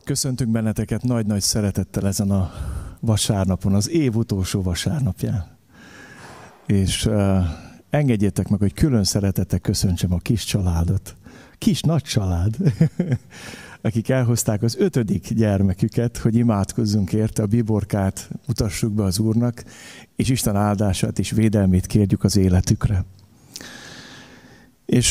Köszöntünk benneteket nagy-nagy szeretettel ezen a vasárnapon, az év utolsó vasárnapján. És engedjétek meg, hogy külön szeretettel köszöntsem a kis családot. Kis-nagy család, akik elhozták az 5. gyermeküket, hogy imádkozzunk érte, a biborkát mutassuk be az Úrnak, és Isten áldását és védelmét kérjük az életükre. És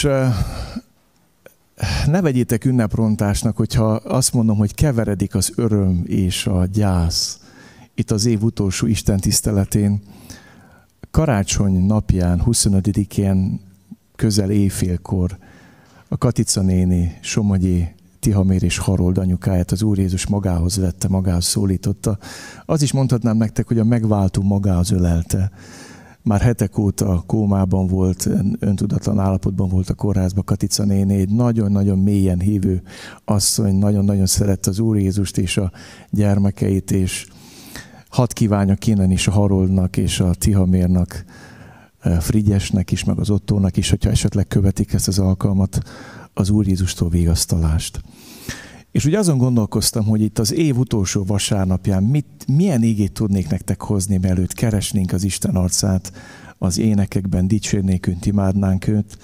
ne vegyétek ünneprontásnak, hogyha azt mondom, hogy keveredik az öröm és a gyász itt az év utolsó Isten tiszteletén. Karácsony napján, 25-én, közel éjfélkor a Katica néni, Somogyi Tihamér és Harold anyukáját az Úr Jézus magához vette, magához szólította. Az is mondhatnám nektek, hogy a megváltó magához ölelte. Már hetek óta kómában volt, öntudatlan állapotban volt a kórházban Katica néni, egy nagyon-nagyon mélyen hívő asszony, nagyon-nagyon szerette az Úr Jézust és a gyermekeit, és hadd kívánjak innen is a Haroldnak és a Tihamérnak, Frigyesnek is, meg az Ottónak is, hogyha esetleg követik ezt az alkalmat, az Úr Jézustól vigasztalást. És ugye azon gondolkoztam, hogy itt az év utolsó vasárnapján milyen igét tudnék nektek hozni, mielőtt keresnénk az Isten arcát, az énekekben dicsérnék őt, imádnánk őt.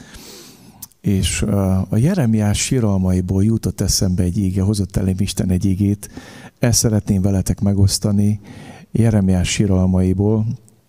És a Jeremiás síralmaiból jutott eszembe egy íge, hozott elém Isten egy igét, ezt szeretném veletek megosztani, Jeremiás síralmaiból.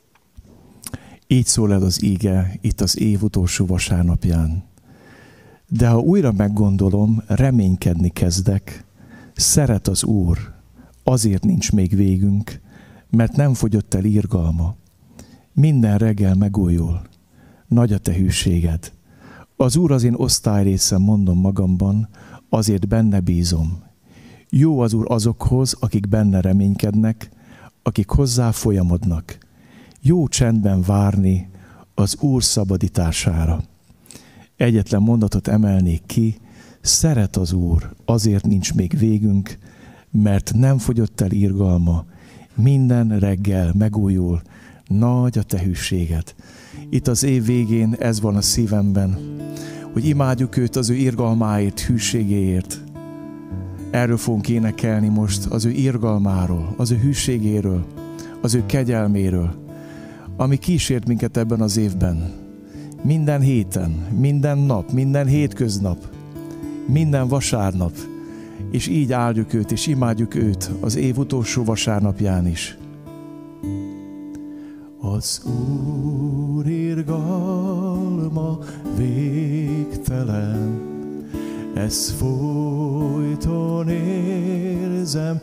Így szól el az íge itt az év utolsó vasárnapján. De ha újra meggondolom, reménykedni kezdek, szeret az Úr, azért nincs még végünk, mert nem fogyott el irgalma. Minden reggel megújul, nagy a te hűséged. Az Úr az én osztályrészem, mondom magamban, azért benne bízom. Jó az Úr azokhoz, akik benne reménykednek, akik hozzá folyamodnak. Jó csendben várni az Úr szabadítására. Egyetlen mondatot emelnék ki, szeret az Úr, azért nincs még végünk, mert nem fogyott el irgalma, minden reggel megújul, nagy a te hűséged. Itt az év végén ez van a szívemben, hogy imádjuk őt az ő irgalmáért, hűségéért. Erről fogunk énekelni most, az ő irgalmáról, az ő hűségéről, az ő kegyelméről, ami kísért minket ebben az évben. Minden héten, minden nap, minden hétköznap, minden vasárnap, és így áldjuk őt, és imádjuk őt az év utolsó vasárnapján is. Az Úr irgalma végtelen, ezt folyton érzem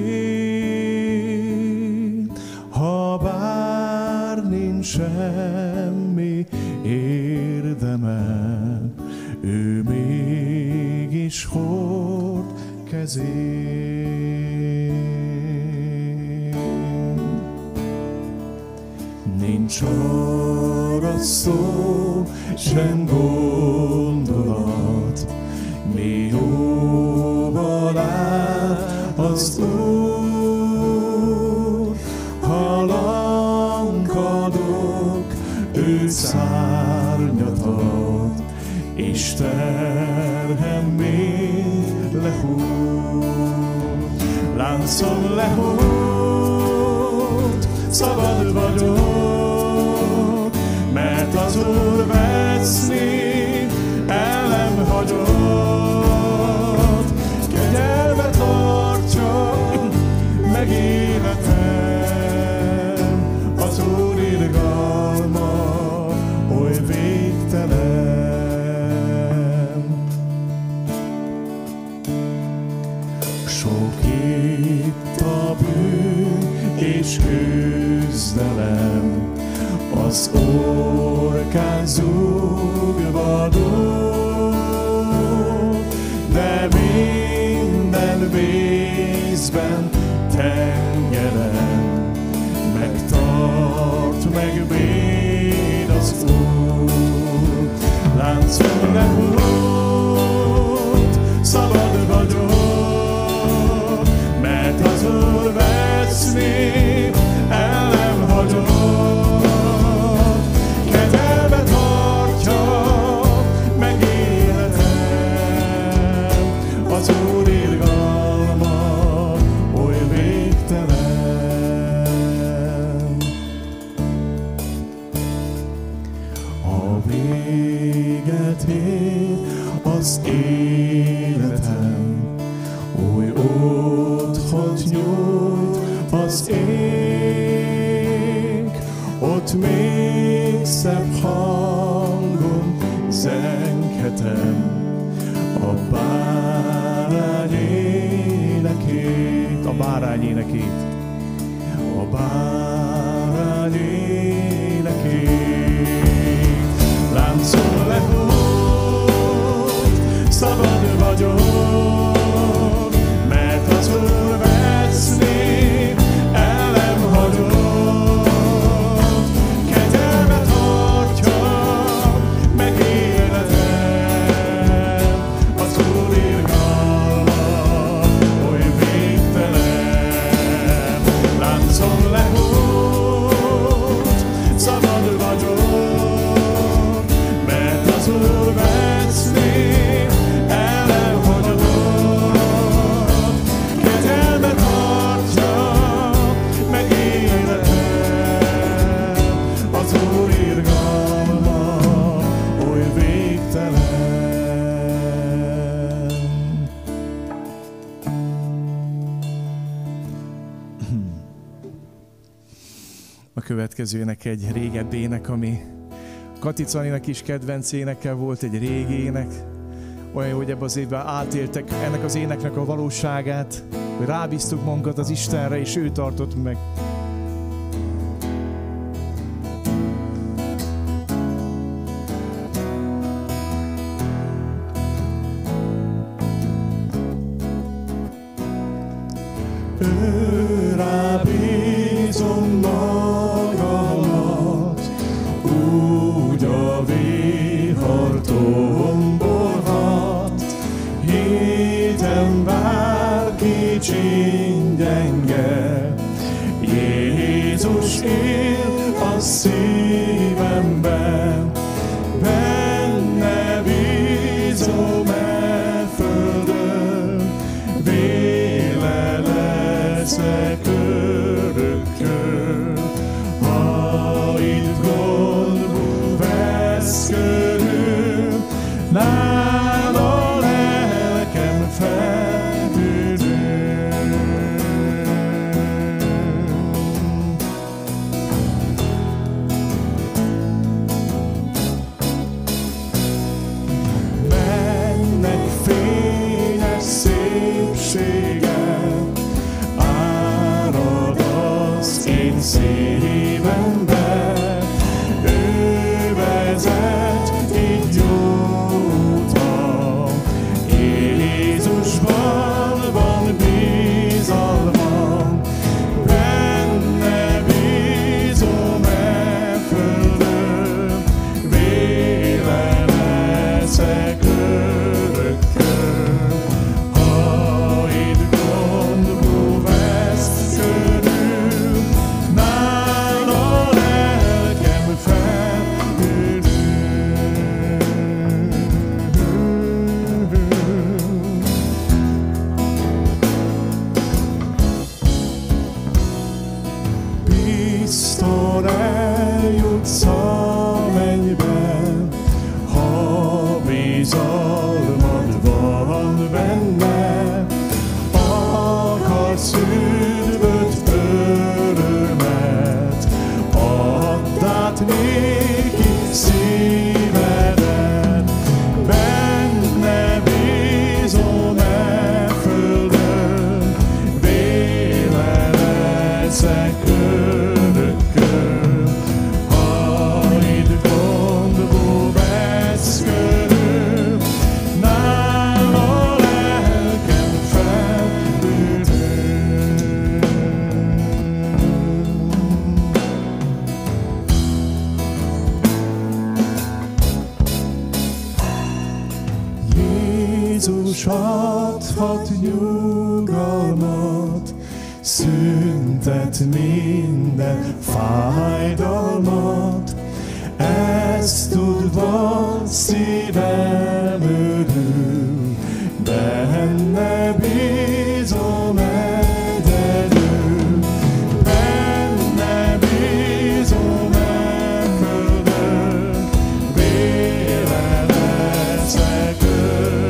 én, ha bár nincs semmi érdemem, ő mégis hord kezén. Nincs arra szó, sem gondolat, mi jóval áll az Úr, ha lankadok, ő szárnyat ad, és terhem még lehúz. Láncom lehúz, szabad vagyok, mert az Úr veszni el nem hagyott. Kegyelme tartja meg életem, az Úr irgalma oly végtelen. Sok itt a bűn és küzdelem, az orkán zúgva dúl, de minden vízben tengeren megtart, megvéd az Úr. Láncon lehúlt, szabad vagyok, mert az Úr veszni el nem hagyott. Kegyelme tartja meg életem, az Úr irgalma az életem, új otthont nyújt az ég, ott még szebb hangon zenghetem a bárány énekét, a bárány énekét, a bárány énekét. Láncon lehújt, szabad vagyok, mert az Úr veszni el nem hagyott. Kegyelmet adja meg életem, az Úr irgalma oly végtelen. Láncon lehújt, szabad vagyok, az Úr veszni el nem hagyott. Kegyelmet adja meg életem, az Úr irgalma oly végtelen. A következő ének egy régebbi ének, ami Katica Anninak is kedvenc éneke volt, egy régi ének. Olyan jó, hogy ebben az évben átéltek ennek az éneknek a valóságát, hogy rábíztuk magunkat az Istenre, és ő tartott meg. Ő rábízom magamat, úgy a vihar tombolhat, hitem bárki csingenge. Jézus él a szívemben, benne bízom e földön, véle leszek örökkön. Ha itt gondból vesz körül, nála lelkem felüdül. Mennek fényes szépsége, árad az én szívembe. Ő vezet így jó utam, Jézusban van bízalmam, benne bízom e földön, véle leszek örökkön. Ha itt gondból vesz körül, nála lelkem felüdül. Bizton eljutsz a mennyben, ha bizalmad van benne. Akarsz üdvöt, örömet, add át néki szívedet. Benne bízom e földön, véle leszek örökkön. Ha itt gondból vesz körül, nála lelkem felüdül. Jézus adhat nyugalmat, szüntet minden fájdalmat. Ezt tudva szívem örül, benne bízom egyedül. Benne bízom e földön, véle leszek örökkön.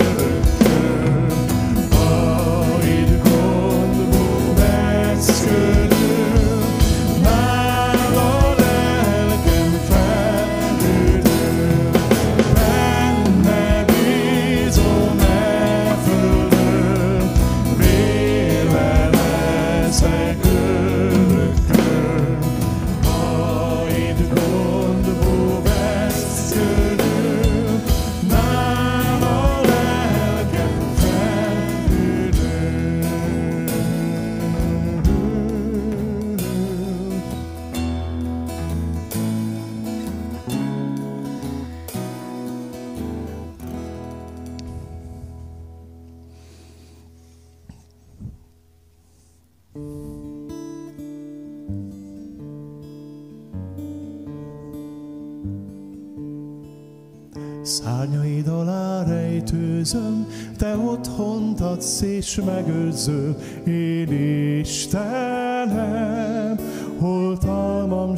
Szárnyaid alá rejtőzöm, te otthont adsz és megőrzöl, én Istenem, oltalmam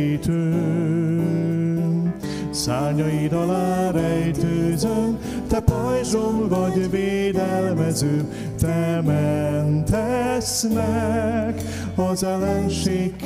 segítőm. Szárnyaid alá rejtőzöm, te pajzsom vagy védelmezőm, te mentesz meg az ellenség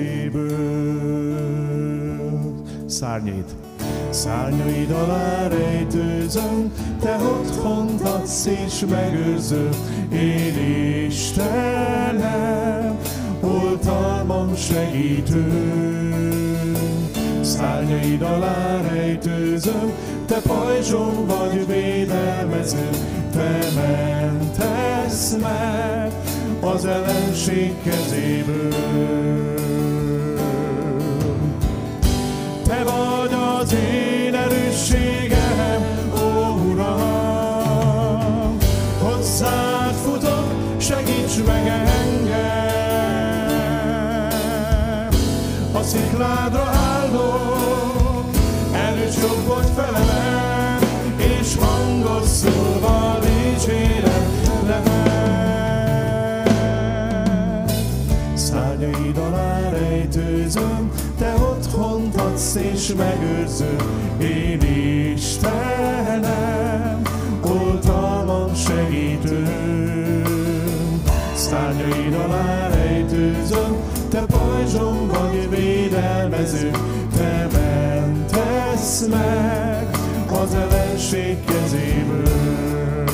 kezéből. Szárnyaid alá rejtőzöm, te otthont adsz és megőrzöl, én Istenem, oltalmam segítőm. Szárnyaid alá rejtőzöm, te pajzsom vagy védelmezőm, te mentesz meg az ellenség kezéből. Te vagy az én erősségem, ó Uram, hozzád futok, segíts meg engem. A szikládra állok, erős jobbot felemel, és hangos szóval dicsérem neved. Szárnyaid alá rejtőzöm, te otthont adsz és megőrzöl, én Istenem, oltalmam segítőm. Szárnyaid alá rejtőzöm, te pajzsom vagy védelmezőm, te mentesz meg az ellenség kezéből.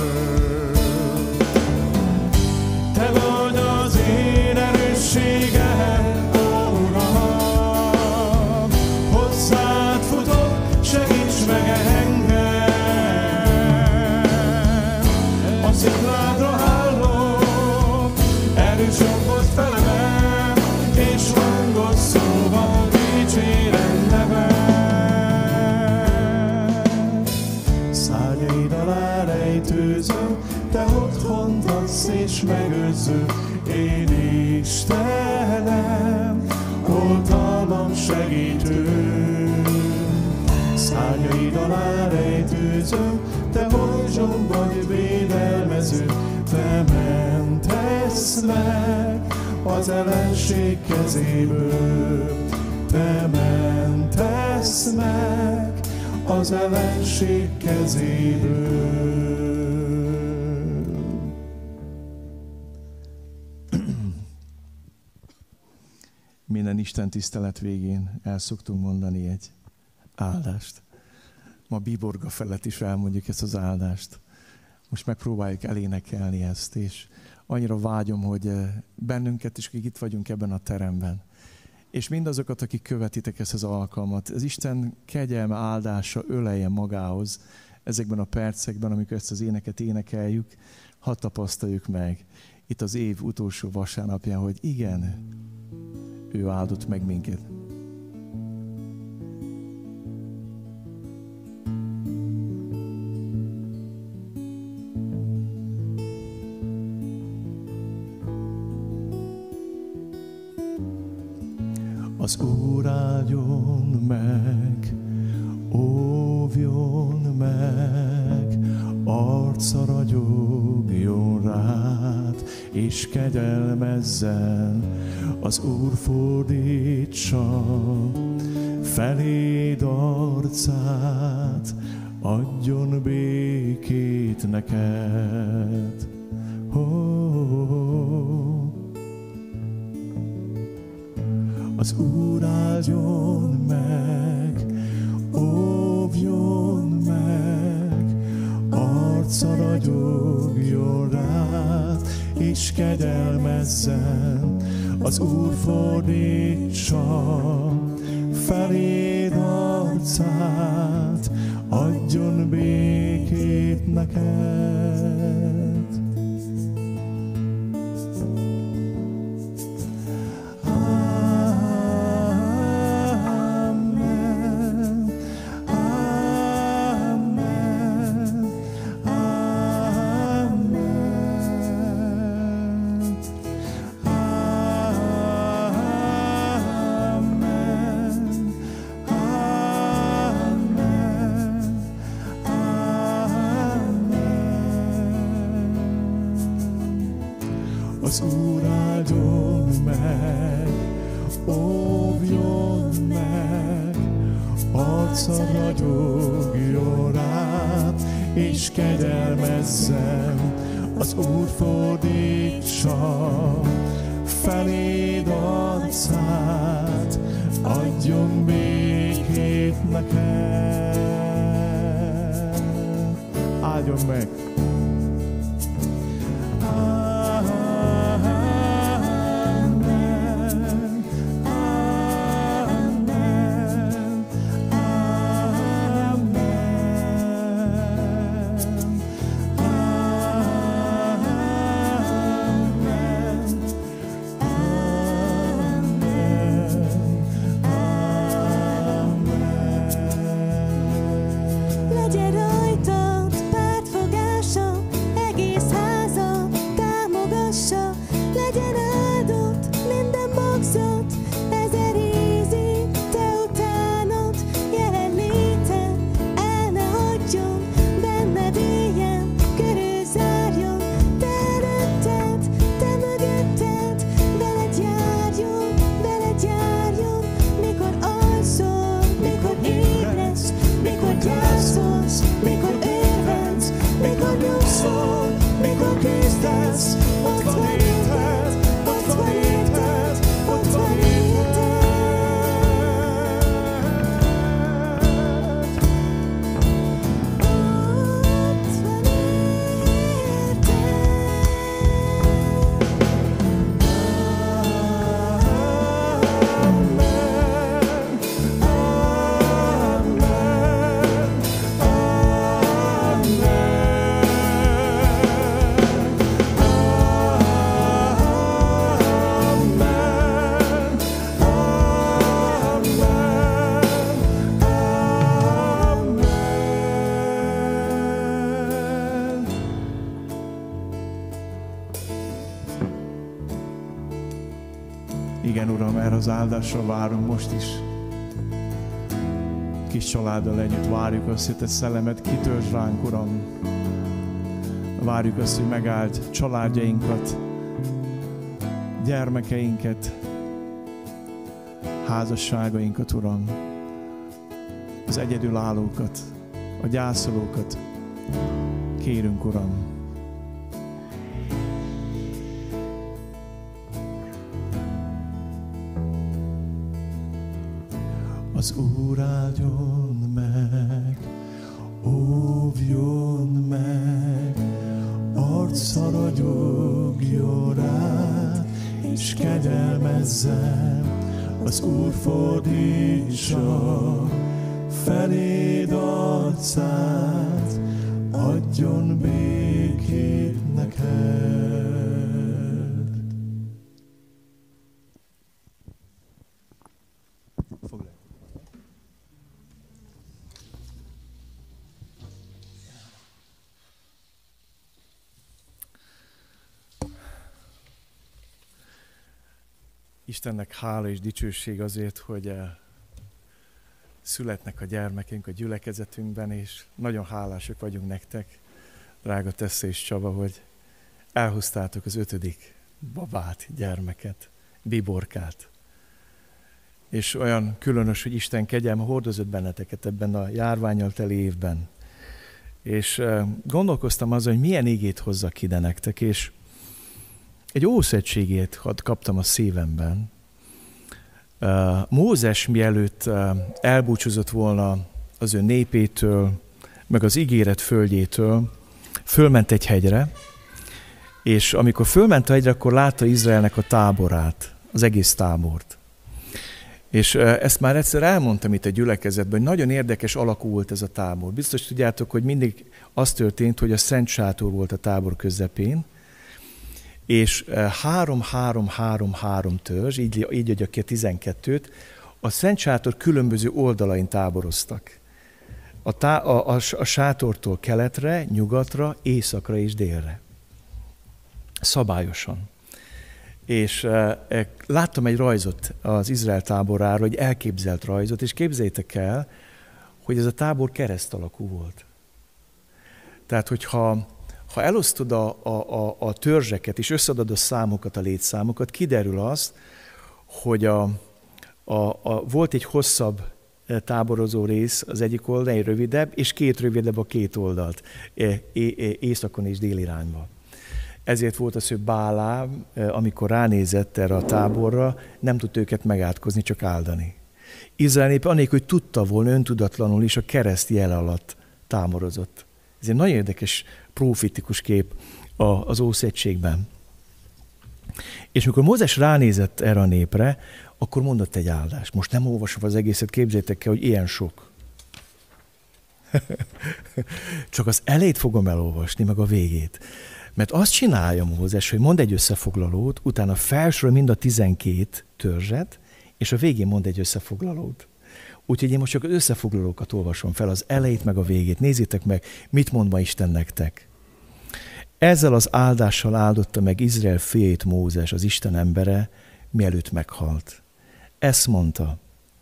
Te vagy az én erősségem, ó Uram, hozzád futok, segíts meg engem. A szikládra állok, erős jobbot felemel, és hangos szóval dicsérem neved. Szárnyaid alá rejtőzöm, te otthont adsz és megőrzöl, én Istenem, oltalmam segítőm. Szárnyaid alá rejtőzöm, te pajzsom vagy védelmezőm, te mentesz meg az ellenség kezéből. Te mentesz meg az ellenség kezéből. Minden Isten tisztelet végén el szoktunk mondani egy áldást. Ma Bíborga felett is elmondjuk ezt az áldást. Most megpróbáljuk elénekelni ezt, és annyira vágyom, hogy bennünket is, akik itt vagyunk ebben a teremben, és mindazokat, akik követitek ezt az alkalmat, az Isten kegyelme, áldása öleljen magához ezekben a percekben, amikor ezt az éneket énekeljük, hadd tapasztaljuk meg itt az év utolsó vasárnapján, hogy igen, ő áldott meg minket. Az Úr áldjon meg, óvjon meg, arca ragyogjon rád, és kegyelmezzen. Az Úr fordítsa feléd arcát, adjon békét neked. Az Úr áldjon meg, óvjon meg, arca ragyogjon rád, és kegyelmezzen. Az Úr fordítsa feléd arcát, adjon békét neked. Az Úr áldjon meg, óvjon meg, arca ragyogjon rád, és kegyelmezzen. Az Úr fordítsa feléd arcát, adjon békét neked. Áldjon meg! Igen, Uram, erre az áldásra várunk most is. Kis családdal együtt várjuk azt, hogy Te szellemet kitöltsd ránk, Uram. Várjuk azt, hogy megáld családjainkat, gyermekeinket, házasságainkat, Uram. Az egyedülállókat, a gyászolókat kérünk, Uram. Az Úr áldjon meg, óvjon meg, arca ragyogjon rád, és kegyelmezzen. Az Úr fordítsa feléd arcát, adjon békét neked. Istennek hála és dicsőség azért, hogy születnek a gyermekünk a gyülekezetünkben, és nagyon hálásak vagyunk nektek, drága Tessa és Csaba, hogy elhoztátok az 5. babát, gyermeket, Biborkát. És olyan különös, hogy Isten kegyelme hordozott benneteket ebben a járvánnyal teli évben. És gondolkoztam azon, hogy milyen igét hozzak ide nektek, és egy ószövetségét kaptam a szívemben. Mózes mielőtt elbúcsúzott volna az ő népétől, meg az ígéret földjétől, fölment egy hegyre, és amikor fölment a hegyre, akkor látta Izraelnek a táborát, az egész tábort. És ezt már egyszer elmondtam itt a gyülekezetben, hogy nagyon érdekes alakú volt ez a tábor. Biztos tudjátok, hogy mindig az történt, hogy a Szent Sátor volt a tábor közepén, és 3-3-3-3 törzs, így adja ki a 12-t, a Szent Sátor különböző oldalain táboroztak. A sátortól keletre, nyugatra, északra és délre. Szabályosan. És láttam egy rajzot az Izrael táboráról, egy elképzelt rajzot, és képzeljétek el, hogy ez a tábor kereszt alakú volt. Tehát, hogyha Ha elosztod a törzseket, és összeadod a számokat, a létszámokat, kiderül az, hogy volt egy hosszabb táborozó rész az egyik oldalon, egy rövidebb, és két rövidebb a két oldalt, északon és déli irányba. Ezért volt az, hogy Bálám, amikor ránézett erre a táborra, nem tudta őket megátkozni, csak áldani. Izrael népe anélkül, hogy tudta volna, öntudatlanul is a kereszt jele alatt táborozott. Ez egy nagyon érdekes, profitikus kép az Ószövetségben. És amikor Mózes ránézett erre a népre, akkor mondott egy áldást. Most nem olvasom az egészet, képzeljétek el, hogy ilyen sok. Csak az elejét fogom elolvasni, meg a végét. Mert azt csinálja Mózes, hogy mond egy összefoglalót, utána felsorol mind a 12 törzset, és a végén mond egy összefoglalót. Úgyhogy én most csak az összefoglalókat olvasom fel, az elejét meg a végét. Nézzétek meg, mit mond ma Isten nektek. Ezzel az áldással áldotta meg Izrael fiait Mózes, az Isten embere, mielőtt meghalt. Ezt mondta,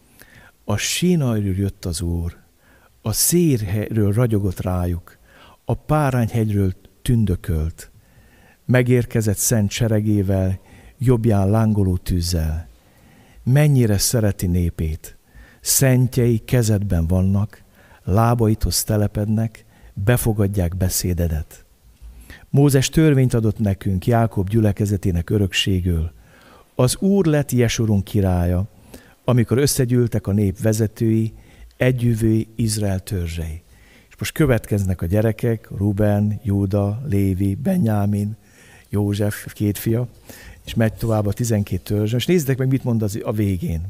a Sínairól jött az Úr, a Szérhegyről ragyogott rájuk, a Párányhegyről tündökölt, megérkezett szent seregével, jobbján lángoló tűzzel. Mennyire szereti népét, szentjei kezedben vannak, lábaidhoz telepednek, befogadják beszédedet. Mózes törvényt adott nekünk Jákob gyülekezetének örökségül. Az Úr lett Jesurun királya, amikor összegyűltek a nép vezetői, együvő Izrael törzsei. És most következnek a gyerekek, Ruben, Júda, Lévi, Benjámin, József, két fia, és megy tovább a 12 törzs. És nézzétek meg, mit mond a végén.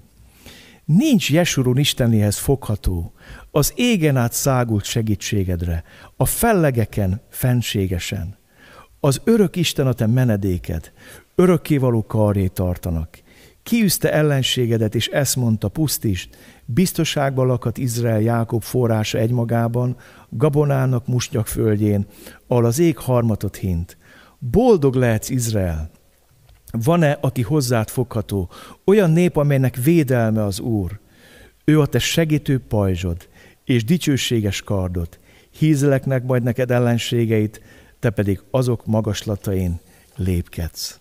Nincs Jesurun Istenéhez fogható, az égen át szágult segítségedre, a fellegeken fenségesen. Az örök Isten a te menedéked, örökkévaló karré tartanak. Kiűzte ellenségedet, és ezt mondta, pusztítsd, biztonságban lakhat Izrael Jákob forrása egymagában, gabonának musnyak földjén, ahol az ég harmatot hint. Boldog lehetsz, Izrael! Van-e, aki hozzád fogható? Olyan nép, amelynek védelme az Úr. Ő a te segítő pajzsod, és dicsőséges kardod. Hízeleknek majd neked ellenségeit, te pedig azok magaslatain lépkedsz.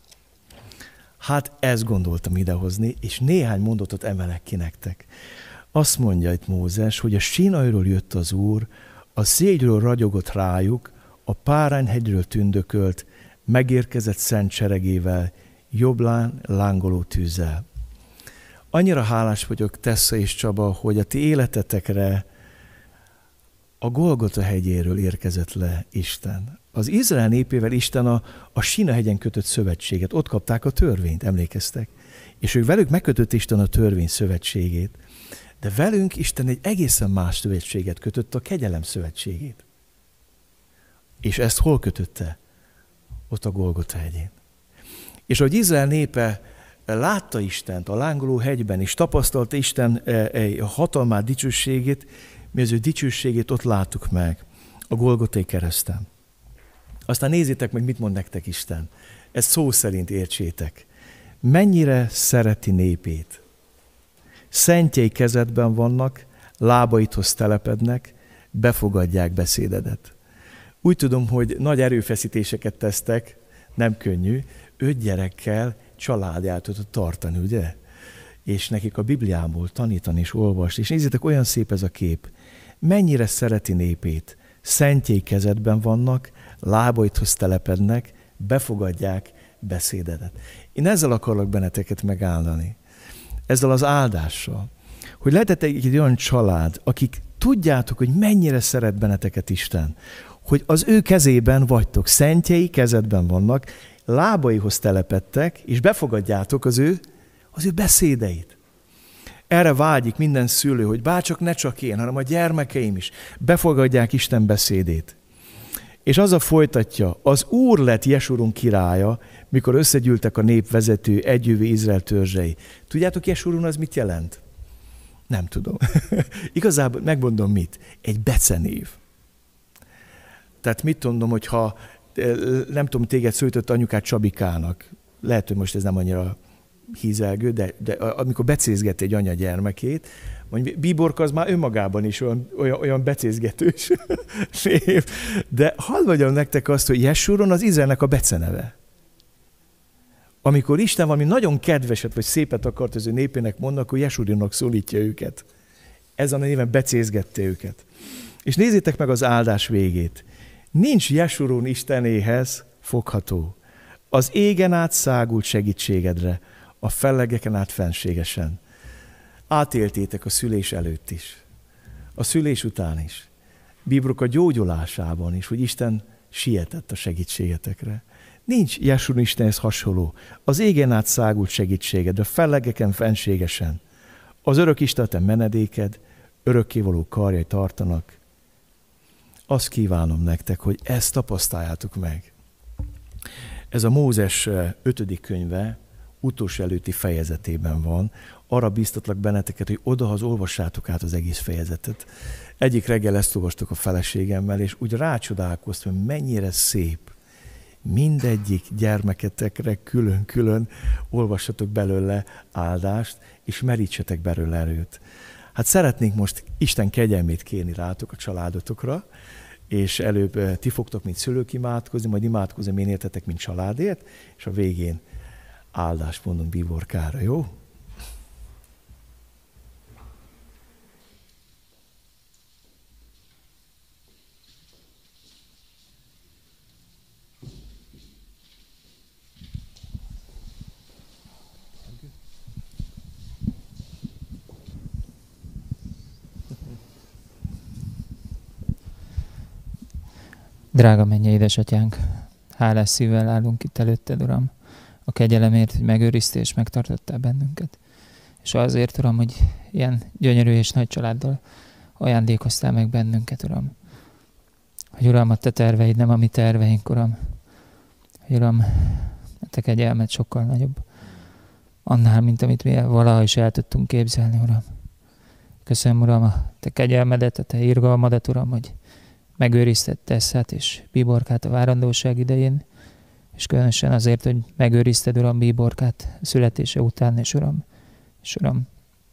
Hát ezt gondoltam idehozni, és néhány mondatot emelek ki nektek. Azt mondja itt Mózes, hogy a Sínairól jött az Úr, a Szégyről ragyogott rájuk, a Párányhegyről tündökölt, megérkezett szent seregével, jobbán lángoló tűzzel. Annyira hálás vagyok, Tessa és Csaba, hogy a ti életetekre a Golgota hegyéről érkezett le Isten. Az Izrael népével Isten a Sína hegyen kötött szövetséget. Ott kapták a törvényt, emlékeztek? És ők velük megkötött Isten a törvény szövetségét, de velünk Isten egy egészen más szövetséget kötött, a kegyelem szövetségét. És ezt hol kötötte? Ott a Golgota hegyén. És ahogy Izrael népe látta Istent a lángoló hegyben, és tapasztalta Isten hatalmát, dicsőségét, mi az ő dicsőségét ott láttuk meg a Golgotai kereszten. Aztán nézzétek meg, mit mond nektek Isten. Ezt szó szerint értsétek. Mennyire szereti népét. Szentjei kezedben vannak, lábaidhoz telepednek, befogadják beszédedet. Úgy tudom, hogy nagy erőfeszítéseket tesztek, nem könnyű, 5 gyerekkel családjátot tartani, ugye? És nekik a Bibliából tanítani és olvasni. És nézzétek, olyan szép ez a kép. Mennyire szereti népét. Szentjei kezedben vannak, lábaidhoz telepednek, befogadják beszédedet. Én ezzel akarlak benneteket megáldani. Ezzel az áldással. Hogy lehetett egy olyan család, akik tudjátok, hogy mennyire szeret benneteket Isten. Hogy az ő kezében vagytok, szentjei kezedben vannak, lábaihoz telepedtek, és befogadjátok az ő beszédeit. Erre vágyik minden szülő, hogy bárcsak ne csak én, hanem a gyermekeim is befogadják Isten beszédét. És azzal folytatja, az Úr lett Jesurun királya, mikor összegyűltek a nép vezető együvő Izrael törzsei. Tudjátok, Jesurun az mit jelent? Nem tudom. Igazából megmondom mit. Egy becenév. Tehát mit mondom, hogyha nem tudom, téged szólított anyukád Csabikának. Lehet, hogy most ez nem annyira hízelgő, de amikor becézgeti egy anya gyermekét, mondjuk bíborka az már önmagában is olyan becézgetős név. De hadd mondjam nektek azt, hogy Jesúron az Izraelnek a beceneve. Amikor Isten valami nagyon kedveset vagy szépet akart az ő népének mondani, akkor Jesúrinak szólítja őket. Ezen a néven becézgette őket. És nézzétek meg az áldás végét. Nincs Jesúron Istenéhez fogható. Az égen át szágult segítségedre, a fellegeken át fenségesen. Átéltétek a szülés előtt is, a szülés után is, bíborok a gyógyulásában is, hogy Isten sietett a segítségetekre. Nincs Jesúr Istenhez hasonló. Az égen át szágult segítséged, a fellegeken fenségesen. Az örök Isten te menedéked, örökkévaló karjai tartanak. Azt kívánom nektek, hogy ezt tapasztaljátok meg. Ez a Mózes 5. könyve utolsó előtti fejezetében van. Arra bíztatlak benneteket, hogy odahaza olvassátok át az egész fejezetet. Egyik reggel ezt olvastok a feleségemmel, és úgy rácsodálkoztam, hogy mennyire szép. Mindegyik gyermeketekre külön-külön olvassatok belőle áldást, és merítsetek belőle erőt. Hát szeretnénk most Isten kegyelmét kérni rátok, a családotokra, és előbb ti fogtok, mint szülők imádkozni, majd imádkozni, én értetek, mint családért, és a végén áldást mondunk bíborkára, jó? Drága mennyei édesatyánk, hálás szívvel állunk itt előtted, Uram, a kegyelemért, hogy megőriztél és megtartottál bennünket. És azért, Uram, hogy ilyen gyönyörű és nagy családdal ajándékoztál meg bennünket, Uram. Hogy Uram, a te terveid nem a mi terveink, Uram. Hogy Uram, a te kegyelmed sokkal nagyobb annál, mint amit mi valaha is el tudtunk képzelni, Uram. Köszönöm, Uram, a te kegyelmedet, a te irgalmadat, Uram, hogy megőrizted Tesszát és Bíborkát a várandóság idején, és különösen azért, hogy megőrizted, Uram, Bíborkát születése után, és Uram,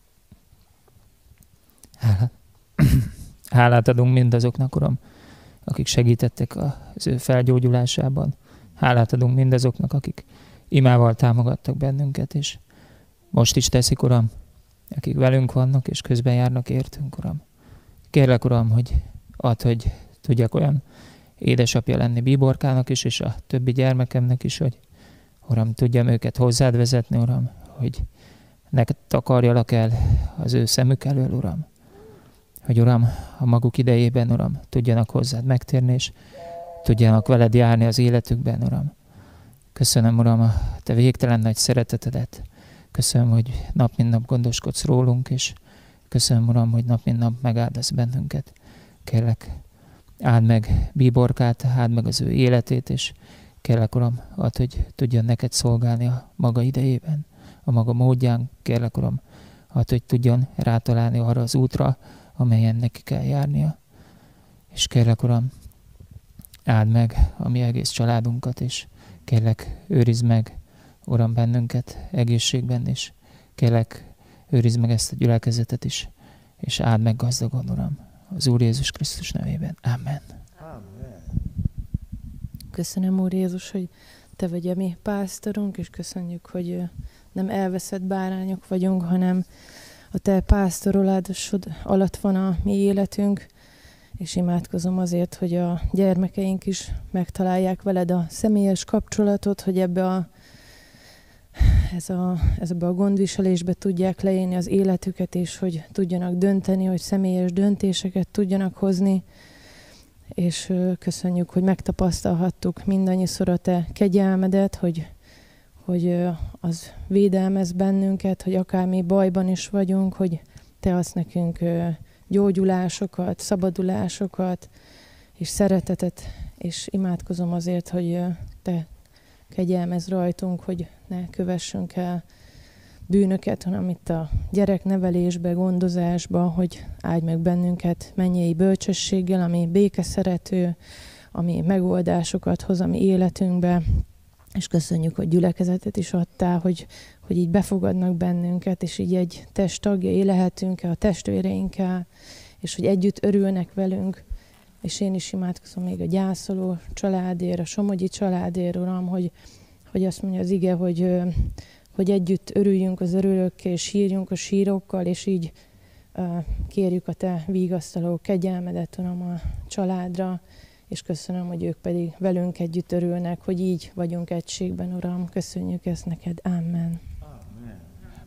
hálát adunk mindazoknak, Uram, akik segítettek az ő felgyógyulásában. Hálát adunk mindazoknak, akik imával támogattak bennünket, és most is teszik, Uram, akik velünk vannak, és közben járnak értünk, Uram. Kérlek, Uram, hogy add, hogy tudjak olyan édesapja lenni Bíborkának is, és a többi gyermekemnek is, hogy Uram, tudjam őket hozzád vezetni, Uram, hogy ne takarjalak el az ő szemük elől, Uram. Hogy Uram, a maguk idejében, Uram, tudjanak hozzád megtérni, és tudjanak veled járni az életükben, Uram. Köszönöm, Uram, a te végtelen nagy szeretetedet. Köszönöm, hogy nap mint nap gondoskodsz rólunk, és köszönöm, Uram, hogy nap mint nap megáldasz bennünket. Kérlek, áld meg Bíborkát, áld meg az ő életét, és kérlek, Uram, add, hogy tudjon neked szolgálni a maga idejében, a maga módján. Kérlek, Uram, add, hogy tudjon rátalálni arra az útra, amelyen neki kell járnia. És kérlek, Uram, áld meg a mi egész családunkat, és kérlek, őrizd meg, Uram, bennünket egészségben is. Kérlek, őrizd meg ezt a gyülekezetet is, és áld meg gazdagon, Uram. Az Úr Jézus Krisztus nevében. Amen. Amen. Köszönöm, Úr Jézus, hogy te vagy a mi pásztorunk, és köszönjük, hogy nem elveszett bárányok vagyunk, hanem a te pásztorolásod alatt van a mi életünk, és imádkozom azért, hogy a gyermekeink is megtalálják veled a személyes kapcsolatot, hogy ebbe a gondviselésbe tudják leélni az életüket, és hogy tudjanak dönteni, hogy személyes döntéseket tudjanak hozni. És köszönjük, hogy megtapasztalhattuk mindannyiszor a te kegyelmedet, hogy az védelmez bennünket, hogy akár mi bajban is vagyunk, hogy te adsz nekünk gyógyulásokat, szabadulásokat és szeretetet, és imádkozom azért, hogy te kegyelmez rajtunk, hogy ne kövessünk el bűnöket, hanem itt a gyereknevelésbe, gondozásba, hogy áldj meg bennünket mennyei bölcsességgel, ami békeszerető, ami megoldásokat hoz a mi életünkbe, és köszönjük, hogy gyülekezetet is adtál, hogy így befogadnak bennünket, és így egy test tagjai lehetünk a testvéreinkkel, és hogy együtt örülnek velünk. És én is imádkozom még a gyászoló családért, a Somogyi családért, Uram, hogy azt mondja az ige, hogy együtt örüljünk az örülőkkel, és sírjunk a sírókkal, és így kérjük a Te vigasztaló kegyelmedet, Uram, a családra, és köszönöm, hogy ők pedig velünk együtt örülnek, hogy így vagyunk egységben, Uram. Köszönjük ezt neked. Amen. Amen.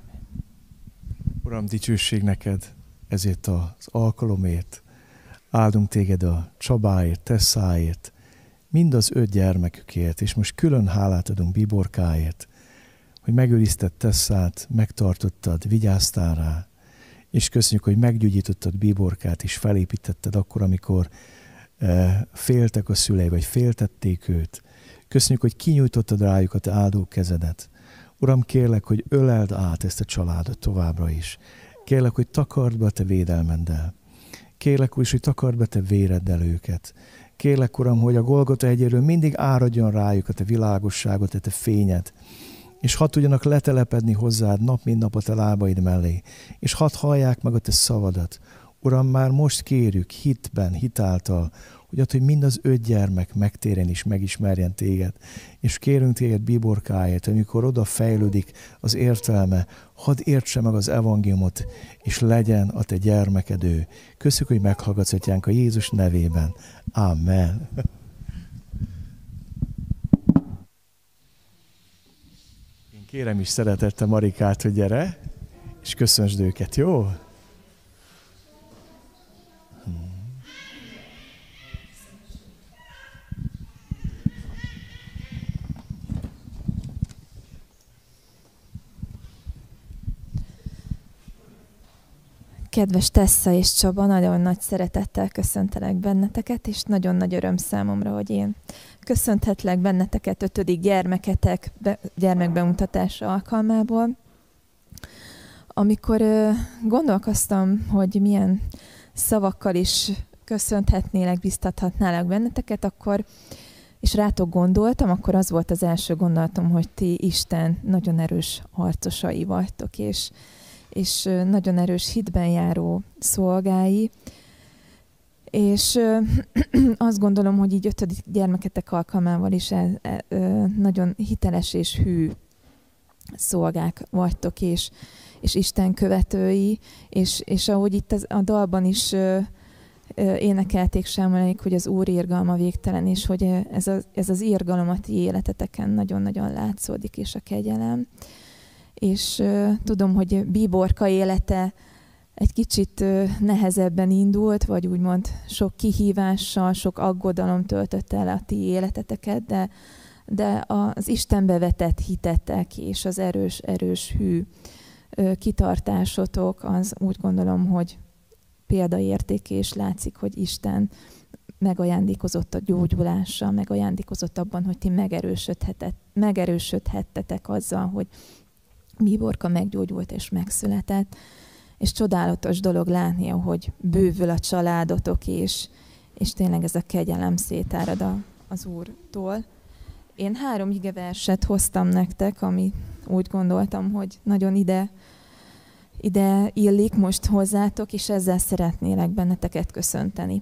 Uram, dicsőség neked ezért az alkalomért. Áldunk téged a Csabáért, Tesszáért, mind az 5 gyermekükért, és most külön hálát adunk Bíborkáért, hogy megőrizted Tesszát, megtartottad, vigyáztál rá, és köszönjük, hogy meggyógyítottad Bíborkát, és felépítetted akkor, amikor féltek a szülei, vagy féltették őt. Köszönjük, hogy kinyújtottad rájuk a te áldó kezedet. Uram, kérlek, hogy öleld át ezt a családot továbbra is. Kérlek, hogy takard be a te védelmeddel. Kérlek, Úr, hogy takard be te véreddel őket. Kérlek, Uram, hogy a Golgota hegyéről mindig áradjon rájuk a te világosságot, a te fényed, és hadd tudjanak letelepedni hozzád nap mint nap a te lábaid mellé, és hadd hallják meg a te szavadat. Uram, már most kérjük hitben, hitáltal, hogy mind az 5 gyermek megtérjen és megismerjen téged. És kérünk téged Bíborkáért, amikor oda fejlődik az értelme, hadd értse meg az evangéliumot, és legyen a te gyermeked ő. Köszönjük, hogy meghallgatsz atyánk a Jézus nevében. Amen. Én kérem is szeretettel Marikát, hogy gyere, és köszönsd őket, jó? Kedves Tessa és Csaba, nagyon nagy szeretettel köszöntelek benneteket, és nagyon nagy öröm számomra, hogy én köszönthetlek benneteket 5. gyermekbemutatása alkalmából. Amikor gondolkoztam, hogy milyen szavakkal is köszönthetnélek, biztathatnálak benneteket, és rátok gondoltam, akkor az volt az első gondolatom, hogy ti Isten nagyon erős harcosai vagytok, és nagyon erős hitben járó szolgái. És azt gondolom, hogy így 5. gyermeketek alkalmával is nagyon hiteles és hű szolgák vagytok, és Isten követői, és ahogy itt a dalban is énekelték Sámuelék, hogy az Úr irgalma végtelen, és hogy ez az irgalom a ti életeteken nagyon-nagyon látszódik, és a kegyelem. És tudom, hogy Bíborka élete egy kicsit nehezebben indult, vagy úgymond sok kihívással, sok aggodalom töltötte el a ti életeteket, de az Istenbe vetett hitetek és az erős hű kitartásotok, az úgy gondolom, hogy példaértékű, és látszik, hogy Isten megajándékozott a gyógyulással, megajándékozott abban, hogy ti megerősödhettetek azzal, hogy Bíborka meggyógyult és megszületett, és csodálatos dolog látni, hogy bővül a családotok, és tényleg ez a kegyelem szétárad az Úrtól. Én 3 igeverset hoztam nektek, ami úgy gondoltam, hogy nagyon ide illik most hozzátok, és ezzel szeretnélek benneteket köszönteni.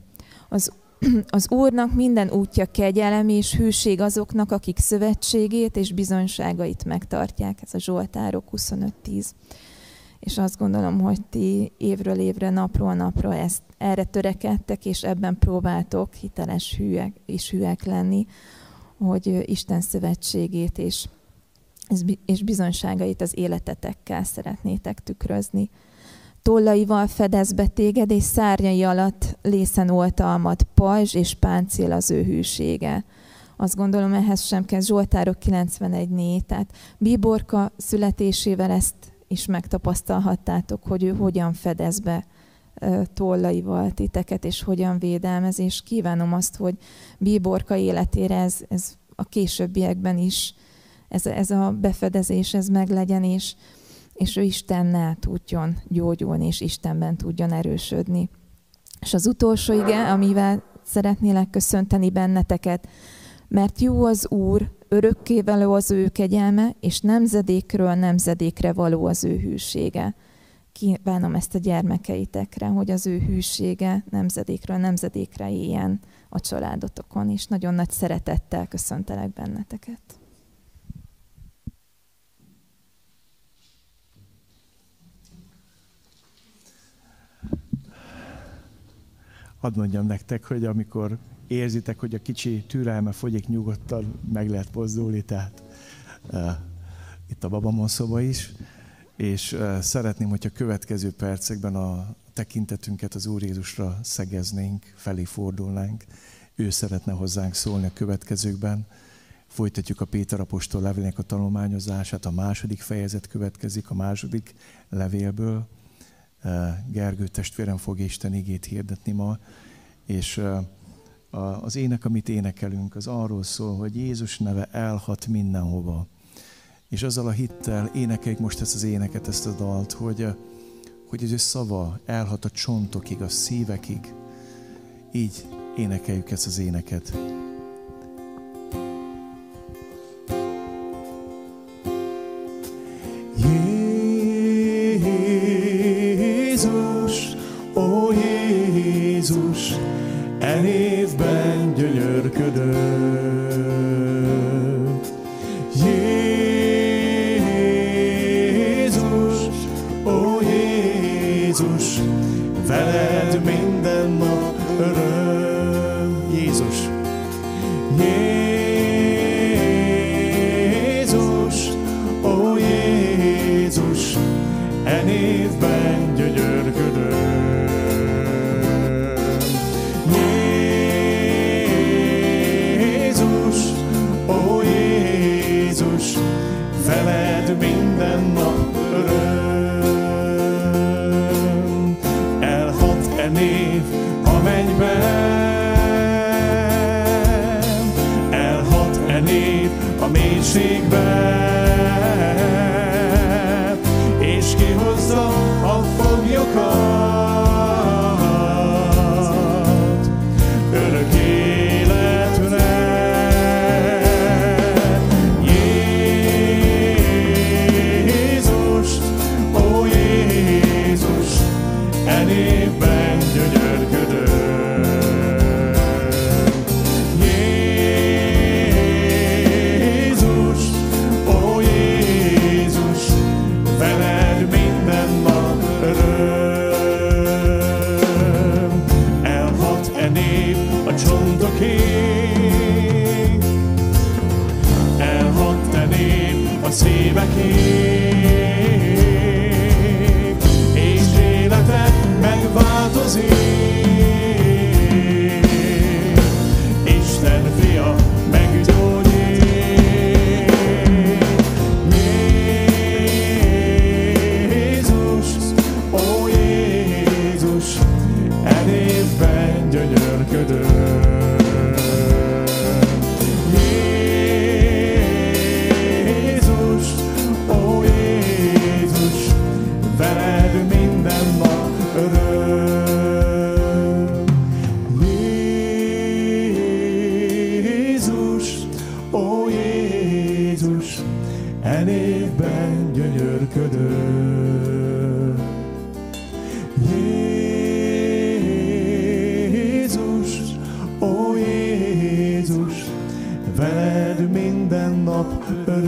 Az Úrnak minden útja kegyelem és hűség azoknak, akik szövetségét és bizonyságait megtartják. Ez a Zsoltárok 25:10. És azt gondolom, hogy ti évről évre, napról napra erre törekedtek, és ebben próbáltok hiteles hűek lenni, hogy Isten szövetségét és bizonyságait az életetekkel szeretnétek tükrözni. Tollaival fedez be téged, és szárnyai alatt lészen oltalmad, pajzs és páncél az ő hűsége. Azt gondolom, ehhez sem kell Zsoltárok 91:4. Tehát Bíborka születésével ezt is megtapasztalhattátok, hogy ő hogyan fedez be tollaival titeket, és hogyan védelmez, és kívánom azt, hogy Bíborka életére ez a későbbiekben is ez a befedezés ez meglegyen, és ő Istennel tudjon gyógyulni, és Istenben tudjon erősödni. És az utolsó ige, amivel szeretnélek köszönteni benneteket, Mert jó az Úr, örökkévaló az ő kegyelme, és nemzedékről nemzedékre való az ő hűsége. Kívánom ezt a gyermekeitekre, hogy az ő hűsége nemzedékről nemzedékre éljen a családotokon, és nagyon nagy szeretettel köszöntelek benneteket. Hadd mondjam nektek, hogy amikor érzitek, hogy a kicsi türelme fogyik, nyugodtan meg lehet mozdulni, tehát itt a babamon szoba is, és szeretném, hogyha következő percekben a tekintetünket az Úr Jézusra szegeznénk, felé fordulnánk. Ő szeretne hozzánk szólni a következőkben. Folytatjuk a Péter apostol levélének a tanulmányozását, a második fejezet következik a második levélből. Gergő testvérem fog Isten igét hirdetni ma, és az ének, amit énekelünk, az arról szól, hogy Jézus neve elhat mindenhova. És azzal a hittel énekeljük most ezt az éneket, ezt a dalt, hogy az ő szava elhat a csontokig, a szívekig. Így énekeljük ezt az éneket. Jézus, ó Jézus, e névben gyönyörködött. Jézus, ó Jézus, veled minden nap öröm. Jézus, Jézus, ó Jézus, e névben gyönyörködöm. Jézus, ó Jézus, veled minden nap öröm. Elhat e név a mennyben, elhat e név a mélységben, és kihozza a foglyokat örök életre. Jézus, ó Jézus, e névben gyönyörködöm. Jézus, ó Jézus, veled minden nap öröm. Elhat e név a csontokig, elhat e név a szívekig, és életed megváltozik. Isten fia meggyógyít. Jézus, ó Jézus, e névben gyönyörködöm. Jézus, ó Jézus, veled minden nap öröm. Jézus, ó Jézus, e névben gyönyörködöm. Jézus, ó Jézus, veled minden nap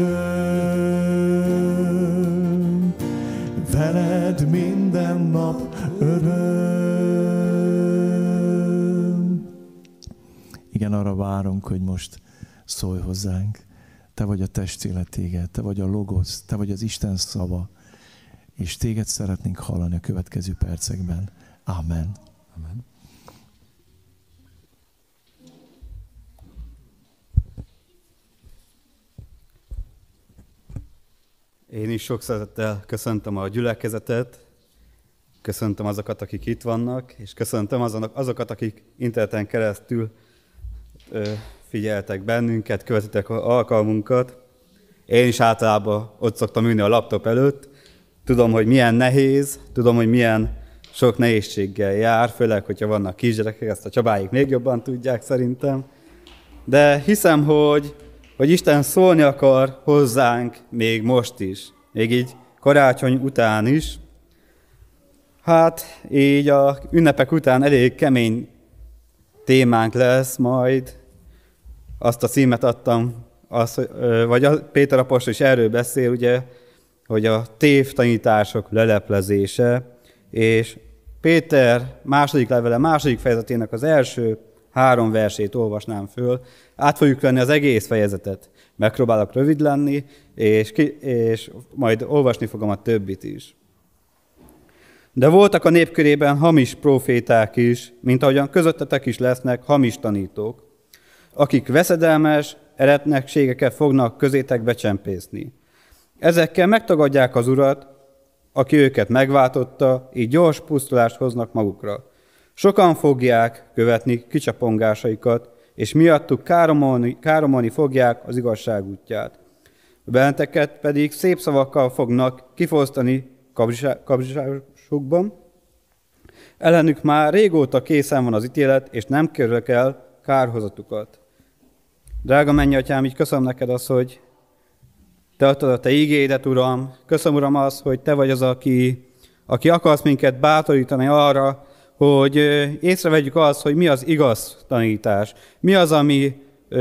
öröm. Veled minden nap öröm. Igen, arra várunk, hogy most szólj hozzánk. Te vagy a testélet téged, te vagy a logosz, te vagy az Isten szava, és téged szeretnénk hallani a következő percekben. Amen. Amen. Én is sok szeretettel köszöntöm a gyülekezetet, köszöntöm azokat, akik itt vannak, és köszöntöm azokat, akik interneten keresztül figyeltek bennünket, követitek alkalmunkat. Én is általában ott szoktam ülni a laptop előtt. Tudom, hogy milyen nehéz, tudom, hogy milyen sok nehézséggel jár, főleg, hogyha vannak kisgyerekek, ezt a Csabáik még jobban tudják szerintem. De hiszem, hogy Isten szólni akar hozzánk még most is, még így karácsony után is. Hát így a ünnepek után elég kemény témánk lesz majd. Azt a címet adtam, vagy Péter apostol is erről beszél, ugye, hogy a tévtanítások leleplezése, és Péter második levele, második fejezetének az első 3 versét olvasnám föl. Át fogjuk venni az egész fejezetet. Megpróbálok rövid lenni, és majd olvasni fogom a többit is. De voltak a nép körében hamis proféták is, mint ahogyan közöttetek is lesznek hamis tanítók, akik veszedelmes eretnekségeket fognak közétek becsempészni. Ezekkel megtagadják az Urat, aki őket megváltotta, így gyors pusztulást hoznak magukra. Sokan fogják követni kicsapongásaikat, és miattuk káromolni fogják az igazság útját. Benneteket pedig szép szavakkal fognak kifosztani kapzsásukban. Ellenük már régóta készen van az ítélet, és nem kerülök el kárhozatukat. Drága mennyatyám, így köszönöm neked azt, hogy te adtad a te igédet, Uram. Köszönöm, Uram, azt, hogy te vagy az, aki akarsz minket bátorítani arra, hogy észrevegyük azt, hogy mi az igaz tanítás, mi az, ami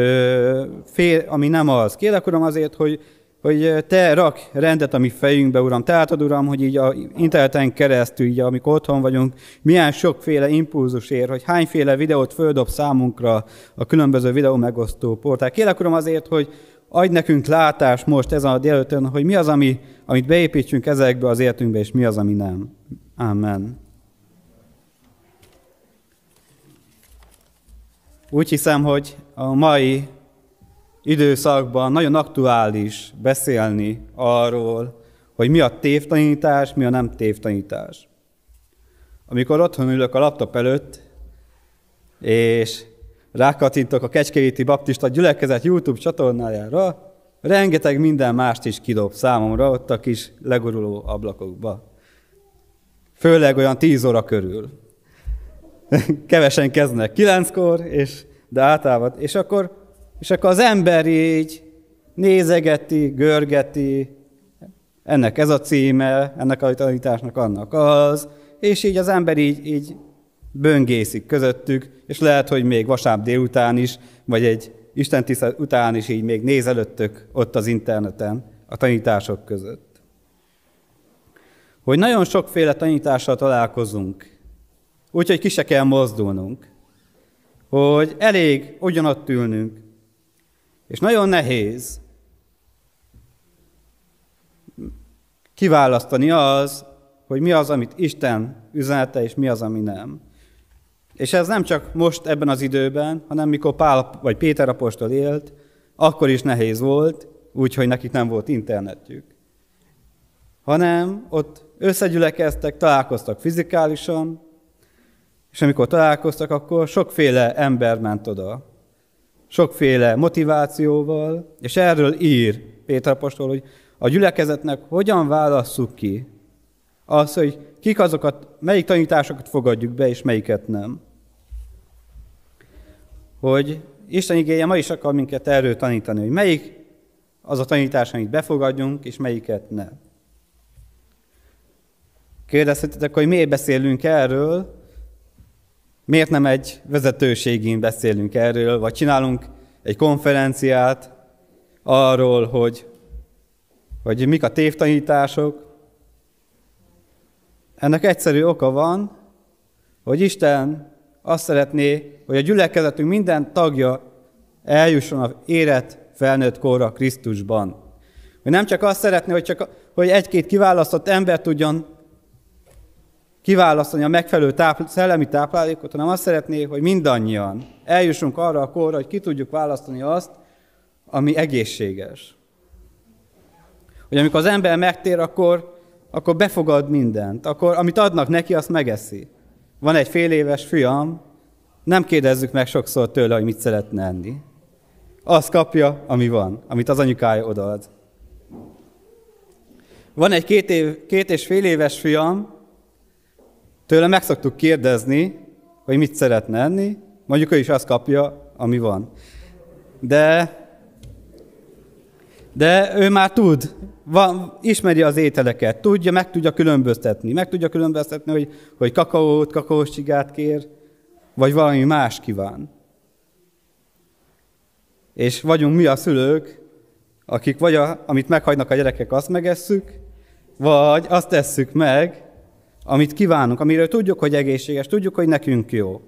nem az. Kérlek, Uram, azért, hogy te rak rendet a mi fejünkbe, Uram. Te látod, Uram, hogy így a interneten keresztül, így, amikor otthon vagyunk, milyen sokféle impulzus ér, hogy hányféle videót földob számunkra a különböző videó megosztó portál. Kérlek, Uram, azért, hogy adj nekünk látást most ezen a délután, hogy mi az, amit beépítsünk ezekbe az életünkbe, és mi az, ami nem. Amen. Úgy hiszem, hogy a mai időszakban nagyon aktuális beszélni arról, hogy mi a tévtanítás, mi a nem tévtanítás. Amikor otthon ülök a laptop előtt, és rákattintok a Kecskeméti Baptista Gyülekezet YouTube csatornájára, rengeteg minden mást is kidob számomra ott a kis leguruló ablakokba. Főleg olyan 10 óra körül. Kevesen kezdnek 9-kor, de általában. És akkor az ember így nézegeti, görgeti, ennek ez a címe, ennek a tanításnak annak az, és így az ember így böngészik közöttük, és lehet, hogy még vasárnap délután is, vagy egy istentisztelet után is így még néz előttök ott az interneten a tanítások között. Hogy nagyon sokféle tanítással találkozunk, úgyhogy ki se kell mozdulnunk, hogy elég ugyanott ülnünk, és nagyon nehéz kiválasztani hogy mi az, amit Isten üzenete, és mi az, ami nem. És ez nem csak most ebben az időben, hanem mikor Pál vagy Péter apostol élt, akkor is nehéz volt, úgyhogy nekik nem volt internetjük. Hanem ott összegyülekeztek, találkoztak fizikálisan, és amikor találkoztak, akkor sokféle ember ment oda, sokféle motivációval, és erről ír Péter apostol, hogy a gyülekezetnek hogyan válasszuk ki az, hogy melyik tanításokat fogadjuk be, és melyiket nem. Hogy Isten igéje ma is akar minket erről tanítani, hogy melyik az a tanítás, amit befogadjunk, és melyiket nem. Kérdezhetitek, hogy miért beszélünk erről, miért nem egy vezetőségén beszélünk erről, vagy csinálunk egy konferenciát arról, hogy mik a tévtanítások. Ennek egyszerű oka van, hogy Isten azt szeretné, hogy a gyülekezetünk minden tagja eljusson az érett felnőtt korra Krisztusban. Hogy nem csak azt szeretné, hogy egy-két kiválasztott ember tudjon kiválasztani a megfelelő szellemi táplálékot, hanem azt szeretné, hogy mindannyian eljussunk arra a korra, hogy ki tudjuk választani azt, ami egészséges. Hogy amikor az ember megtér, akkor befogad mindent. Akkor, amit adnak neki, azt megeszi. Van egy fél éves fiam, nem kérdezzük meg sokszor tőle, hogy mit szeretne enni. Azt kapja, ami van, amit az anyukája odaad. Van egy 2 és fél éves fiam, tőle meg szoktuk kérdezni, hogy mit szeretne enni, mondjuk ő is azt kapja, ami van. De ő már tud, ismeri az ételeket, meg tudja különböztetni, hogy kakaót, kakaós csigát kér, vagy valami más kíván. És vagyunk mi a szülők, akik vagy amit meghagynak a gyerekek, azt megesszük, vagy azt tesszük meg, amit kívánunk, amiről tudjuk, hogy egészséges, tudjuk, hogy nekünk jó.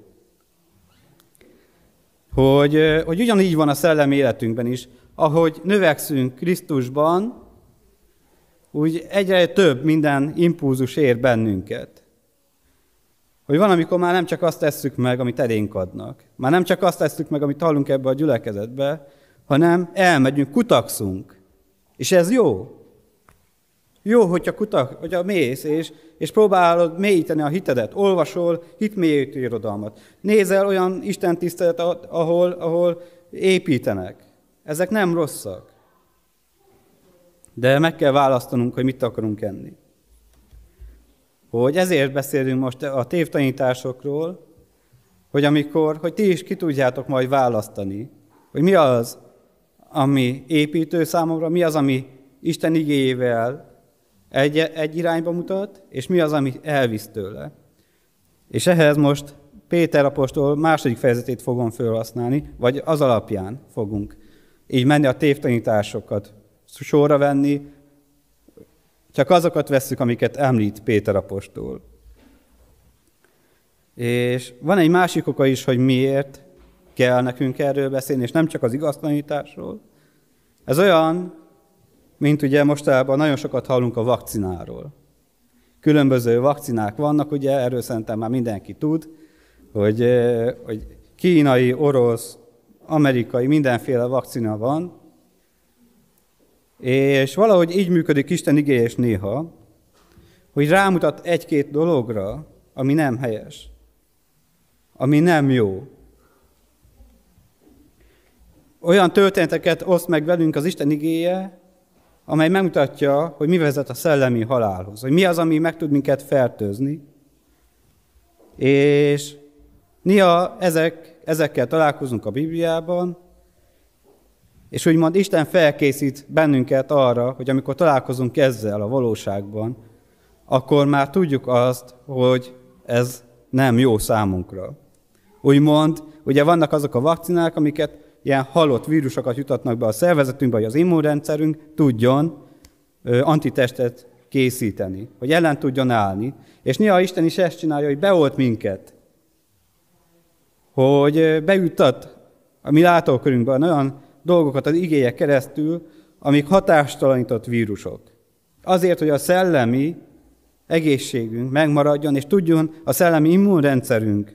Hogy ugyanígy van a szellemi életünkben is, ahogy növekszünk Krisztusban, úgy egyre több minden impulzus ér bennünket. Hogy van, amikor már nem csak azt tesszük meg, amit elénk adnak. Már nem csak azt tesszük meg, amit hallunk ebbe a gyülekezetbe, hanem elmegyünk, kutakszunk. És ez jó. Jó, hogyha mész, és próbálod mélyíteni a hitedet, olvasol hitmélyítő irodalmat. Nézel olyan istentiszteletet, ahol építenek. Ezek nem rosszak. De meg kell választanunk, hogy mit akarunk enni. Hogy ezért beszélünk most a tévtanításokról, hogy ti is ki tudjátok majd választani, hogy mi az, ami építő számomra, mi az, ami Isten igéjével egy irányba mutat, és mi az, ami elvisz tőle. És ehhez most Péter apostol második fejezetét fogom felhasználni, vagy az alapján fogunk így menni a tévtanításokat sorra venni, csak azokat vesszük, amiket említ Péter apostol. És van egy másik oka is, hogy miért kell nekünk erről beszélni, és nem csak az igaz tanításról. Ez olyan, mint ugye mostában nagyon sokat hallunk a vakcináról. Különböző vakcinák vannak, ugye, erről szerintem már mindenki tud, hogy kínai, orosz, amerikai, mindenféle vakcina van, és valahogy így működik Isten igéje is néha, hogy rámutat egy-két dologra, ami nem helyes, ami nem jó. Olyan történeteket oszt meg velünk az Isten igéje, amely megmutatja, hogy mi vezet a szellemi halálhoz, hogy mi az, ami meg tud minket fertőzni, és néha ezekkel találkozunk a Bibliában, és úgymond Isten felkészít bennünket arra, hogy amikor találkozunk ezzel a valóságban, akkor már tudjuk azt, hogy ez nem jó számunkra. Úgymond, ugye vannak azok a vakcinák, amiket ilyen halott vírusokat jutatnak be a szervezetünkbe, hogy az immunrendszerünk tudjon antitestet készíteni, hogy ellen tudjon állni. És néha Isten is ezt csinálja, hogy beolt minket, hogy bejuttat a mi látókörünkben olyan dolgokat az igéje keresztül, amik hatástalanított vírusok. Azért, hogy a szellemi egészségünk megmaradjon, és tudjon a szellemi immunrendszerünk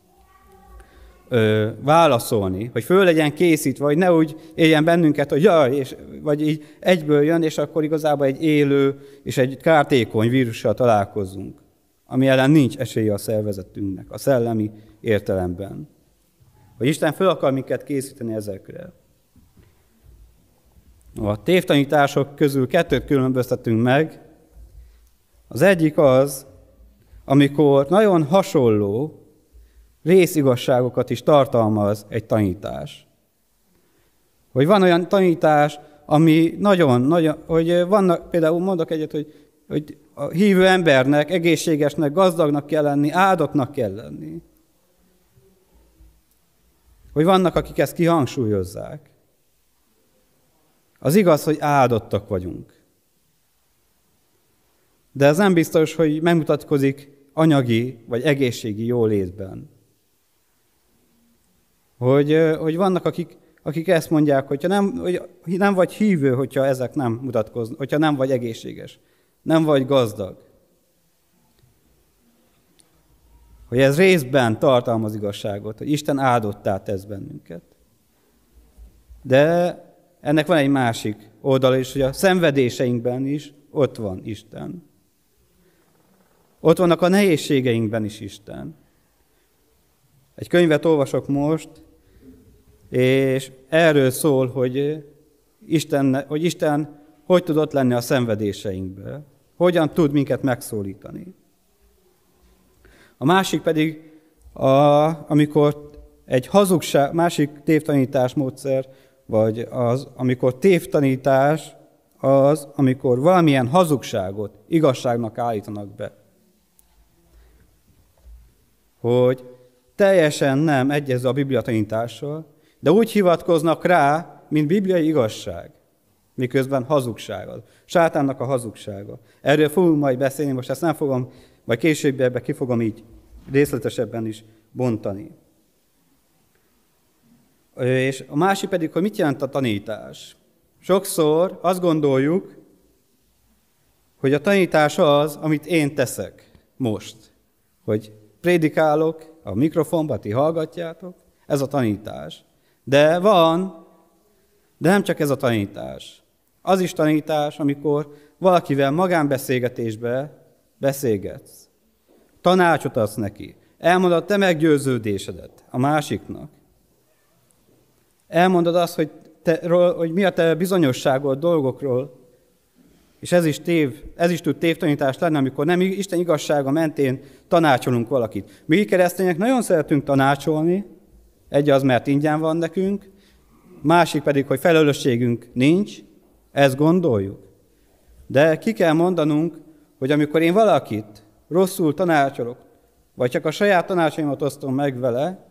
válaszolni, hogy föl legyen készítve, vagy ne úgy éljen bennünket, hogy vagy így egyből jön, és akkor igazából egy élő és egy kártékony vírussal találkozunk, ami ellen nincs esélye a szervezetünknek, a szellemi értelemben. Hogy Isten föl akar minket készíteni ezekre. A tévtanítások közül 2 különböztetünk meg. Az egyik az, amikor nagyon hasonló részigazságokat is tartalmaz egy tanítás. Hogy van olyan tanítás, ami nagyon, hogy vannak, például mondok egyet, hogy a hívő embernek, egészségesnek, gazdagnak kell lenni, áldottnak kell lenni. Hogy vannak, akik ezt kihangsúlyozzák. Az igaz, hogy áldottak vagyunk. De ez nem biztos, hogy megmutatkozik anyagi vagy egészségi jólétben. Hogy vannak, akik ezt mondják, hogy nem vagy hívő, hogyha ezek nem mutatkoznak, hogyha nem vagy egészséges, nem vagy gazdag. Hogy ez részben tartalmaz igazságot, hogy Isten áldottá tesz bennünket. De ennek van egy másik oldala is, hogy a szenvedéseinkben is ott van Isten. Ott vannak a nehézségeinkben is Isten. Egy könyvet olvasok most, és erről szól, hogy Isten hogy tud ott lenni a szenvedéseinkben, hogyan tud minket megszólítani. A másik pedig, amikor egy hazugság, másik tévtanítás módszer, vagy az, amikor tévtanítás az, amikor valamilyen hazugságot igazságnak állítanak be. Hogy teljesen nem egyez a Biblia tanítással, de úgy hivatkoznak rá, mint bibliai igazság, miközben hazugság az. Sátánnak a hazugsága. Erről fogunk majd beszélni, most ezt nem fogom, vagy később ebbe ki fogom így részletesebben is bontani. És a másik pedig, hogy mit jelent a tanítás. Sokszor azt gondoljuk, hogy a tanítás az, amit én teszek most. Hogy prédikálok a mikrofonba, ti hallgatjátok, ez a tanítás. De nem csak ez a tanítás. Az is tanítás, amikor valakivel magánbeszélgetésbe beszélgetsz. Tanácsot adsz neki. Elmondod te meggyőződésedet a másiknak. Elmondod azt, hogy mi a te bizonyosságod dolgokról, és ez is tud tévtanítás lenni, amikor nem Isten igazsága mentén tanácsolunk valakit. Mi keresztények nagyon szeretünk tanácsolni, egy az, mert ingyen van nekünk, másik pedig, hogy felelősségünk nincs, ezt gondoljuk. De ki kell mondanunk, hogy amikor én valakit rosszul tanácsolok, vagy csak a saját tanácsaimat osztom meg vele,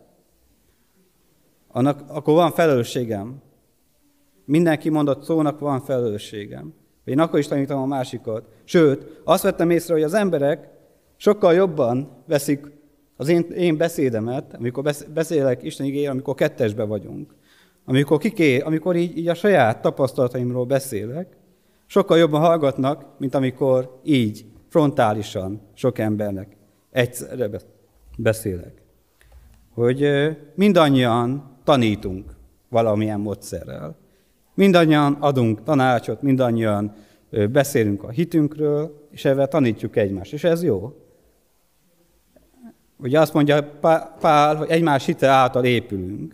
akkor van felelősségem. Mindenki mondott szónak van felelősségem. Én akkor is tanítom a másikat. Sőt, azt vettem észre, hogy az emberek sokkal jobban veszik az én beszédemet, amikor beszélek Isten igéjéről, amikor kettesbe vagyunk. Amikor így a saját tapasztalataimról beszélek, sokkal jobban hallgatnak, mint amikor így frontálisan sok embernek egyszerre beszélek. Hogy mindannyian tanítunk valamilyen módszerrel. Mindannyian adunk tanácsot, mindannyian beszélünk a hitünkről, és ezzel tanítjuk egymást. És ez jó. Ugye azt mondja Pál, hogy egymás hite által épülünk.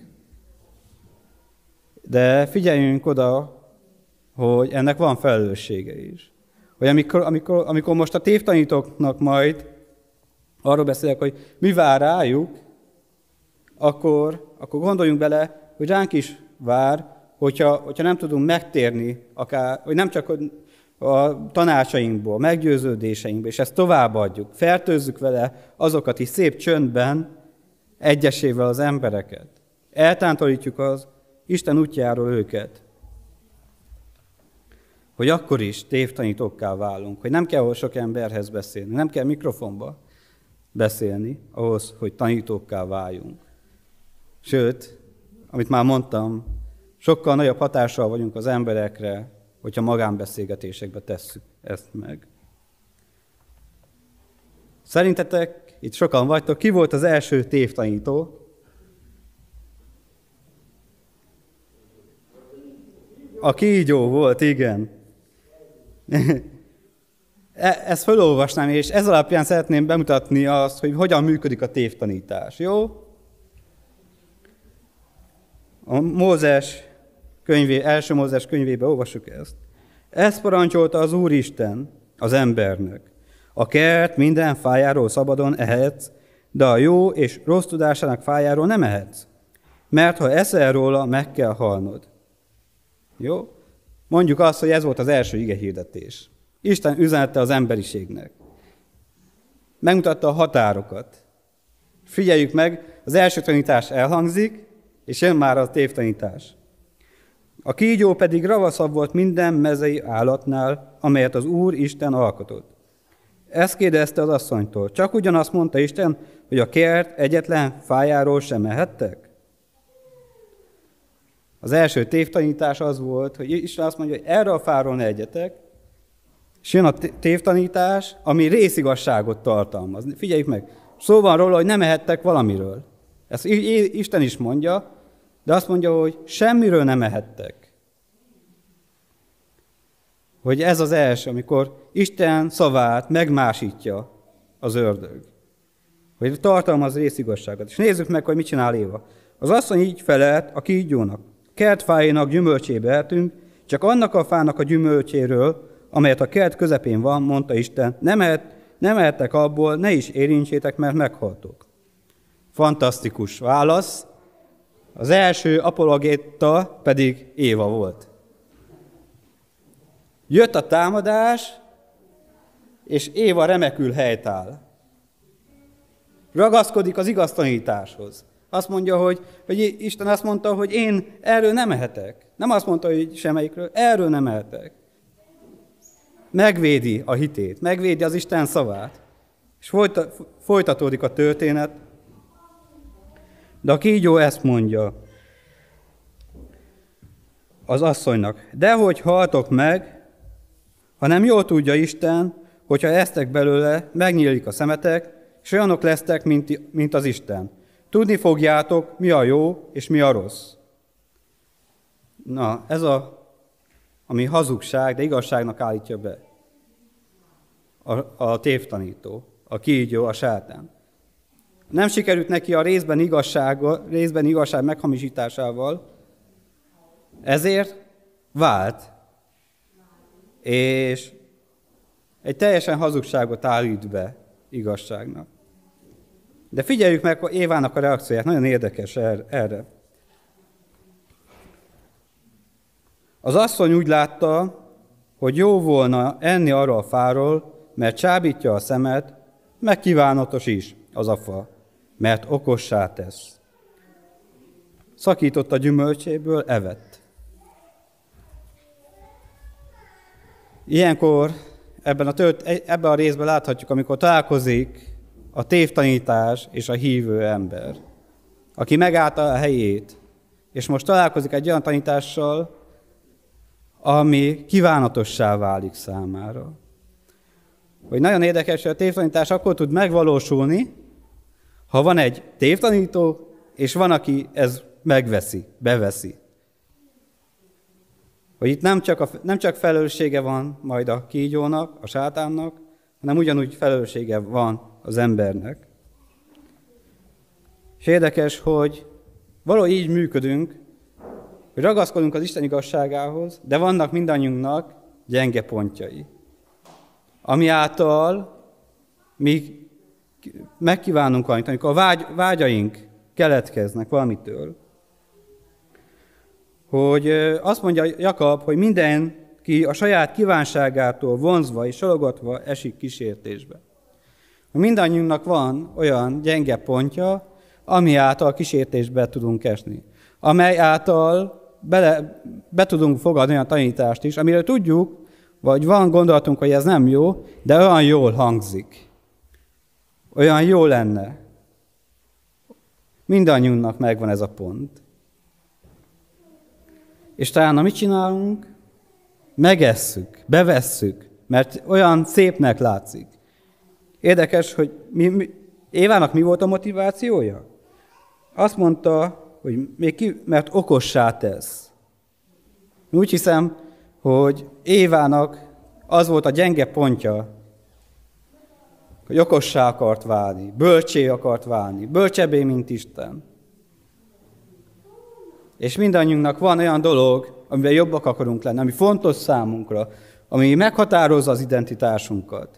De figyeljünk oda, hogy ennek van felelőssége is. Hogy amikor most a tévtanítóknak majd arról beszélek, hogy mi vár rájuk, akkor gondoljunk bele, hogy ránk is vár, hogyha nem tudunk megtérni, vagy nem csak a tanácsainkból, meggyőződéseinkból, és ezt továbbadjuk, fertőzzük vele azokat is szép csöndben, egyesével az embereket. Eltántorítjuk az Isten útjáról őket. Hogy akkor is tévtanítókká válunk, hogy nem kell sok emberhez beszélni, nem kell mikrofonba beszélni ahhoz, hogy tanítókká váljunk. Sőt, amit már mondtam, sokkal nagyobb hatással vagyunk az emberekre, hogyha magánbeszélgetésekbe tesszük ezt meg. Szerintetek, itt sokan vagytok, ki volt az első tévtanító? A kígyó volt, igen. Ezt felolvasnám, és ez alapján szeretném bemutatni azt, hogy hogyan működik a tévtanítás, jó? A első Mózes könyvében olvassuk ezt. Ezt parancsolta az Úristen az embernek. A kert minden fájáról szabadon ehetsz, de a jó és rossz tudásának fájáról nem ehetsz, mert ha eszel róla, meg kell halnod. Jó? Mondjuk azt, hogy ez volt az első igehirdetés. Isten üzenete az emberiségnek. Megmutatta a határokat. Figyeljük meg, az első tanítás elhangzik, és jön már a tévtanítás. A kígyó pedig ravaszabb volt minden mezei állatnál, amelyet az Úr Isten alkotott. Ezt kérdezte az asszonytól. Csak ugyanazt mondta Isten, hogy a kert egyetlen fájáról sem ehettek? Az első tévtanítás az volt, hogy Isten azt mondja, hogy erre a fáról ne egyetek, és jön a tévtanítás, ami részigazságot tartalmaz. Figyeljük meg, szó van róla, hogy nem ehettek valamiről. Ezt Isten is mondja, de azt mondja, hogy semmiről nem ehettek. Hogy ez az első, amikor Isten szavát megmásítja az ördög. Hogy tartalmaz részigazságot. És nézzük meg, hogy mit csinál Éva. Az asszony így felelt a kígyónak. Kertfájának gyümölcsébe ehetünk, csak annak a fának a gyümölcséről, amelyet a kert közepén van, mondta Isten, nem ehettek abból, ne is érintsétek, mert meghaltok. Fantasztikus válasz, Az első apologéta pedig Éva volt. Jött a támadás, és Éva remekül helytáll. Ragaszkodik az igaz tanításhoz. Azt mondja, hogy Isten azt mondta, hogy én erről nem ehetek. Nem azt mondta, hogy semmelyikről, erről nem ehetek. Megvédi a hitét, megvédi az Isten szavát. És folytatódik a történet. De a kígyó ezt mondja az asszonynak: dehogy haltok meg, hanem jól tudja Isten, hogyha esztek belőle, megnyílik a szemetek, és olyanok lesztek, mint az Isten. Tudni fogjátok, mi a jó és mi a rossz. Na, ez ami hazugság, de igazságnak állítja be. A tévtanító, a kígyó, a sátán. Nem sikerült neki a részben igazság meghamisításával, ezért vált, és egy teljesen hazugságot állít be igazságnak. De figyeljük meg Évának a reakcióját, nagyon érdekes erre. Az asszony úgy látta, hogy jó volna enni arról a fáról, mert csábítja a szemet, meg kívánatos is az a fa, mert okossá tesz. Szakított a gyümölcséből, evett. Ilyenkor ebben a részben láthatjuk, amikor találkozik a tévtanítás és a hívő ember, aki megállta a helyét, és most találkozik egy olyan tanítással, ami kívánatossá válik számára. Hogy nagyon érdekes, hogy a tévtanítás akkor tud megvalósulni, ha van egy tévtanító, és van, aki ezt megveszi, beveszi. Hogy itt nem csak felelőssége van majd a kígyónak, a sátánnak, hanem ugyanúgy felelőssége van az embernek. És érdekes, hogy valahogy így működünk, hogy ragaszkodunk az Isten igazságához, de vannak mindannyiunknak gyenge pontjai, ami által mi megkívánunk valamit, amikor a vágyaink keletkeznek valamitől. Hogy azt mondja Jakab, hogy mindenki a saját kívánságától vonzva és salogatva esik kísértésbe. Mindannyiunknak van olyan gyenge pontja, ami által kísértésbe tudunk esni. Amely által be tudunk fogadni olyan tanítást is, amiről tudjuk, vagy van gondolatunk, hogy ez nem jó, de olyan jól hangzik. Olyan jó lenne. Mindannyiunknak megvan ez a pont. És talán mit csinálunk? Megesszük, bevesszük, mert olyan szépnek látszik. Érdekes, hogy Évának mi volt a motivációja? Azt mondta, hogy mert okossá tesz. Úgy hiszem, hogy Évának az volt a gyenge pontja, hogy okossá akart válni, bölcsé akart válni, bölcsebbé, mint Isten. És mindannyiunknak van olyan dolog, amivel jobbak akarunk lenni, ami fontos számunkra, ami meghatározza az identitásunkat.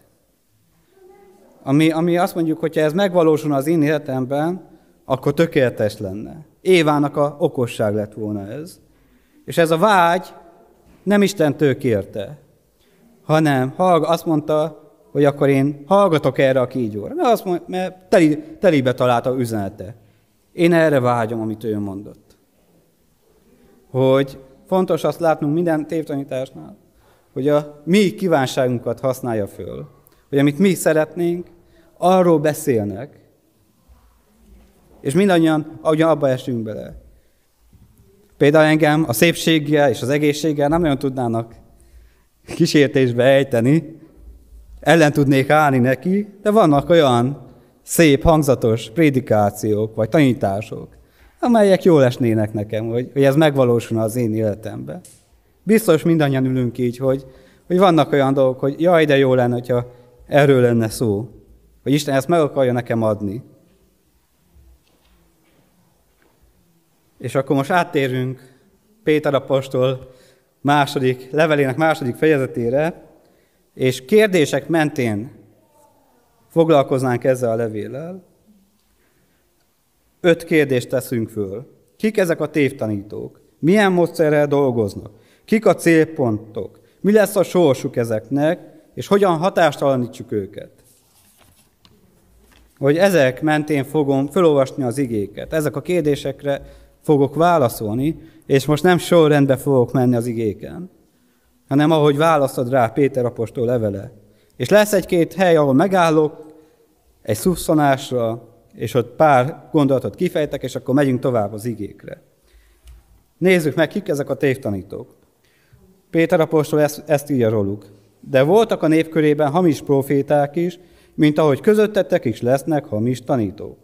Ami azt mondjuk, hogyha ez megvalósulna az én életemben, akkor tökéletes lenne. Évának a okosság lett volna ez. És ez a vágy nem Istentől kérte, hanem azt mondta, hogy akkor én hallgatok erre a kígyóra. Mert telibe találta üzenete. Én erre vágyom, amit ő mondott. Hogy fontos azt látnunk minden tévtanításnál, hogy a mi kívánságunkat használja föl. Hogy amit mi szeretnénk, arról beszélnek, és mindannyian abba esünk bele. Például engem a szépséggel és az egészséggel nem nagyon tudnának kísértésbe ejteni, ellen tudnék állni neki, de vannak olyan szép, hangzatos prédikációk vagy tanítások, amelyek jól esnének nekem, hogy ez megvalósulna az én életemben. Biztos mindannyian ülünk így, hogy vannak olyan dolgok, hogy jaj, de jó lenne, hogyha erről lenne szó, hogy Isten ezt meg akarja nekem adni. És akkor most áttérünk Péter apostol levelének második fejezetére, és kérdések mentén foglalkoznánk ezzel a levéllel. 5 kérdést teszünk föl. Kik ezek a tévtanítók? Milyen módszerrel dolgoznak? Kik a célpontok? Mi lesz a sorsuk ezeknek, és hogyan hatástalanítsuk őket? Hogy ezek mentén fogom felolvasni az igéket. Ezek a kérdésekre fogok válaszolni, és most nem sorrendbe fogok menni az igéken, hanem ahogy választod rá Péter apostol levele. És lesz egy-két hely, ahol megállok, egy szusszonásra, és ott pár gondolatot kifejtek, és akkor megyünk tovább az igékre. Nézzük meg, kik ezek a tévtanítók. Péter apostol ezt írja róluk. De voltak a nép körében hamis proféták is, mint ahogy közöttetek is lesznek hamis tanítók.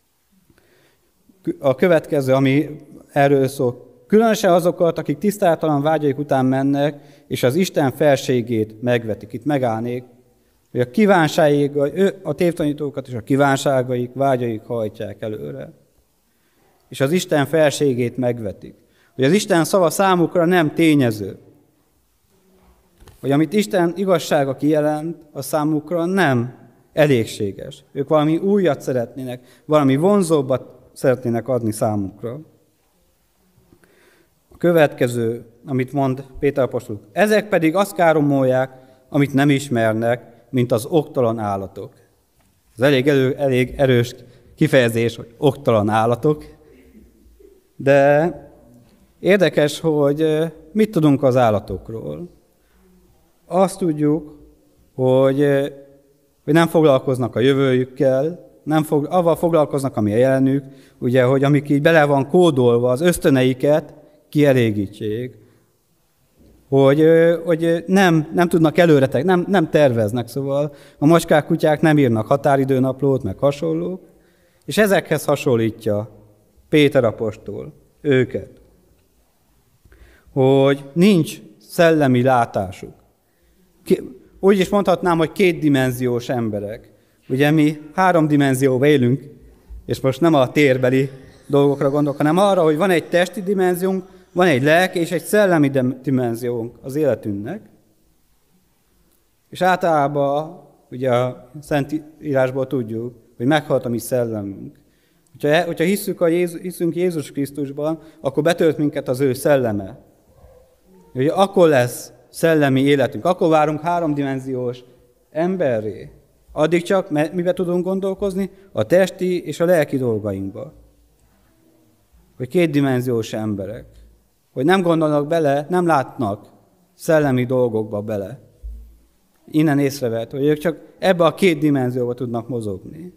A következő, ami erről szól, különösen azokat, akik tisztátalan vágyaik után mennek, és az Isten felségét megvetik. Itt megállnék, hogy a kívánságaik, a tévtanítókat és a kívánságaik, vágyaik hajtják előre. És az Isten felségét megvetik. Hogy az Isten szava számukra nem tényező. Hogy amit Isten igazsága kijelent, a számukra nem elégséges. Ők valami újat szeretnének, valami vonzóbbat szeretnének adni számukra. A következő, amit mond Péter apostol, ezek pedig azt káromolják, amit nem ismernek, mint az oktalan állatok. Ez elég erős kifejezés, hogy oktalan állatok, de érdekes, hogy mit tudunk az állatokról. Azt tudjuk, hogy nem foglalkoznak a jövőjükkel, avval foglalkoznak, ami a jelenük, ugye, hogy amik így bele van kódolva, az ösztöneiket kielégítsék, hogy nem tudnak előre, nem terveznek, szóval a macskák, kutyák nem írnak határidőnaplót, meg hasonlók, és ezekhez hasonlítja Péter apostol őket, hogy nincs szellemi látásuk. Úgy is mondhatnám, hogy kétdimenziós emberek. Ugye mi 3 dimenzióban élünk, és most nem a térbeli dolgokra gondolok, hanem arra, hogy van egy testi dimenziónk, van egy lelki és egy szellemi dimenziónk az életünknek. És általában, ugye a Szentírásból tudjuk, hogy meghalt a mi szellemünk. Hogyha hiszünk Jézus Krisztusban, akkor betölt minket az ő szelleme. Ugye akkor lesz szellemi életünk, akkor várunk 3-dimenziós emberré. Addig csak mibe tudunk gondolkozni? A testi és a lelki dolgainkba. Hogy 2-dimenziós emberek. Hogy nem gondolnak bele, nem látnak szellemi dolgokba bele. Innen észrevett, hogy ők csak ebbe a 2 dimenzióba tudnak mozogni.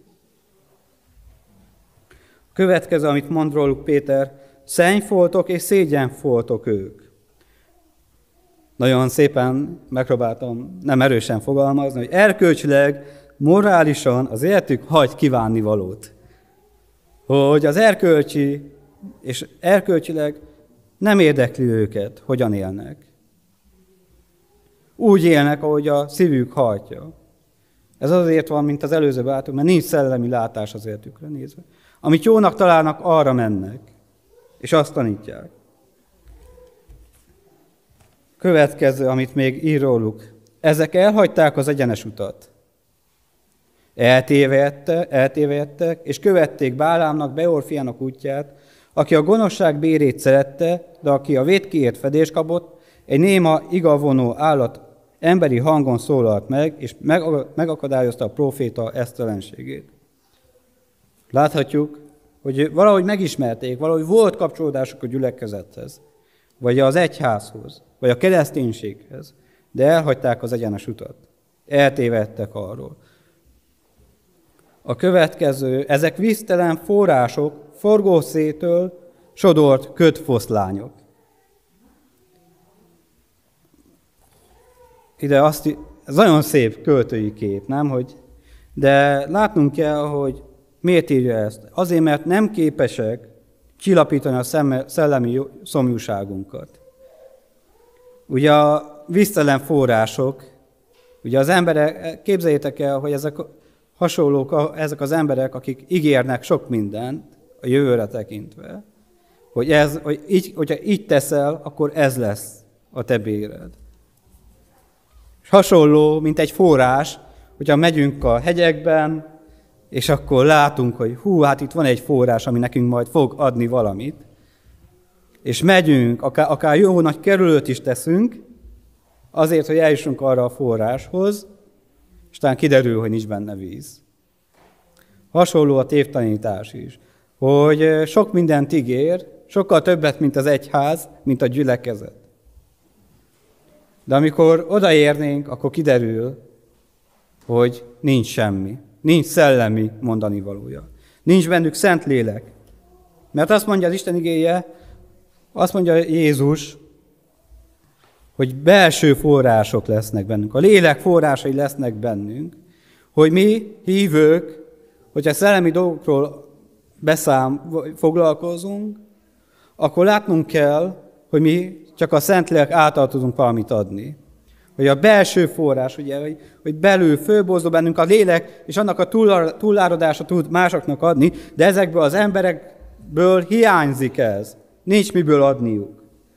A következő, amit mond róluk Péter, szennyfoltok és szégyenfoltok ők. Nagyon szépen megpróbáltam nem erősen fogalmazni, hogy erkölcsileg, morálisan az életük hagy kívánni valót. Hogy az erkölcsileg nem érdekli őket, hogyan élnek. Úgy élnek, ahogy a szívük hajtja. Ez azért van, mint az előző bátor, mert nincs szellemi látás az életükre nézve. Amit jónak találnak, arra mennek, és azt tanítják. Következő, amit még ír róluk. Ezek elhagyták az egyenes utat. Eltévedtek, és követték Bálámnak, Beor fiának útját, aki a gonoszság bérét szerette, de aki a vétkiért fedést kapott, egy néma igavonó állat emberi hangon szólalt meg, és megakadályozta a próféta esztelenségét. Láthatjuk, hogy valahogy megismerték, valahogy volt kapcsolódásuk a gyülekezethez, vagy az egyházhoz, vagy a kereszténységhez, de elhagyták az egyenes utat. Eltévedtek arról. A következő, ezek víztelen források, forgószétől sodort kötfoszlányok. Ez nagyon szép költői kép, nem? De látnunk kell, hogy miért írja ezt. Azért, mert nem képesek csillapítani a szellemi szomjúságunkat. Ugye a víztelen források, ugye az emberek, képzeljétek el, hogy ezek hasonlók ezek az emberek, akik ígérnek sok mindent a jövőre tekintve, hogyha így teszel, akkor ez lesz a te béred. És hasonló, mint egy forrás, hogyha megyünk a hegyekben, és akkor látunk, hogy hát itt van egy forrás, ami nekünk majd fog adni valamit, és megyünk, akár jó nagy kerülőt is teszünk, azért, hogy eljussunk arra a forráshoz, és talán kiderül, hogy nincs benne víz. Hasonló a tévtanítás is, hogy sok mindent ígér, sokkal többet, mint az egyház, mint a gyülekezet. De amikor odaérnénk, akkor kiderül, hogy nincs semmi. Nincs szellemi mondani valója. Nincs bennük Szentlélek. Mert azt mondja az Isten igéje, azt mondja Jézus, hogy belső források lesznek bennünk. A lélek forrásai lesznek bennünk, hogy mi hívők, hogyha szellemi dolgokról foglalkozunk, akkor látnunk kell, hogy mi csak a Szentlélek által tudunk valamit adni. Hogy a belső forrás, ugye, hogy belül fölbozdul bennünk a lélek, és annak a túláradása tud másoknak adni, de ezekből az emberekből hiányzik ez. Nincs miből adniuk.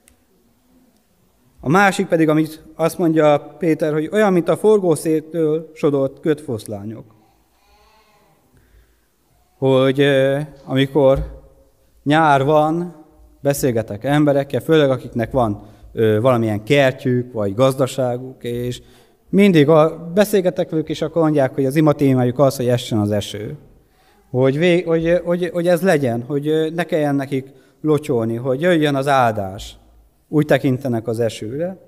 A másik pedig, amit azt mondja Péter, hogy olyan, mint a forgószéttől sodort kötfoszlányok. Hogy amikor nyár van, beszélgetek emberekkel, főleg akiknek van valamilyen kertjük, vagy gazdaságuk, és mindig beszélgetek velük, és akkor mondják, hogy az ima témájuk az, hogy essen az eső. Hogy ez legyen, hogy ne kelljen nekik locsolni, hogy jöjjön az áldás. Úgy tekintenek az esőre.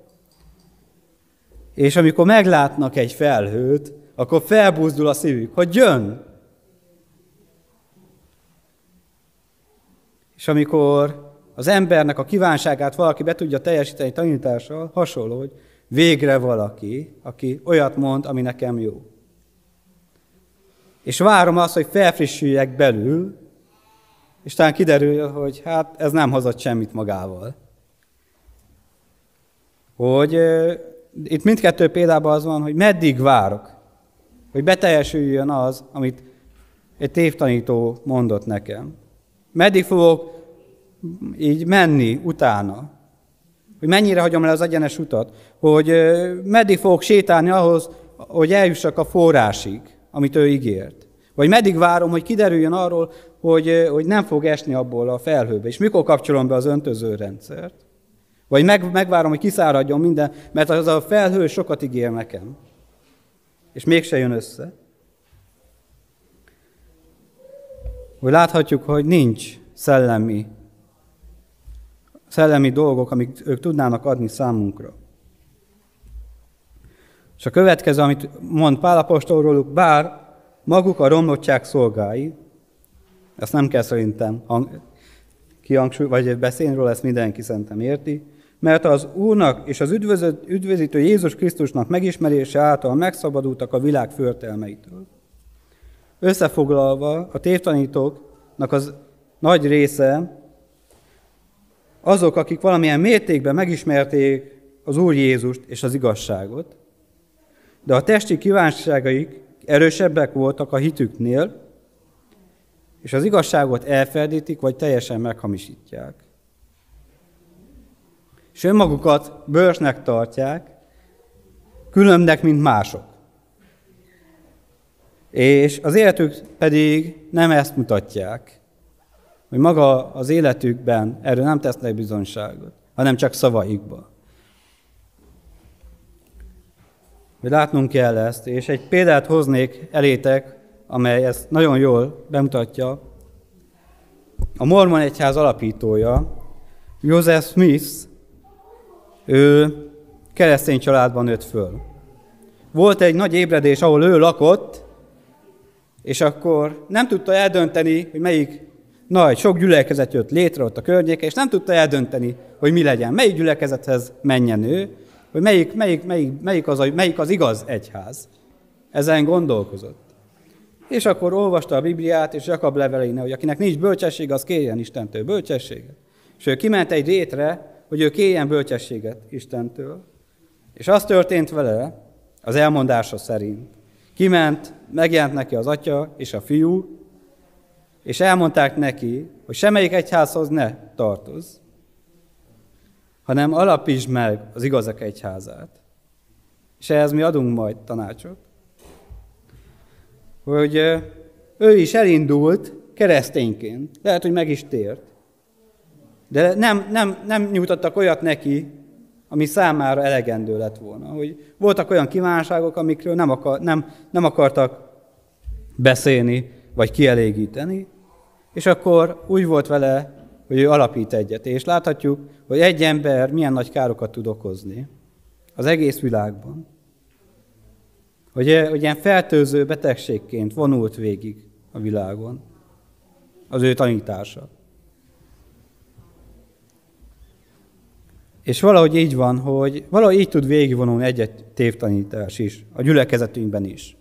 És amikor meglátnak egy felhőt, akkor felbuzdul a szívük, hogy jön. És amikor az embernek a kívánságát valaki be tudja teljesíteni tanítással, hasonló, hogy végre valaki, aki olyat mond, ami nekem jó. És várom azt, hogy felfrissüljek belül, és talán kiderül, hogy hát ez nem hozott semmit magával. Hogy itt mindkettő példában az van, hogy meddig várok, hogy beteljesüljön az, amit egy tévtanító mondott nekem. Meddig fogok így menni utána, hogy mennyire hagyom el az egyenes utat, hogy meddig fogok sétálni ahhoz, hogy eljussak a forrásig, amit ő ígért. Vagy meddig várom, hogy kiderüljön arról, hogy nem fog esni abból a felhőbe, és mikor kapcsolom be az öntözőrendszert. Vagy megvárom, hogy kiszáradjon minden, mert az a felhő sokat ígér nekem, és mégse jön össze. Hogy láthatjuk, hogy nincs szellemi dolgok, amik ők tudnának adni számunkra. És a következő, amit mond Pál apostol róluk, bár maguk a romlottság szolgái, ezt nem kell szerintem vagy beszélni róla, ezt mindenki szerintem érti, mert az Úrnak és az üdvözítő Jézus Krisztusnak megismerése által megszabadultak a világ förtelmeitől. Összefoglalva, a tévtanítóknak az nagy része azok, akik valamilyen mértékben megismerték az Úr Jézust és az igazságot, de a testi kívánságaik erősebbek voltak a hitüknél, és az igazságot elferdítik, vagy teljesen meghamisítják. És önmagukat bölcsnek tartják, különbnek, mint mások. És az életük pedig nem ezt mutatják, hogy maga az életükben erről nem tesznek bizonyságot, hanem csak szavaikban. Hogy látnunk kell ezt, és egy példát hoznék elétek, amely ezt nagyon jól bemutatja. A Mormon egyház alapítója, Joseph Smith, ő keresztény családban nőtt föl. Volt egy nagy ébredés, ahol ő lakott, és akkor nem tudta eldönteni, hogy melyik sok gyülekezet jött létre ott a környéken, és nem tudta eldönteni, hogy mi legyen, melyik gyülekezethez menjen ő, hogy melyik az igaz egyház. Ezen gondolkozott. És akkor olvasta a Bibliát, és Jakab leveleinél, hogy akinek nincs bölcsessége, az kérjen Istentől bölcsességet. És ő kiment egy rétre, hogy ő kérjen bölcsességet Istentől. És az történt vele, az elmondása szerint. Kiment, megjelent neki az atya és a fiú, és elmondták neki, hogy semmelyik egyházhoz ne tartozz, hanem alapítsd meg az igazak egyházát. És ehhez mi adunk majd tanácsot. Hogy ő is elindult keresztényként. Lehet, hogy meg is tért. De nem nyújtottak olyat neki, ami számára elegendő lett volna. Hogy voltak olyan kívánságok, amikről nem akartak beszélni, vagy kielégíteni, és akkor úgy volt vele, hogy ő alapít egyet. És láthatjuk, hogy egy ember milyen nagy károkat tud okozni az egész világban. Hogy ilyen fertőző betegségként vonult végig a világon az ő tanítása. És valahogy így van, hogy valahogy így tud végigvonulni egy tévtanítás is, a gyülekezetünkben is.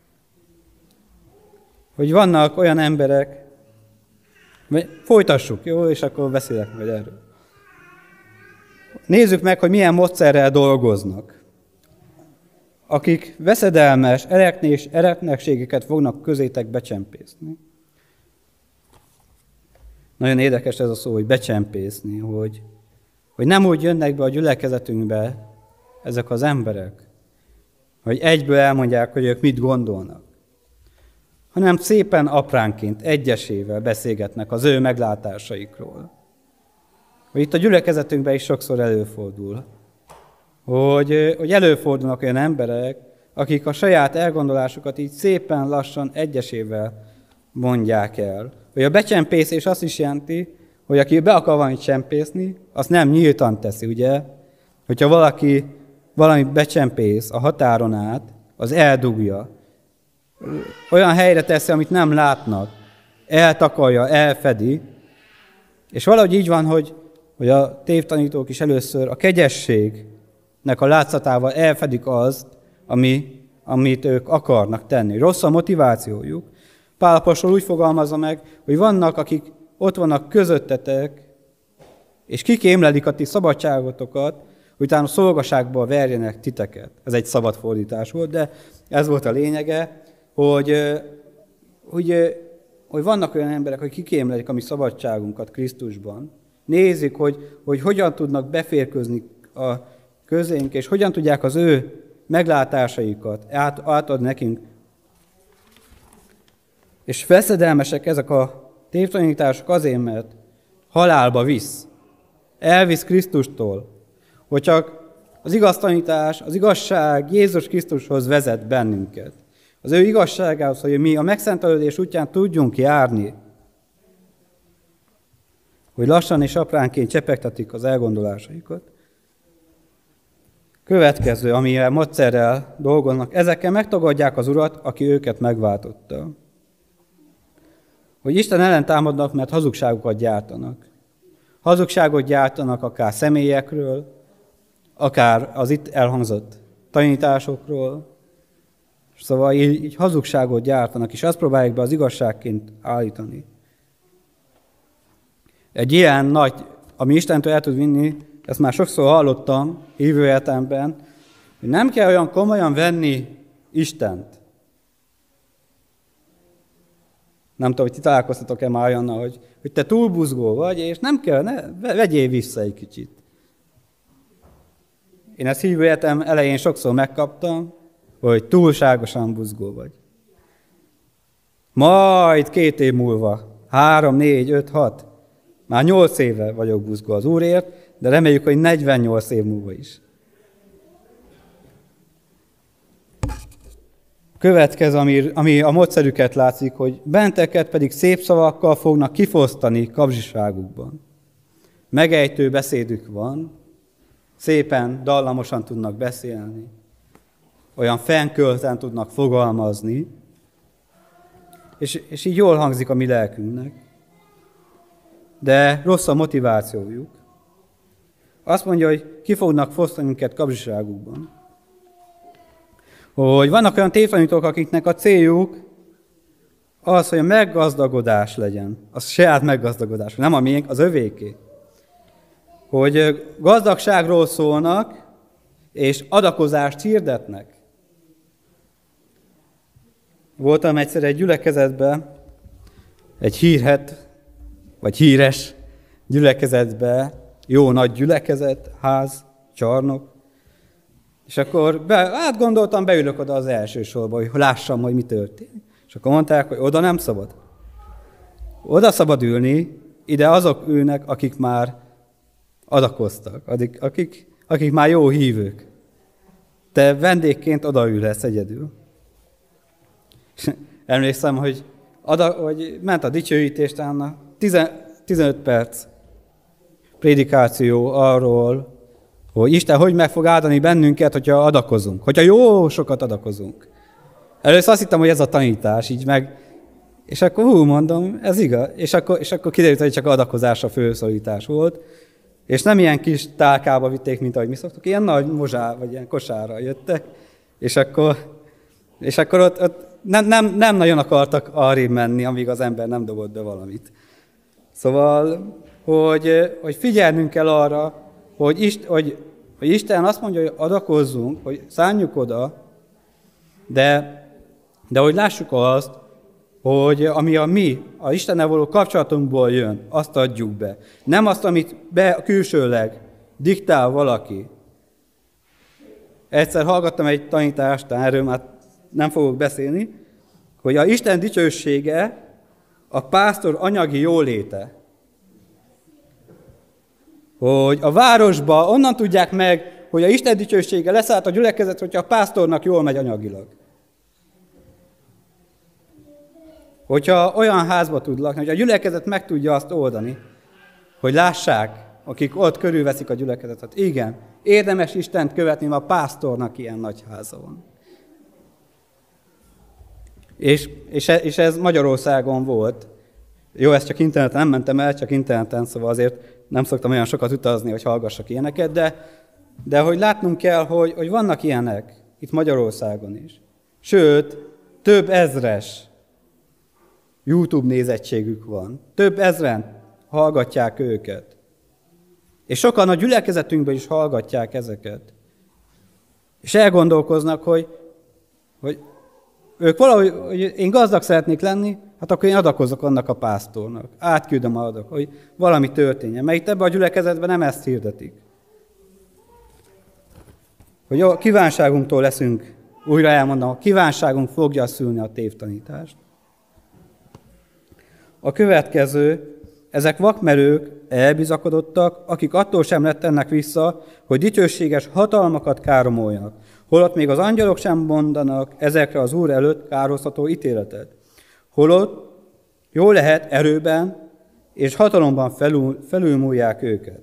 Hogy vannak olyan emberek, folytassuk, jó, és akkor beszélek majd erről. Nézzük meg, hogy milyen módszerrel dolgoznak. Akik veszedelmes, eretnekségeket fognak közétek becsempészni. Nagyon érdekes ez a szó, hogy becsempészni, hogy nem úgy jönnek be a gyülekezetünkbe ezek az emberek, hogy egyből elmondják, hogy ők mit gondolnak, hanem szépen apránként, egyesével beszélgetnek az ő meglátásaikról. Hogy itt a gyülekezetünkben is sokszor előfordul, hogy előfordulnak olyan emberek, akik a saját elgondolásukat így szépen lassan egyesével mondják el. Hogy a becsempészés azt is jelenti, hogy aki be akar valamit csempészni, azt nem nyíltan teszi, ugye? Hogyha valaki valamit becsempész a határon át, az eldugja. Olyan helyre teszi, amit nem látnak. Eltakarja, elfedi. És valahogy így van, hogy a tévtanítók is először a kegyességnek a látszatával elfedik azt, amit ők akarnak tenni. Rossz a motivációjuk. Pál apostol úgy fogalmazza meg, hogy vannak, akik ott vannak közöttetek, és kikémlelik a ti szabadságotokat, hogy utána szolgaságból verjenek titeket. Ez egy szabad fordítás volt, de ez volt a lényege, hogy vannak olyan emberek, hogy kikémlelik a mi szabadságunkat Krisztusban. Nézik, hogy hogyan tudnak beférkőzni a közénk, és hogyan tudják az ő meglátásaikat átadni nekünk. És veszedelmesek ezek a tévtanítások azért, mert halálba visz. Elvisz Krisztustól. Hogy csak az igaz tanítás, az igazság Jézus Krisztushoz vezet bennünket. Az ő igazságához, hogy mi a megszentelődés útján tudjunk járni. Hogy lassan és apránként csepegtetik az elgondolásaikat. Következő, amilyen módszerrel dolgoznak, ezekkel megtagadják az Urat, aki őket megváltotta. Hogy Isten ellen támadnak, mert hazugságokat gyártanak. Hazugságot gyártanak akár személyekről, akár az itt elhangzott tanításokról. Szóval így hazugságot gyártanak, és azt próbálják be az igazságként állítani. Egy ilyen nagy, ami Istentől el tud vinni, ezt már sokszor hallottam hívő életemben, hogy nem kell olyan komolyan venni Istent. Nem tudom, hogy ti találkoztatok-e már olyannal, hogy te túl buzgó vagy, és nem kell, vegyél vissza egy kicsit. Én ezt hívő életem elején sokszor megkaptam, hogy túlságosan buzgó vagy. Majd 2 év múlva, 3, 4, 5, 6, már 8 éve vagyok buzgó az Úrért, de reméljük, hogy 48 év múlva is. Következő, ami a módszerüket látszik, hogy benteket pedig szép szavakkal fognak kifosztani kapzsiságukban. Megejtő beszédük van, szépen, dallamosan tudnak beszélni, olyan fennkölten tudnak fogalmazni, és így jól hangzik a mi lelkünknek. De rossz a motivációjuk. Azt mondja, hogy ki fognak fosztani minket kapzsiságukban. Hogy vannak olyan tévtanítók, akiknek a céljuk az, hogy a meggazdagodás legyen. Az saját meggazdagodás, nem a miénk, az övéké. Hogy gazdagságról szólnak, és adakozást hirdetnek. Voltam egyszer egy gyülekezetben, egy hírhet, vagy híres gyülekezetben, jó nagy gyülekezet, ház, csarnok, és akkor átgondoltam, beülök oda az első sorba, hogy lássam, hogy mi történik. És akkor mondták, hogy oda nem szabad. Oda szabad ülni, ide azok ülnek, akik már adakoztak, akik már jó hívők. Te vendégként odaülhetsz egyedül. Emlékszem, hogy ment a dicsőítés, talán 15 perc prédikáció arról, hogy Isten hogy meg fog áldani bennünket, hogyha adakozunk, hogyha jó sokat adakozunk. Először azt hittem, hogy ez a tanítás, így meg, és akkor mondom, ez igaz. És akkor kiderült, hogy csak adakozás a főszólítás volt, és nem ilyen kis tálkába vitték, mint ahogy mi szoktuk, ilyen nagy mozsá, vagy ilyen kosárra jöttek, és akkor ott nem nagyon akartak arrébb menni, amíg az ember nem dobott be valamit. Szóval, hogy figyelnünk kell arra, hogy Isten azt mondja, hogy adakozzunk, hogy szánjuk oda, de hogy lássuk azt, hogy ami a Istennel való kapcsolatunkból jön, azt adjuk be. Nem azt, amit külsőleg diktál valaki. Egyszer hallgattam egy tanítást, erről már nem fogok beszélni, hogy a Isten dicsősége a pásztor anyagi jóléte. Hogy a városba onnan tudják meg, hogy a Isten dicsősége leszállt a gyülekezet, hogyha a pásztornak jól megy anyagilag. Hogyha olyan házba tud lakni, hogy a gyülekezet meg tudja azt oldani, hogy lássák, akik ott körülveszik a gyülekezetet. Igen, érdemes Istent követni, mert a pásztornak ilyen nagy háza van. És ez Magyarországon volt. Jó, ez csak interneten, nem mentem el, csak interneten, szóval azért nem szoktam olyan sokat utazni, hogy hallgassak ilyeneket, de hogy látnunk kell, hogy vannak ilyenek itt Magyarországon is. Sőt, több ezres YouTube nézettségük van. Több ezren hallgatják őket. És sokan a gyülekezetünkben is hallgatják ezeket. És elgondolkoznak, hogy ők valahogy, hogy én gazdag szeretnék lenni, hát akkor én adakozok annak a pásztornak. Átküldöm hogy valami történjen. Mert itt ebben a gyülekezetben nem ezt hirdetik. Hogy a kívánságunktól leszünk, újra elmondom, a kívánságunk fogja szülni a tévtanítást. A következő, ezek vakmerők, elbizakodottak, akik attól sem rettennek vissza, hogy dicsőséges hatalmakat káromoljanak. Holott még az angyalok sem mondanak ezekre az Úr előtt kárhoztató ítéletet. Holott jól lehet erőben és hatalomban felülmúlják őket.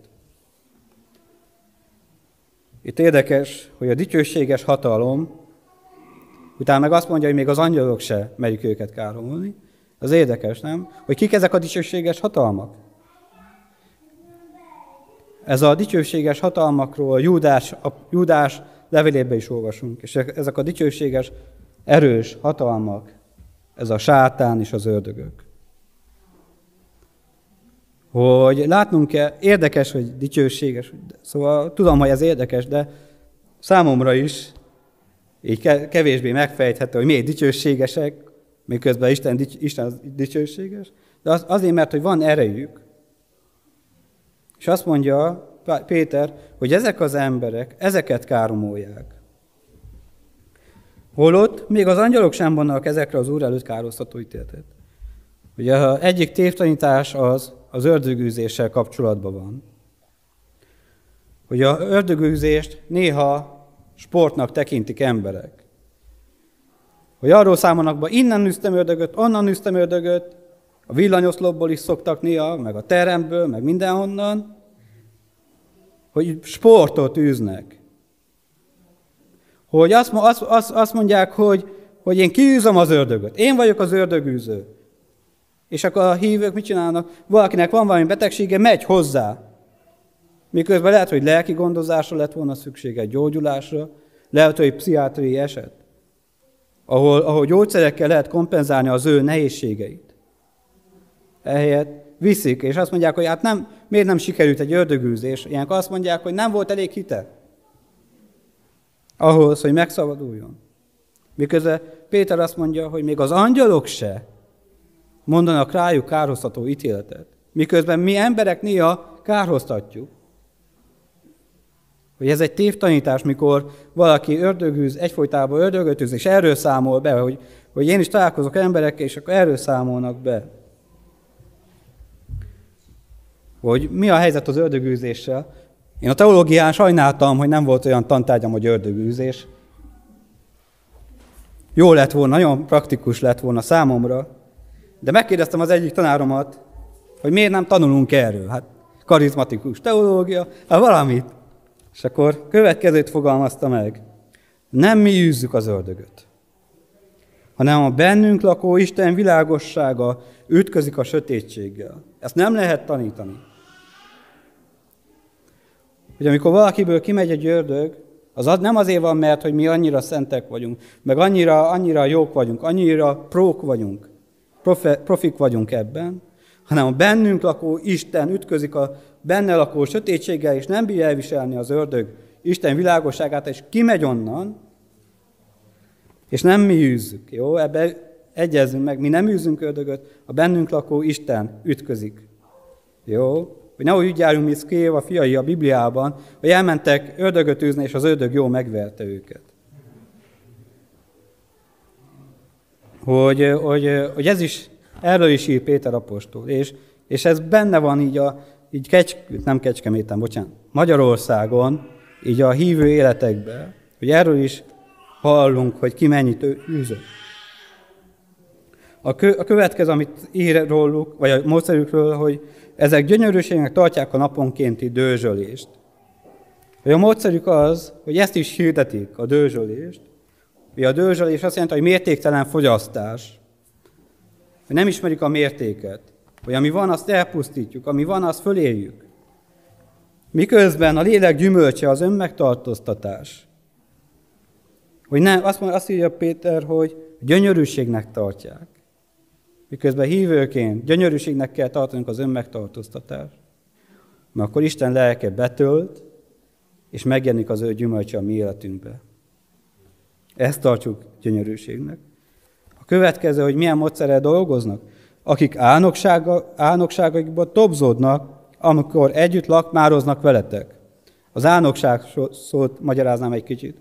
Itt érdekes, hogy a dicsőséges hatalom, utána meg azt mondja, hogy még az angyalok se merik őket káromolni. Az érdekes, nem? Hogy kik ezek a dicsőséges hatalmak? Ez a dicsőséges hatalmakról Júdás levelében is olvasunk, és ezek a dicsőséges, erős hatalmak, ez a sátán és az ördögök. Hogy látnunk kell, érdekes, hogy dicsőséges, szóval tudom, hogy ez érdekes, de számomra is így kevésbé megfejthető, hogy miért dicsőségesek, miközben Isten dicsőséges, de azért, mert hogy van erejük. És azt mondja Péter, hogy ezek az emberek, ezeket káromolják. Holott még az angyalok sem vannak ezekre az Úr előtt kárhoztató ítéletet. Ugye az egyik tévtanítás az ördögűzéssel kapcsolatban van. Hogy az ördögűzést néha sportnak tekintik emberek. Hogy arról számolnak be, innen üztem ördögöt, onnan üztem ördögöt, a villanyoszlopból is szoktak néha, meg a teremből, meg mindenhonnan, hogy sportot űznek. Hogy azt mondják, hogy én kiűzöm az ördögöt, én vagyok az ördögűző. És akkor a hívők mit csinálnak? Valakinek van valami betegsége, megy hozzá. Miközben lehet, hogy lelki gondozásra lett volna szüksége, gyógyulásra, lehet, hogy pszichiátriai eset, ahol gyógyszerekkel lehet kompenzálni az ő nehézségeit. Ehelyett viszik, és azt mondják, hogy hát miért nem sikerült egy ördögűzés? Ilyenkor azt mondják, hogy nem volt elég hite ahhoz, hogy megszabaduljon. Miközben Péter azt mondja, hogy még az angyalok se mondanak rájuk kárhoztató ítéletet. Miközben mi emberek néha kárhoztatjuk. Hogy ez egy tévtanítás, mikor valaki egyfolytában ördögöt űz, és erről számol be, hogy én is találkozok emberekkel, és akkor erről számolnak be. hogy mi a helyzet az ördögűzéssel. Én a teológián sajnáltam, hogy nem volt olyan tantárgyam, hogy ördögűzés. Jó lett volna, nagyon praktikus lett volna számomra, de megkérdeztem az egyik tanáromat, hogy miért nem tanulunk erről. Hát karizmatikus teológia, hát valamit. És akkor következőt fogalmazta meg. Nem mi űzzük az ördögöt, hanem a bennünk lakó Isten világossága ütközik a sötétséggel. Ezt nem lehet tanítani. Hogy amikor valakiből kimegy egy ördög, az nem azért van, mert hogy mi annyira szentek vagyunk, meg annyira jók vagyunk, annyira prók vagyunk, profik vagyunk ebben, hanem a bennünk lakó Isten ütközik a benne lakó sötétséggel, és nem bírja elviselni az ördög Isten világosságát, és kimegy onnan, és nem mi űzzük. Jó? Ebbe egyezzünk meg, mi nem űzzünk ördögöt, a bennünk lakó Isten ütközik. Jó? Hogy nehogy úgy járjunk, mint Szkéva fiai a Bibliában, hogy elmentek ördögöt űzni, és az ördög jó megverte őket. Hogy ez is, erről is ír Péter apostol, és ez benne van Magyarországon, így a hívő életekben, hogy erről is hallunk, hogy ki mennyit űzött. A következő, amit ír róluk, vagy a módszerükről, hogy ezek gyönyörűségnek tartják a naponkénti dőzsölést. A módszerük az, hogy ezt is hirdetik, a dőzsölést. A dőzsölés azt jelenti, hogy mértéktelen fogyasztás. Hogy nem ismerik a mértéket. Hogy ami van, azt elpusztítjuk, ami van, azt föléljük. Miközben a lélek gyümölcse az önmegtartóztatás. Hogy nem, azt írja Péter, hogy gyönyörűségnek tartják. Miközben hívőként gyönyörűségnek kell tartanunk az önmegtartóztatást. Mert akkor Isten lelke betölt, és megjelenik az ő gyümölcse a mi életünkbe. Ezt tartjuk gyönyörűségnek. A következő, hogy milyen módszerrel dolgoznak. Akik álnokságaikból tobzódnak, amikor együtt lakmároznak veletek. Az álnokság szót magyaráznám egy kicsit.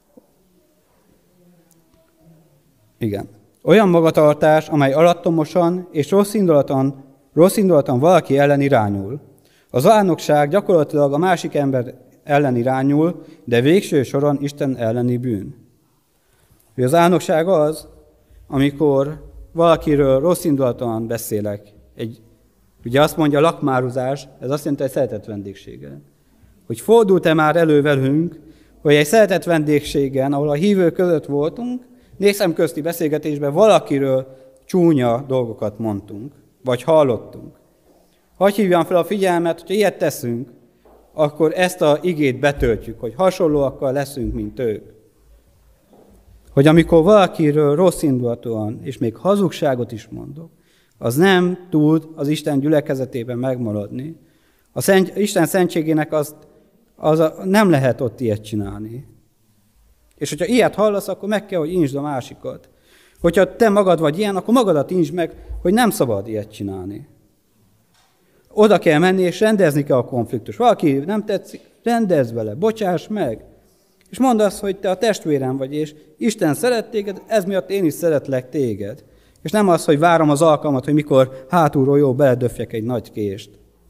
Igen. Olyan magatartás, amely alattomosan és rossz indulaton valaki ellen irányul. Az álnokság gyakorlatilag a másik ember ellen irányul, de végső soron Isten elleni bűn. Az álnokság az, amikor valakiről rossz indulaton beszélek. Ugye azt mondja, lakmározás, ez azt jelenti, hogy szeretett vendégsége. Hogy fordult-e már elő velünk, hogy egy szeretett vendégségen, ahol a hívők között voltunk, nézszemközti beszélgetésben valakiről csúnya dolgokat mondtunk, vagy hallottunk. Hadd hívjam fel a figyelmet, hogyha ilyet teszünk, akkor ezt a igét betöltjük, hogy hasonlóakkal leszünk, mint ők. Hogy amikor valakiről rossz indulatúan, és még hazugságot is mondok, az nem tud az Isten gyülekezetében megmaradni. Isten szentségének nem lehet ott ilyet csinálni. És hogyha ilyet hallasz, akkor meg kell, hogy intsd a másikat. Hogyha te magad vagy ilyen, akkor magadat intsd meg, hogy nem szabad ilyet csinálni. Oda kell menni, és rendezni kell a konfliktus. Valaki nem tetszik, rendezd vele, bocsáss meg. És mondd azt, hogy te a testvérem vagy, és Isten szeret téged, ez miatt én is szeretlek téged. És nem az, hogy várom az alkalmat, hogy mikor hátulról jó beledöfjek egy nagy kést.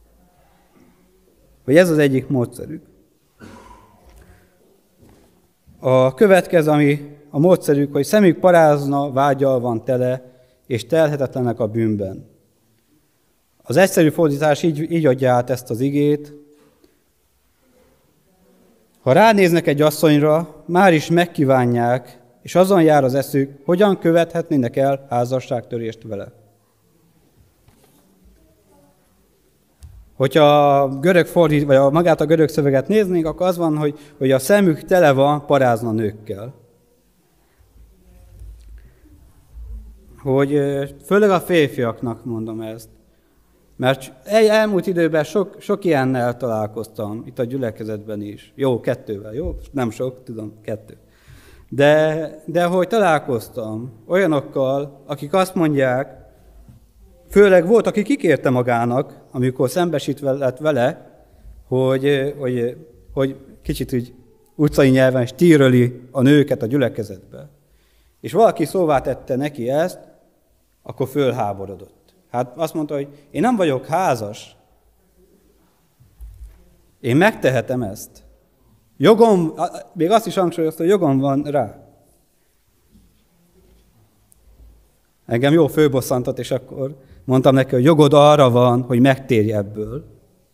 Vagy ez az egyik módszerük. A következő, ami a módszerük, hogy szemük parázna, vággyal van tele, és telhetetlenek a bűnben. Az egyszerű fordítás így adja át ezt az igét. Ha ránéznek egy asszonyra, már is megkívánják, és azon jár az eszük, hogyan követhetnének el házasságtörést vele. Hogyha a görög vagy magát a görög szöveget néznénk, akkor az van, hogy a szemük tele van parázna nőkkel. Hogy főleg a férfiaknak mondom ezt. Mert elmúlt időben sok ilyennel találkoztam, itt a gyülekezetben is. Jó, 2-vel, jó? Nem sok, tudom, 2. De hogy találkoztam olyanokkal, akik azt mondják, főleg volt, aki kikérte magának, amikor szembesítve lett vele, hogy kicsit úgy utcai nyelven stíröli a nőket a gyülekezetbe. És valaki szóvá tette neki ezt, akkor fölháborodott. Hát azt mondta, hogy én nem vagyok házas, Én megtehetem ezt. Jogom, még azt is hangsúlyozta, hogy jogom van rá. Engem jó fölbosszantott, és akkor mondtam neki, hogy jogod arra van, hogy megtérj ebből.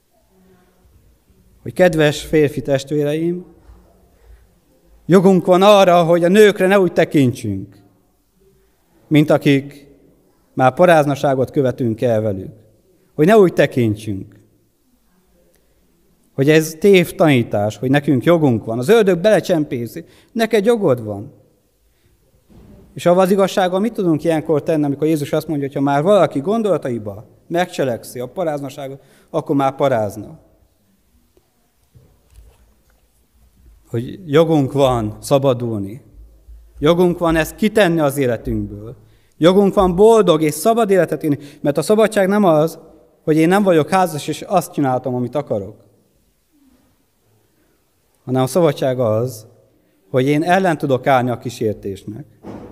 Hogy kedves férfi testvéreim, jogunk van arra, hogy a nőkre ne úgy tekintsünk, mint akik már paráznaságot követünk el velük. Hogy ne úgy tekintsünk. Hogy ez tévtanítás, hogy nekünk jogunk van. Az ördög belecsempészi, neked jogod van. És avval az igazsággal mit tudunk ilyenkor tenni, amikor Jézus azt mondja, hogy ha már valaki gondolataiba megcselekszi a paráznaságot, akkor már parázna. Hogy jogunk van szabadulni. Jogunk van ezt kitenni az életünkből. Jogunk van boldog és szabad életet élni, mert a szabadság nem az, hogy én nem vagyok házas, és azt csináltam, amit akarok. Hanem a szabadság az, hogy én ellen tudok állni a kísértésnek.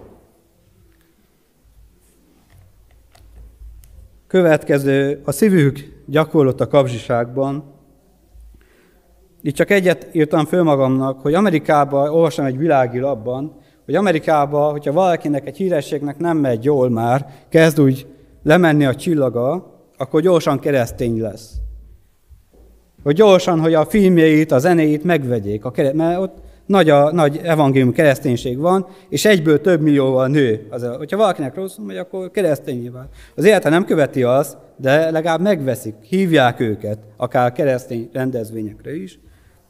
Következő, a szívük gyakorlott a kapzsiságban. Itt csak egyet írtam föl magamnak, hogy Amerikában, olvastam egy világi labban, hogy Amerikában, hogyha valakinek egy hírességnek nem megy jól már, kezd úgy lemenni a csillaga, akkor gyorsan keresztény lesz. Hogy gyorsan, hogy a filmjeit, a zenéit megvegyék, mert ott nagy evangélium kereszténység van, és egyből több millióval nő. Hogyha valakinek rosszul megy, akkor keresztényé vált. Az élete nem követi azt, de legalább megveszik, hívják őket, akár keresztény rendezvényekre is,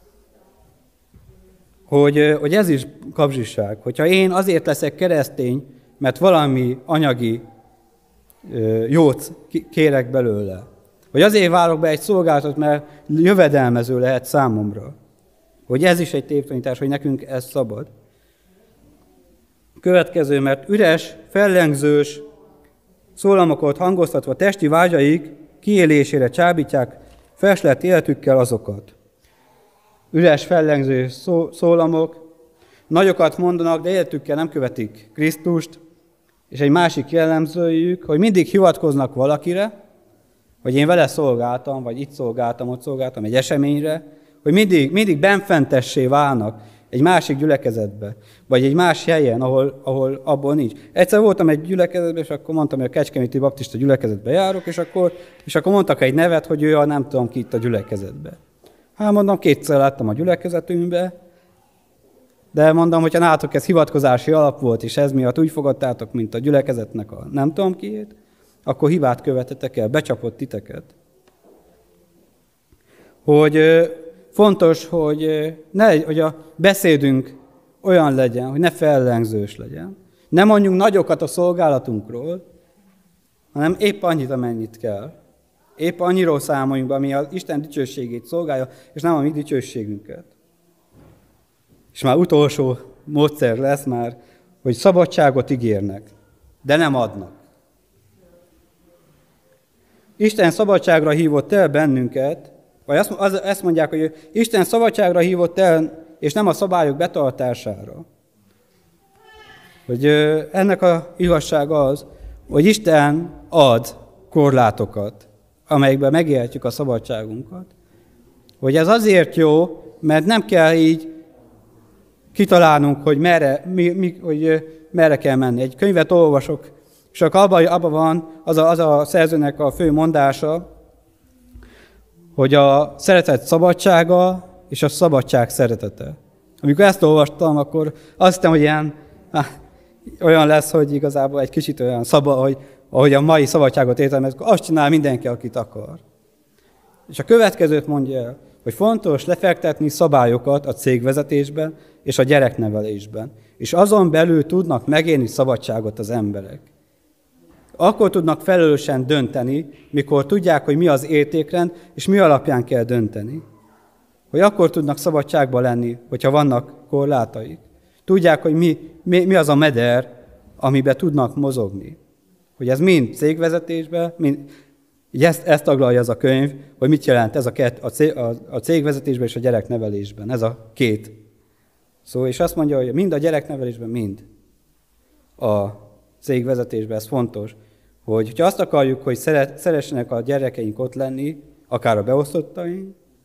hogy ez is kapzsiság. Hogyha én azért leszek keresztény, mert valami anyagi jót kérek belőle, vagy azért várok be egy szolgálatot, mert jövedelmező lehet számomra, hogy ez is egy tévtanítás, hogy nekünk ez szabad. Következő, mert üres, fellengzős szólamokat hangoztatva testi vágyaik kiélésére csábítják felslett életükkel azokat. Üres, fellengző szólamok, nagyokat mondanak, de életükkel nem követik Krisztust, és egy másik jellemzőjük, hogy mindig hivatkoznak valakire, hogy én vele szolgáltam, vagy itt szolgáltam, ott szolgáltam egy eseményre, hogy mindig benfentessé válnak egy másik gyülekezetbe, vagy egy más helyen, ahol abból nincs. Egyszer voltam egy gyülekezetben, és akkor mondtam, hogy a Kecskeméti Baptista gyülekezetbe járok, és akkor mondtak egy nevet, hogy ő a nem tudom ki itt a gyülekezetbe. Hát mondom, 2-szer láttam a gyülekezetünkbe, de mondom, hogyha nálatok ez hivatkozási alap volt, és ez miatt úgy fogadtátok, mint a gyülekezetnek a nem tudom kiét, akkor hibát követetek el, becsapott titeket. Hogy fontos, hogy a beszédünk olyan legyen, hogy ne fellengzős legyen. Ne mondjunk nagyokat a szolgálatunkról, hanem épp annyit, amennyit kell. Épp annyiról számoljunk be, ami az Isten dicsőségét szolgálja, és nem a mi dicsőségünket. És már utolsó módszer lesz már, hogy szabadságot ígérnek, de nem adnak. Isten szabadságra hívott el bennünket, vagy azt mondják, hogy Isten szabadságra hívott el, és nem a szabályok betartására. Hogy ennek a igazsága az, hogy Isten ad korlátokat, amelyekben megélhetjük a szabadságunkat. Hogy ez azért jó, mert nem kell így kitalálnunk, hogy merre kell menni. Egy könyvet olvasok, és akkor abban van az a szerzőnek a fő mondása, hogy a szeretet szabadsága és a szabadság szeretete. Amikor ezt olvastam, akkor azt hittem, hogy olyan lesz, hogy igazából egy kicsit olyan szabad, ahogy a mai szabadságot értelmezzük, azt csinál mindenki, akit akar. És a következőt mondja el, hogy fontos lefektetni szabályokat a cégvezetésben és a gyereknevelésben, és azon belül tudnak megélni szabadságot az emberek. Akkor tudnak felelősen dönteni, mikor tudják, hogy mi az értékrend, és mi alapján kell dönteni. Hogy akkor tudnak szabadságban lenni, hogyha vannak korlátaik. Tudják, hogy mi az a meder, amiben tudnak mozogni. Hogy ez mind cégvezetésben, ezt taglalja ez a könyv, hogy mit jelent ez a cégvezetésben és a gyereknevelésben. Ez a két szó. És azt mondja, hogy mind a gyereknevelésben, mind a cégvezetésben, ez fontos, hogy ha azt akarjuk, hogy szeressenek a gyerekeink ott lenni, akár a beosztottaink,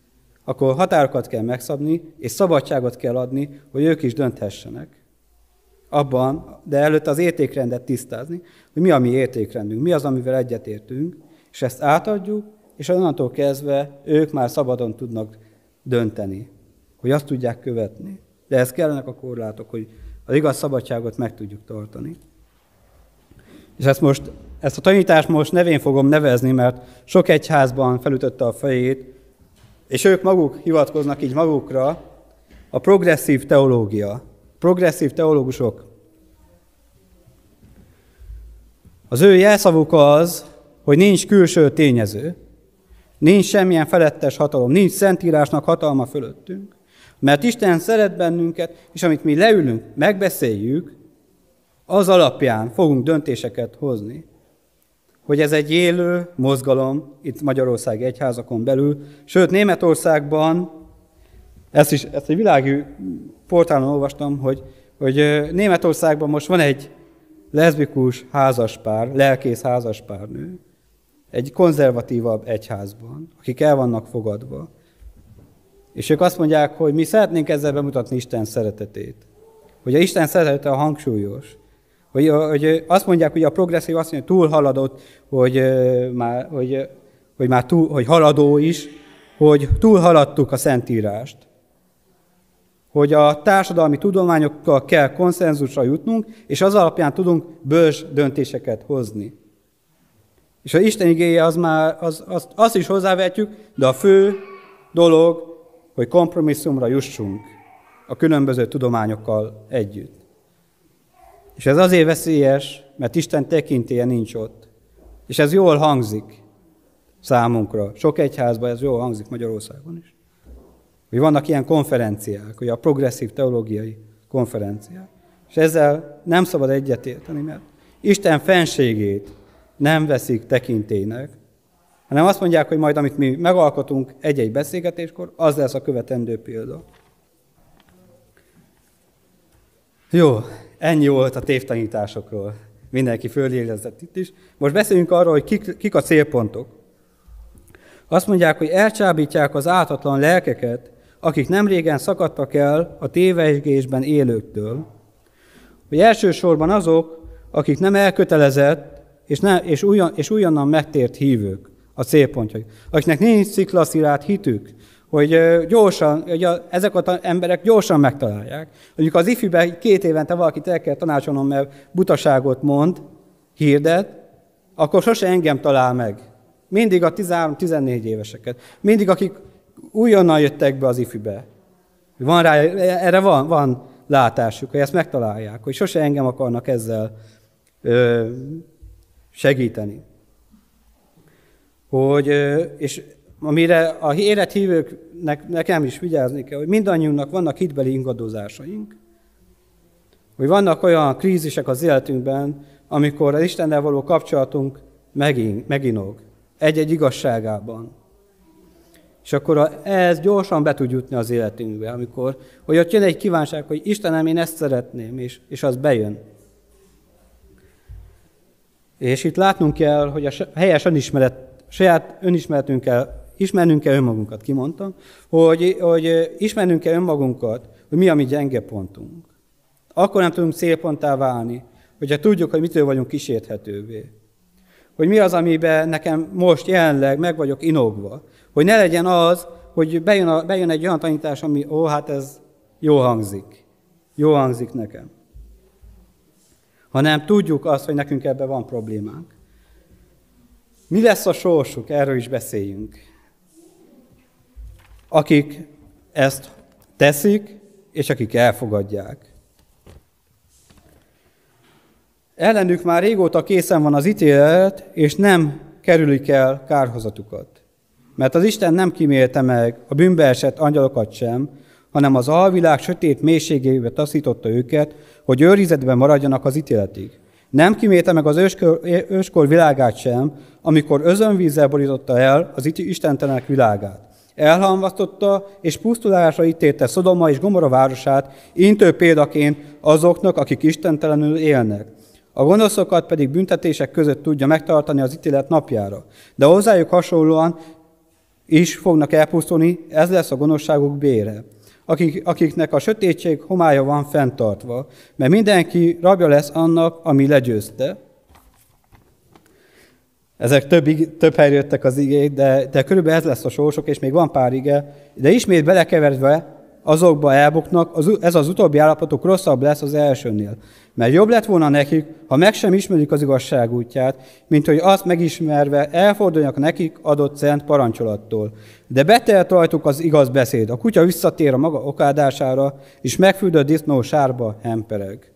akkor határokat kell megszabni, és szabadságot kell adni, hogy ők is dönthessenek. Abban, de előtt az értékrendet tisztázni, hogy mi a mi értékrendünk, mi az, amivel egyetértünk, és ezt átadjuk, és onnantól kezdve ők már szabadon tudnak dönteni, hogy azt tudják követni. De ez kellenek a korlátok, hogy az igaz szabadságot meg tudjuk tartani. És ezt a tanítást most nevén fogom nevezni, mert sok egyházban felütötte a fejét, és ők maguk hivatkoznak így magukra, a progresszív teológia. Progresszív teológusok. Az ő jelszavuk az, hogy nincs külső tényező, nincs semmilyen felettes hatalom, nincs Szentírásnak hatalma fölöttünk, mert Isten szeret bennünket, és amit mi leülünk, megbeszéljük, az alapján fogunk döntéseket hozni. Hogy ez egy élő mozgalom, itt Magyarország egyházakon belül, sőt Németországban, ezt egy világi portálon olvastam, hogy Németországban most van egy leszbikus házaspár, lelkész házaspárnő, egy konzervatívabb egyházban, akik el vannak fogadva. És ők azt mondják, hogy mi szeretnénk ezzel bemutatni Isten szeretetét. Hogy a Isten szeretete a hangsúlyos. Hogy azt mondják, hogy a progresszív azt mondja, túl haladott, hogy haladó is, hogy túl haladtuk a Szentírást. Hogy a társadalmi tudományokkal kell konszenzusra jutnunk, és az alapján tudunk bölcs döntéseket hozni. És az Isten igéje azt is hozzávetjük, de a fő dolog, hogy kompromisszumra jussunk a különböző tudományokkal együtt. És ez azért veszélyes, mert Isten tekintélye nincs ott. És ez jól hangzik számunkra. Sok egyházban ez jól hangzik, Magyarországon is. Hogy vannak ilyen konferenciák, hogy a progresszív teológiai konferenciák. És ezzel nem szabad egyetérteni, mert Isten fenségét nem veszik tekintélynek, hanem azt mondják, hogy majd amit mi megalkotunk egy-egy beszélgetéskor, az lesz a követendő példa. Jó, ennyi volt a tévtanításokról. Mindenki fölérezett itt is. Most beszéljünk arról, hogy kik a célpontok. Azt mondják, hogy elcsábítják az ártatlan lelkeket, akik nemrégen szakadtak el a tévegésben élőktől. Hogy elsősorban azok, akik nem elkötelezett és újonnan megtért hívők a célpontjai. Akiknek nincs sziklaszilárd hitük, hogy ezek az emberek gyorsan megtalálják. Mondjuk az ifiben 2 évente valakit el kell tanácsolnom, mert butaságot mond, hirdet, akkor sose engem talál meg. Mindig a 13-14 éveseket. Mindig akik újonnan jöttek be az ifibe. Erre van látásuk, hogy ezt megtalálják, hogy sose engem akarnak ezzel segíteni. És amire a érett hívőknek nekem is vigyázni kell, hogy mindannyiunknak vannak hitbeli ingadozásaink, hogy vannak olyan krízisek az életünkben, amikor az Istennel való kapcsolatunk meginog, egy-egy igazságában. És akkor ez gyorsan be tud jutni az életünkbe, hogy ott jön egy kívánság, hogy Istenem, én ezt szeretném, és az bejön. És itt látnunk kell, hogy a helyes saját önismeretünkkel ismernünk kell önmagunkat, kimondtam, hogy ismernünk kell önmagunkat, hogy mi a mi gyenge pontunk. Akkor nem tudunk célponttá válni, hogyha tudjuk, hogy mitől vagyunk kísérthetővé. Hogy mi az, amiben nekem most jelenleg meg vagyok inogva. Hogy ne legyen az, hogy bejön egy olyan tanítás, ami, hát ez jól hangzik nekem. Hanem tudjuk azt, hogy nekünk ebben van problémánk. Mi lesz a sorsuk? Erről is beszéljünk. Akik ezt teszik, és akik elfogadják. Ellenük már régóta készen van az ítélet, és nem kerülik el kárhozatukat. Mert az Isten nem kímélte meg a bűnbe esett angyalokat sem, hanem az alvilág sötét mélységébe taszította őket, hogy őrizetben maradjanak az ítéletig. Nem kímélte meg az őskor világát sem, amikor özönvízzel borította el az istentelenek világát. Elhamvasztotta és pusztulásra ítélte Szodoma és Gomorra városát, intő példaként azoknak, akik istentelenül élnek. A gonoszokat pedig büntetések között tudja megtartani az ítélet napjára. De hozzájuk hasonlóan is fognak elpusztulni, ez lesz a gonoszságuk bére. Akiknek a sötétség homálya van fenntartva, mert mindenki rabja lesz annak, ami legyőzte. Ezek több helyre jöttek az igék, de körülbelül ez lesz a sorsok, és még van pár ige, de ismét belekeveredve azokba elbuknak, ez az utóbbi állapotuk rosszabb lesz az elsőnél. Mert jobb lett volna nekik, ha meg sem ismerik az igazság útját, mint hogy azt megismerve elforduljanak nekik adott szent parancsolattól. De betelt rajtuk az igaz beszéd. A kutya visszatér a maga okádására, és megfürdött disznó sárba hempereg.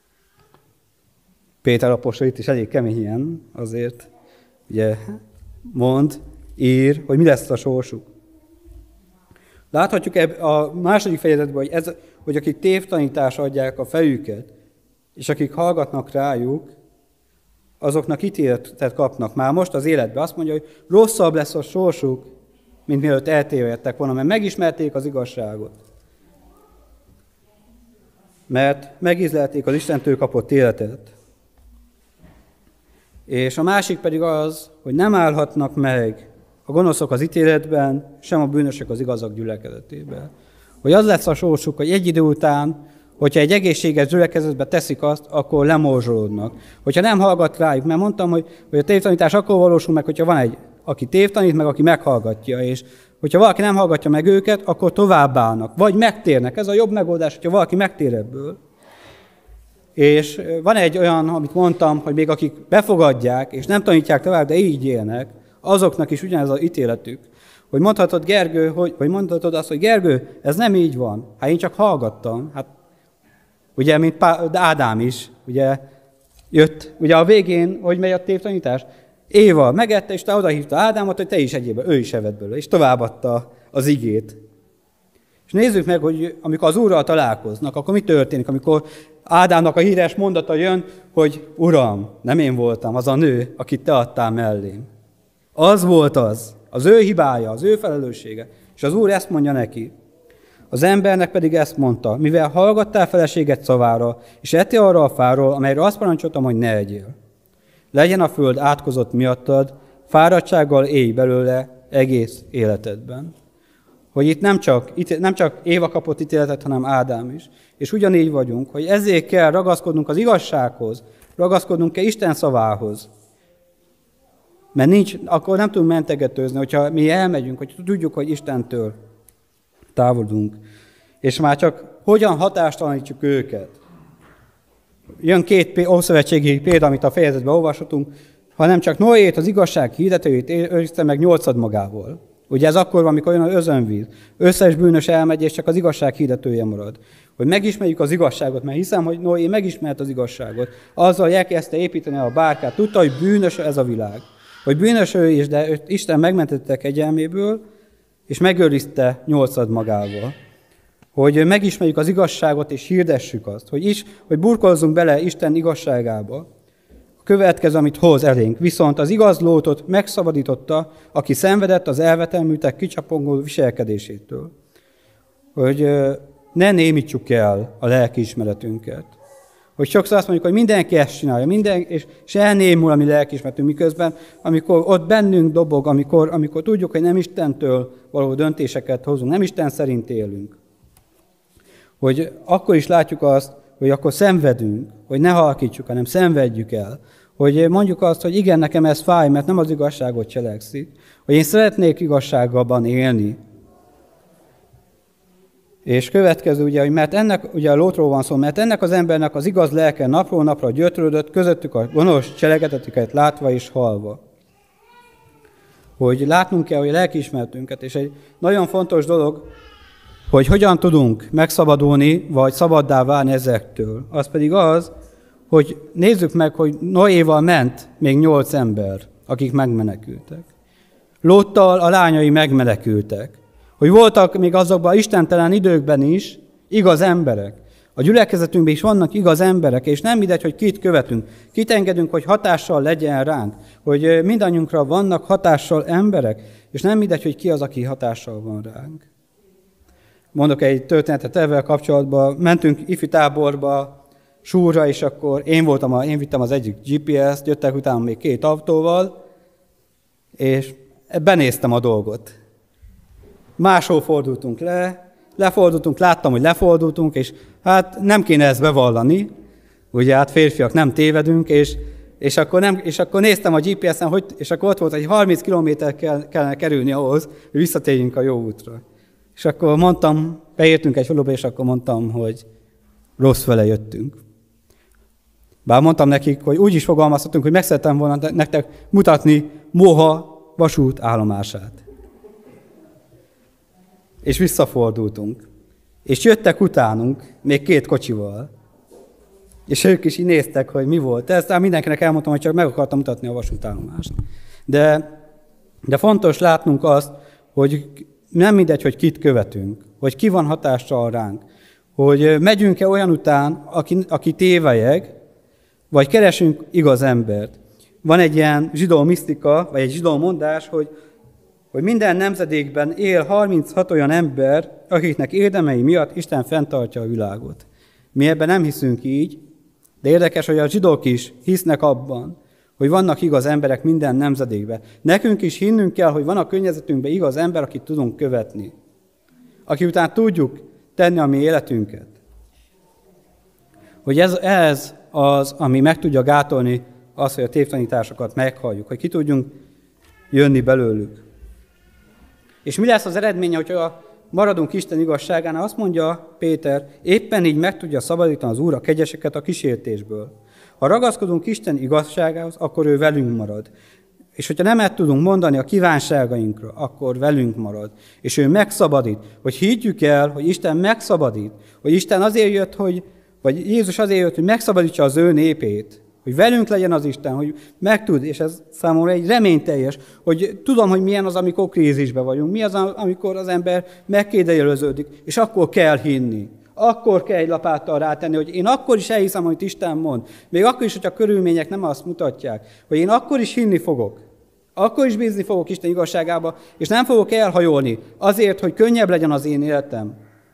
Péter apostol itt is elég kemény ilyen azért. Ugye ír, hogy mi lesz a sorsuk. Láthatjuk a második fejezetben, hogy akik tévtanításra adják a fejüket, és akik hallgatnak rájuk, azoknak ítéletet kapnak. Már most az életben azt mondja, hogy rosszabb lesz a sorsuk, mint mielőtt eltévedtek volna, mert megismerték az igazságot. Mert megízlelték az Istentől kapott életet. És a másik pedig az, hogy nem állhatnak meg a gonoszok az ítéletben, sem a bűnösök az igazak gyülekezetében. Hogy az lesz a sorsuk, hogy egy idő után, hogyha egy egészséges gyülekezetbe teszik azt, akkor lemorzsolódnak. Hogyha nem hallgat rájuk, mert mondtam, hogy a tévtanítás akkor valósul meg, hogyha van egy, aki tévtanít, meg aki meghallgatja, és hogyha valaki nem hallgatja meg őket, akkor továbbállnak, vagy megtérnek. Ez a jobb megoldás, hogyha valaki megtér ebből. És van egy olyan, amit mondtam, hogy még akik befogadják, és nem tanítják tovább, de így élnek, azoknak is ugyanez az ítéletük. Hogy mondhatod, Gergő, vagy mondhatod azt, hogy Gergő, ez nem így van. Hát én csak hallgattam. Hát, ugye, mint Ádám is, ugye, jött. Ugye a végén, hogy megy a tévtanítás? Éva megette, és odahívta Ádámot, hogy te is egyéb, ő is evett belőle, és továbbadta az igét. És nézzük meg, hogy amikor az Úrral találkoznak, akkor mi történik, amikor Ádámnak a híres mondata jön, hogy Uram, nem én voltam, az a nő, akit te adtál mellém. Az volt az ő hibája, az ő felelőssége. És az Úr ezt mondja neki. Az embernek pedig ezt mondta, mivel hallgattál feleséget szavára, és ettél arra a fáról, amelyre azt parancsoltam, hogy ne egyél. Legyen a föld átkozott miattad, fáradtsággal élj belőle egész életedben. Hogy itt nem csak Éva kapott ítéletet, hanem Ádám is. És ugyanígy vagyunk, hogy ezért kell ragaszkodnunk az igazsághoz, ragaszkodnunk kell Isten szavához. Mert akkor nem tudunk mentegetőzni, hogyha mi elmegyünk, hogy tudjuk, hogy Istentől távolodunk. És már csak hogyan hatástalanítjuk őket. Jön két ószövetségi példa, amit a fejezetben olvashatunk, hanem csak Noét, az igazság hirdetőjét őrizte meg 8 magával. Ugye ez akkor van, amikor jön az özönvíz. Összes bűnös elmegy, és csak az igazság hirdetője marad. Hogy megismerjük az igazságot, mert hiszem, hogy Noé megismert az igazságot. Azzal elkezdte építeni a bárkát. Tudta, hogy bűnös ez a világ. Hogy bűnös ő is, de Isten megmentette kegyelméből, és megőrizte 8 magával. Hogy megismerjük az igazságot, és hirdessük azt. Hogy burkozzunk bele Isten igazságába. A következő, amit hoz elénk. Viszont az igaz Lótot megszabadította, aki szenvedett az elvetemültek kicsapongó viselkedésétől. Hogy ne némítsuk el a lelkiismeretünket. Hogy sokszor azt mondjuk, hogy mindenki ezt csinálja, és elnémul a mi lelkiismeretünk, miközben, amikor ott bennünk dobog, amikor tudjuk, hogy nem Istentől való döntéseket hozunk, nem Isten szerint élünk. Hogy akkor is látjuk azt, hogy akkor szenvedünk, hogy ne halkítsuk, hanem szenvedjük el. Hogy mondjuk azt, hogy igen, nekem ez fáj, mert nem az igazságot cselekszik. Hogy én szeretnék igazságban élni. És következő, ugye, hogy mert ennek, ugye a Lótról van szó, mert ennek az embernek az igaz lelke napról napra gyötrődött, közöttük a gonosz cselekedetüket látva és hallva. Hogy látnunk kell, hogy a lelkiismeretünket, és egy nagyon fontos dolog, hogy hogyan tudunk megszabadulni, vagy szabaddá válni ezektől. Az pedig az, hogy nézzük meg, hogy Noéval ment még 8 ember, akik megmenekültek. Lóttal a lányai megmenekültek. Hogy voltak még azokban istentelen időkben is igaz emberek. A gyülekezetünkben is vannak igaz emberek, és nem mindegy, hogy kit követünk. Kit engedünk, hogy hatással legyen ránk. Hogy mindannyiunkra vannak hatással emberek, és nem mindegy, hogy ki az, aki hatással van ránk. Mondok egy történetet ezzel kapcsolatban. Mentünk ifi táborba, Súrra, és akkor én vittem az egyik GPS-t, jöttek utána még 2 autóval, és benéztem a dolgot. máshol fordultunk lefordultunk, láttam, hogy lefordultunk, és hát nem kéne ezt bevallani, ugye hát férfiak nem tévedünk, és akkor néztem a GPS-en, és akkor ott volt, hogy 30 kilométer kellene kerülni ahhoz, hogy visszatérjünk a jó útra. És akkor mondtam, beértünk egy faluba, és akkor mondtam, hogy rossz fele jöttünk. Bár mondtam nekik, hogy úgy is fogalmazhatunk, hogy meg szerettem volna nektek mutatni Moha vasút állomását. És visszafordultunk. És jöttek utánunk, még 2 kocsival. És ők is így néztek, hogy mi volt. Ezt mindenkinek elmondtam, hogy csak meg akartam mutatni a vasútállomást. De fontos látnunk azt, hogy nem mindegy, hogy kit követünk, hogy ki van hatással ránk, hogy megyünk-e olyan után, aki tévelyeg, vagy keresünk igaz embert. Van egy ilyen zsidó misztika, vagy egy zsidó mondás, hogy minden nemzedékben él 36 olyan ember, akiknek érdemei miatt Isten fenntartja a világot. Mi ebben nem hiszünk így, de érdekes, hogy a zsidók is hisznek abban, hogy vannak igaz emberek minden nemzedékben. Nekünk is hinnünk kell, hogy van a környezetünkben igaz ember, akit tudunk követni. Aki után tudjuk tenni a mi életünket. Hogy ez az, ami meg tudja gátolni azt, hogy a tévtanításokat meghalljuk, hogy ki tudjunk jönni belőlük. És mi lesz az eredménye, hogyha maradunk Isten igazságánál? Azt mondja Péter, éppen így meg tudja szabadítani az Úr a kegyeseket a kísértésből. Ha ragaszkodunk Isten igazságához, akkor ő velünk marad. És hogyha nemet tudunk mondani a kívánságainkra, akkor velünk marad. És ő megszabadít, hogy higgyük el, hogy Isten megszabadít, hogy Isten azért jött, vagy Jézus azért jött, hogy megszabadítsa az ő népét, hogy velünk legyen az Isten, hogy megtud, és ez számomra egy reményteljes, hogy tudom, hogy milyen az, amikor krízisben vagyunk, mi az, amikor az ember megkérdőjeleződik, és akkor kell hinni. Akkor kell egy lapáttal rátenni, hogy én akkor is elhiszem, amit Isten mond. Még akkor is, hogy a körülmények nem azt mutatják, hogy én akkor is hinni fogok. Akkor is bízni fogok Isten igazságába, és nem fogok elhajolni azért, hogy könnyebb legyen az én életem.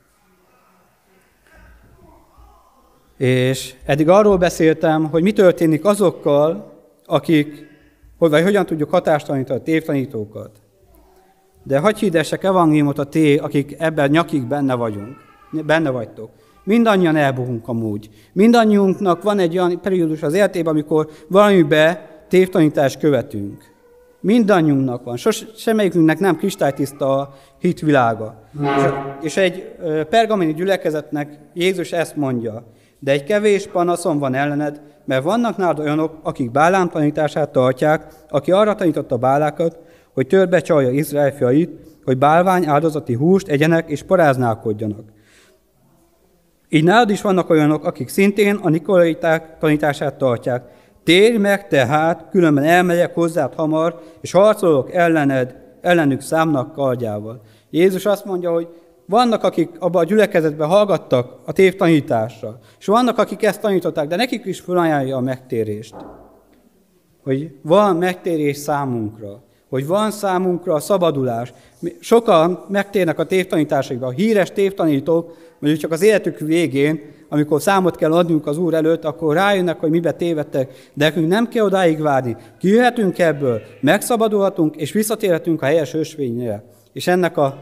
És eddig arról beszéltem, hogy mi történik azokkal, vagy hogyan tudjuk hatástalanítani a tévtanítókat. De hadd hirdessek evangéliumot a akik ebben nyakig benne vagytok. Mindannyian elbukunk amúgy. Mindannyiunknak van egy olyan periódus az életében, amikor valamibe tévtanítást követünk. Mindannyiunknak van. Semmelyikünknek nem kristálytiszta a hitvilága. És egy pergamini gyülekezetnek Jézus ezt mondja, de egy kevés panaszom van ellened, mert vannak nálad olyanok, akik Bálám tanítását tartják, aki arra tanította Bálákat, hogy törbe csalja Izrael fiait, hogy bálvány áldozati húst egyenek és paráználkodjanak. Így nálad is vannak olyanok, akik szintén a nikolaiták tanítását tartják. Térj meg tehát, különben elmegyek hozzád hamar, és harcolok ellenük számnak kardjával. Jézus azt mondja, hogy vannak, akik abban a gyülekezetben hallgattak a tévtanításra, és vannak, akik ezt tanították, de nekik is felajánlja a megtérést. Hogy van megtérés számunkra, hogy van számunkra a szabadulás. Sokan megtérnek a tévtanításokba. A híres tévtanítók, mondjuk csak az életük végén, amikor számot kell adnunk az Úr előtt, akkor rájönnek, hogy mibe tévedtek, de nekünk nem kell odáig várni. Kijöhetünk ebből, megszabadulhatunk, és visszatérhetünk a helyes ösvényre. És ennek a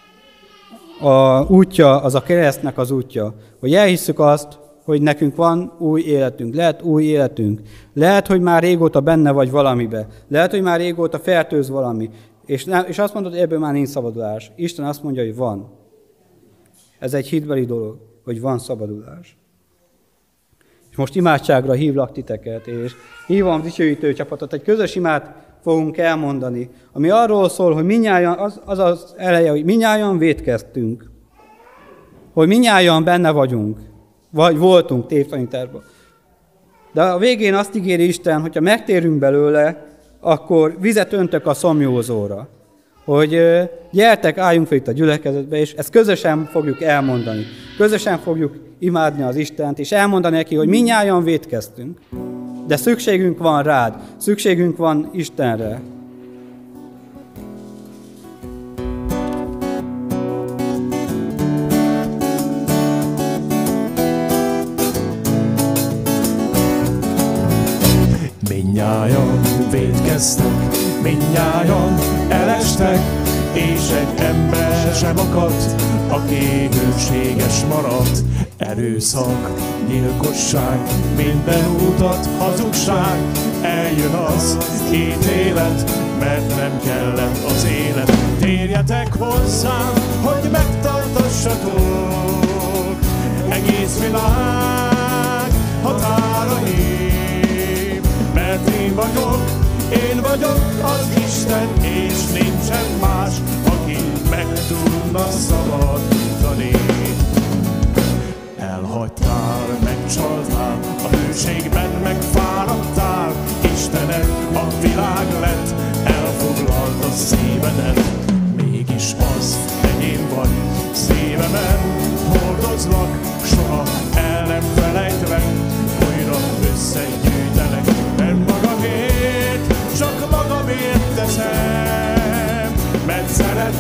útja, az a keresztnek az útja, hogy elhisszük azt, hogy nekünk van új életünk, lehet új életünk. Lehet, hogy már régóta benne vagy valamibe. Lehet, hogy már régóta fertőz valami. És azt mondod, hogy ebből már nincs szabadulás. Isten azt mondja, hogy van. Ez egy hitbeli dolog, hogy van szabadulás. És most imádságra hívlak titeket, és hívom dicsőítő csapatot. Egy közös imát fogunk elmondani, ami arról szól, hogy minnyájan, az eleje, hogy minnyájan vétkeztünk. Hogy minnyájan benne vagyunk. Vagy voltunk tévtanításban. De a végén azt ígéri Isten, hogyha megtérünk belőle, akkor vizet öntök a szomjózóra. Hogy gyertek, álljunk fel itt a gyülekezetbe, és ezt közösen fogjuk elmondani. Közösen fogjuk imádni az Istent, és elmondani neki, hogy mindnyájan vétkeztünk. De szükségünk van rád, szükségünk van Istenre. Mindnyájan vétkeztek, mindnyájan elestek, és egy ember sem akadt, aki hűséges maradt. Erőszak, gyilkosság, minden útat hazugság, eljön az ítélet, mert nem kellett az élet. Térjetek hozzám, hogy megtartassatok egész világ határaim, mert én vagyok az Isten, és nincsen más, aki meg tudna szabadítani. Elhagytál, megcsaltál, a hűségben megfáradtál, Istened a világ lett, elfoglalta szívedet. Mégis az enyém vagy, szívemen hordozlak, soha el nem felejtlek, újra összegyűjtelek. Nem magamért, csak magamért teszem, mert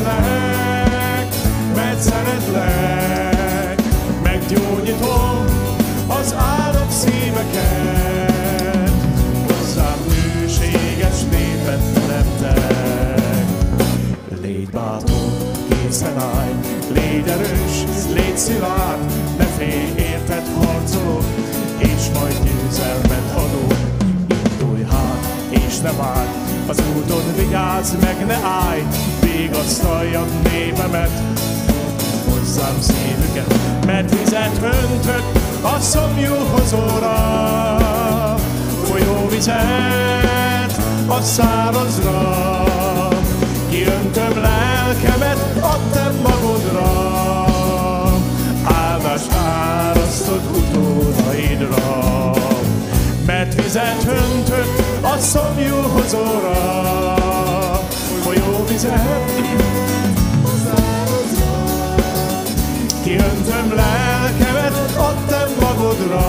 szeretlek, meggyógyítom az áldott szíveket, hozzám hűséges népet teremtek. Légy bátor, készen állj, légy erős, légy szilárd, ne félj, érted, harcolok, és majd győzelmet adok. Indulj hát, és ne várj, az úton vigyázz meg, ne állj, vigasztaljad népemet, hozzám szívüket, mert vizet öntök a szomjú hozóra, folyóvizet a szárazra, kiöntöm lelkemet a te magodra, áldást árasztod utódaidra, mert vizet öntök a szomjú hozóra, folyóvizet kiöntöm lelkemet a te magodra,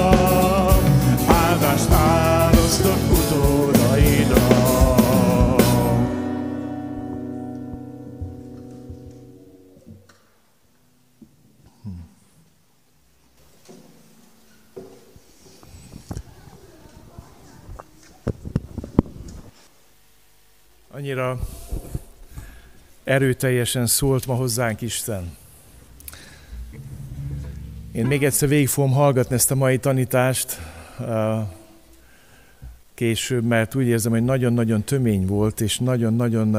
áldást árasztok utódaidra. Annyira erőteljesen szólt ma hozzánk Isten. Én még egyszer végig fogom hallgatni ezt a mai tanítást később, mert úgy érzem, hogy nagyon-nagyon tömény volt, és nagyon-nagyon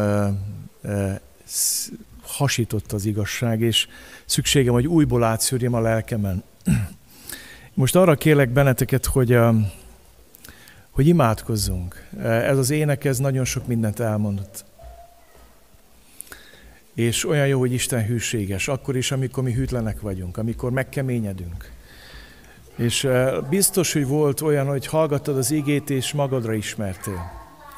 hasított az igazság, és szükségem, hogy újból átszűrjem a lelkemen. Most arra kérlek benneteket, hogy imádkozzunk. Ez az ének, ez nagyon sok mindent elmondott. És olyan jó, hogy Isten hűséges, akkor is, amikor mi hűtlenek vagyunk, amikor megkeményedünk. És biztos, hogy volt olyan, hogy hallgattad az igét, és magadra ismertél.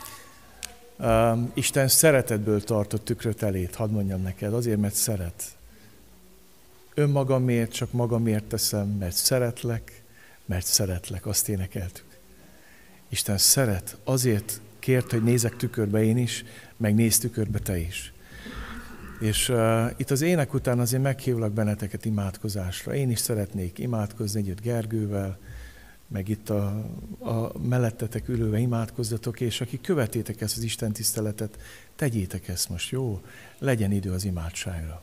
Isten szeretetből tartott tükröt elét, hadd mondjam neked, azért, mert szeret. Önmagamért, csak magamért teszem, mert szeretlek, azt énekeltük. Isten szeret, azért kért, hogy nézek tükörbe én is, meg nézz tükörbe te is. És itt az ének után azért meghívlak benneteket imádkozásra. Én is szeretnék imádkozni együtt Gergővel, meg itt a mellettetek ülőve imádkozzatok, és akik követétek ezt az Isten tiszteletet, tegyétek ezt most, jó? Legyen idő az imádságra.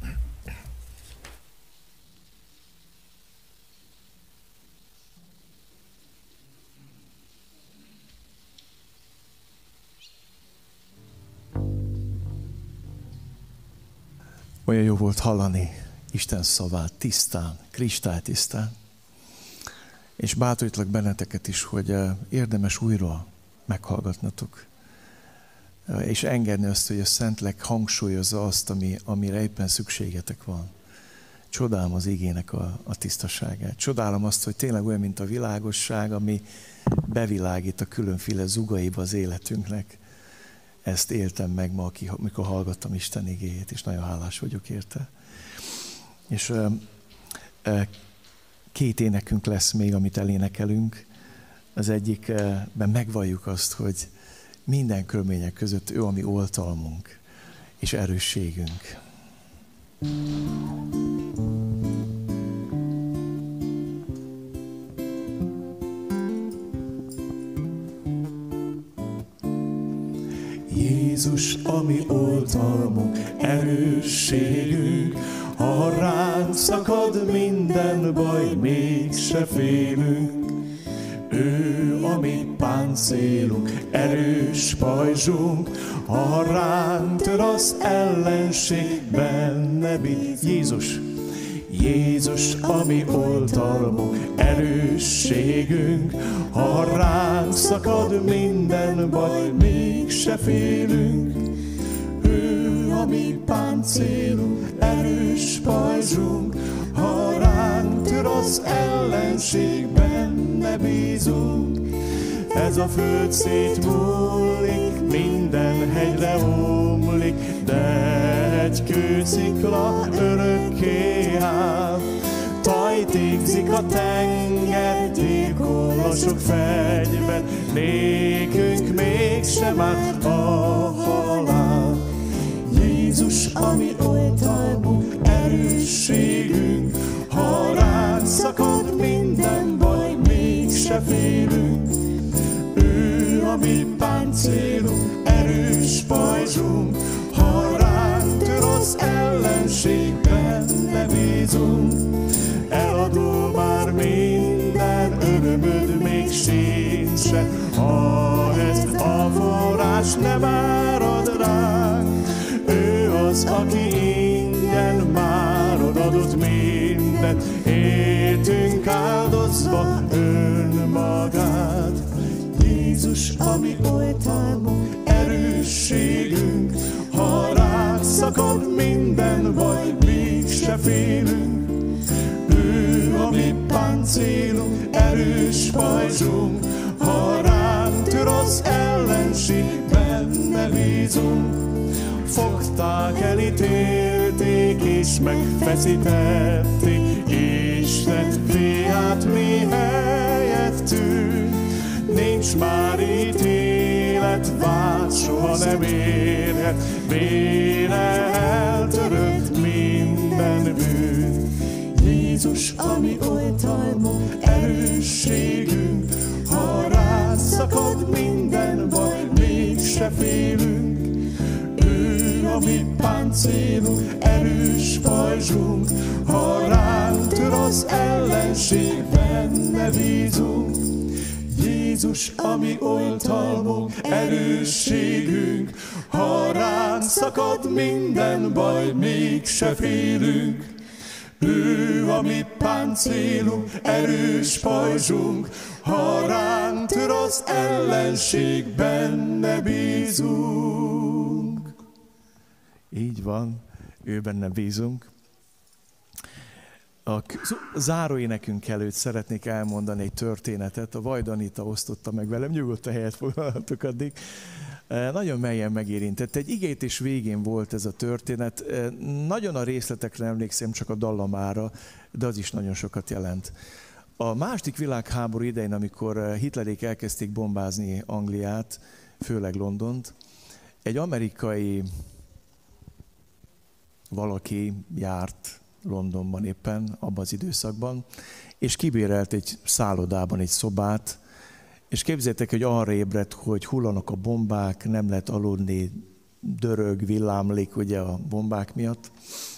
Olyan jó volt hallani Isten szavát tisztán, kristálytisztán. És bátorítlak benneteket is, hogy érdemes újra meghallgatnatok. És engedni azt, hogy a Szentlélek hangsúlyozza azt, amire éppen szükségetek van. Csodálom az igének a tisztaságát. Csodálom azt, hogy tényleg olyan, mint a világosság, ami bevilágít a különféle zugaiba az életünknek. Ezt éltem meg ma, amikor hallgattam Isten igéjét, és nagyon hálás vagyok érte. És két énekünk lesz még, amit elénekelünk. Az egyikben megvalljuk azt, hogy minden körülmények között ő a mi oltalmunk és erősségünk. Jézus, a mi oltalmunk, erősségünk, ha ránk szakad minden baj, mégse félünk. Ő a mi páncélunk, erős pajzsunk, ha ránk tör az ellenség, benne bíz. Jézus, Jézus, a mi oltalmunk, erősségünk, ha ránk szakad minden baj, mégse félünk. Ő a mi páncélunk, erős pajzsunk, ha ránk tör az ellenség, benne bízunk. Ez a föld szétmúlik, minden hegyre omlik, de egy kőszikla örökké áll. Tajtékzik a tenger, tékol a sok fegyver, nékünk mégsem áll a halál. Jézus, a mi oltalmunk, erősségünk, ha ránk szakad minden baj, mégse félünk. Ő a mi páncélunk, erős pajzsunk, ha ránk tör az ellenség, benne bízunk. Eladó már minden örömöd, még sincsen, ha ez a forrás nem árad ránk. Ő az, aki ingyen már odadott mindent, éltünk áldozva önmagát. Jézus, a mi oltalmunk, erősségünk, ha ránk szakad minden baj, mégse félünk. Ő a mi páncélunk, erős pajzsunk, ha ránk tör az ellenség, benne bízunk. Fogták, elítélték és megfeszítették Isten fiát mi helyettünk. Nincs már ítélet, vád soha nem érhet, vére eltörött minden bűn. Jézus, a mi oltalmunk, erősségünk, ha ránk szakad minden baj, mégse félünk. Ő a mi páncélunk, erős pajzsunk, ha ránk tör az ellenség, benne bízunk. Jézus, a mi oltalmunk, erősségünk, ha ránk szakad minden baj, mégse félünk. Ő a mi páncélunk, erős pajzsunk, ha ránk tör az ellenség, benne bízunk. Így van, ő benne bízunk. A záróénekünk előtt szeretnék elmondani egy történetet. A Vajda Anita osztotta meg velem, nyugodtan helyet foglalhatok addig. Nagyon mélyen megérintett. Egy igétés végén volt ez a történet. Nagyon a részletekre emlékszem, csak a dallamára, de az is nagyon sokat jelent. A második világháború idején, amikor Hitlerék elkezdték bombázni Angliát, főleg Londont, egy amerikai valaki járt Londonban éppen, abban az időszakban, és kibérelt egy szállodában egy szobát, és képzeljétek, hogy arra ébredt, hogy hullanak a bombák, nem lehet aludni, dörög, villámlik ugye a bombák miatt.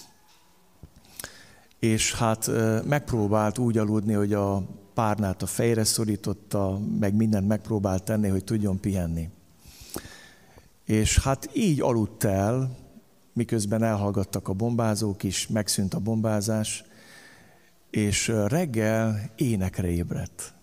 És hát megpróbált úgy aludni, hogy a párnát a fejre szorította, meg mindent megpróbált tenni, hogy tudjon pihenni. És hát így aludt el, miközben elhallgattak a bombázók is, megszűnt a bombázás, és reggel énekre ébredt.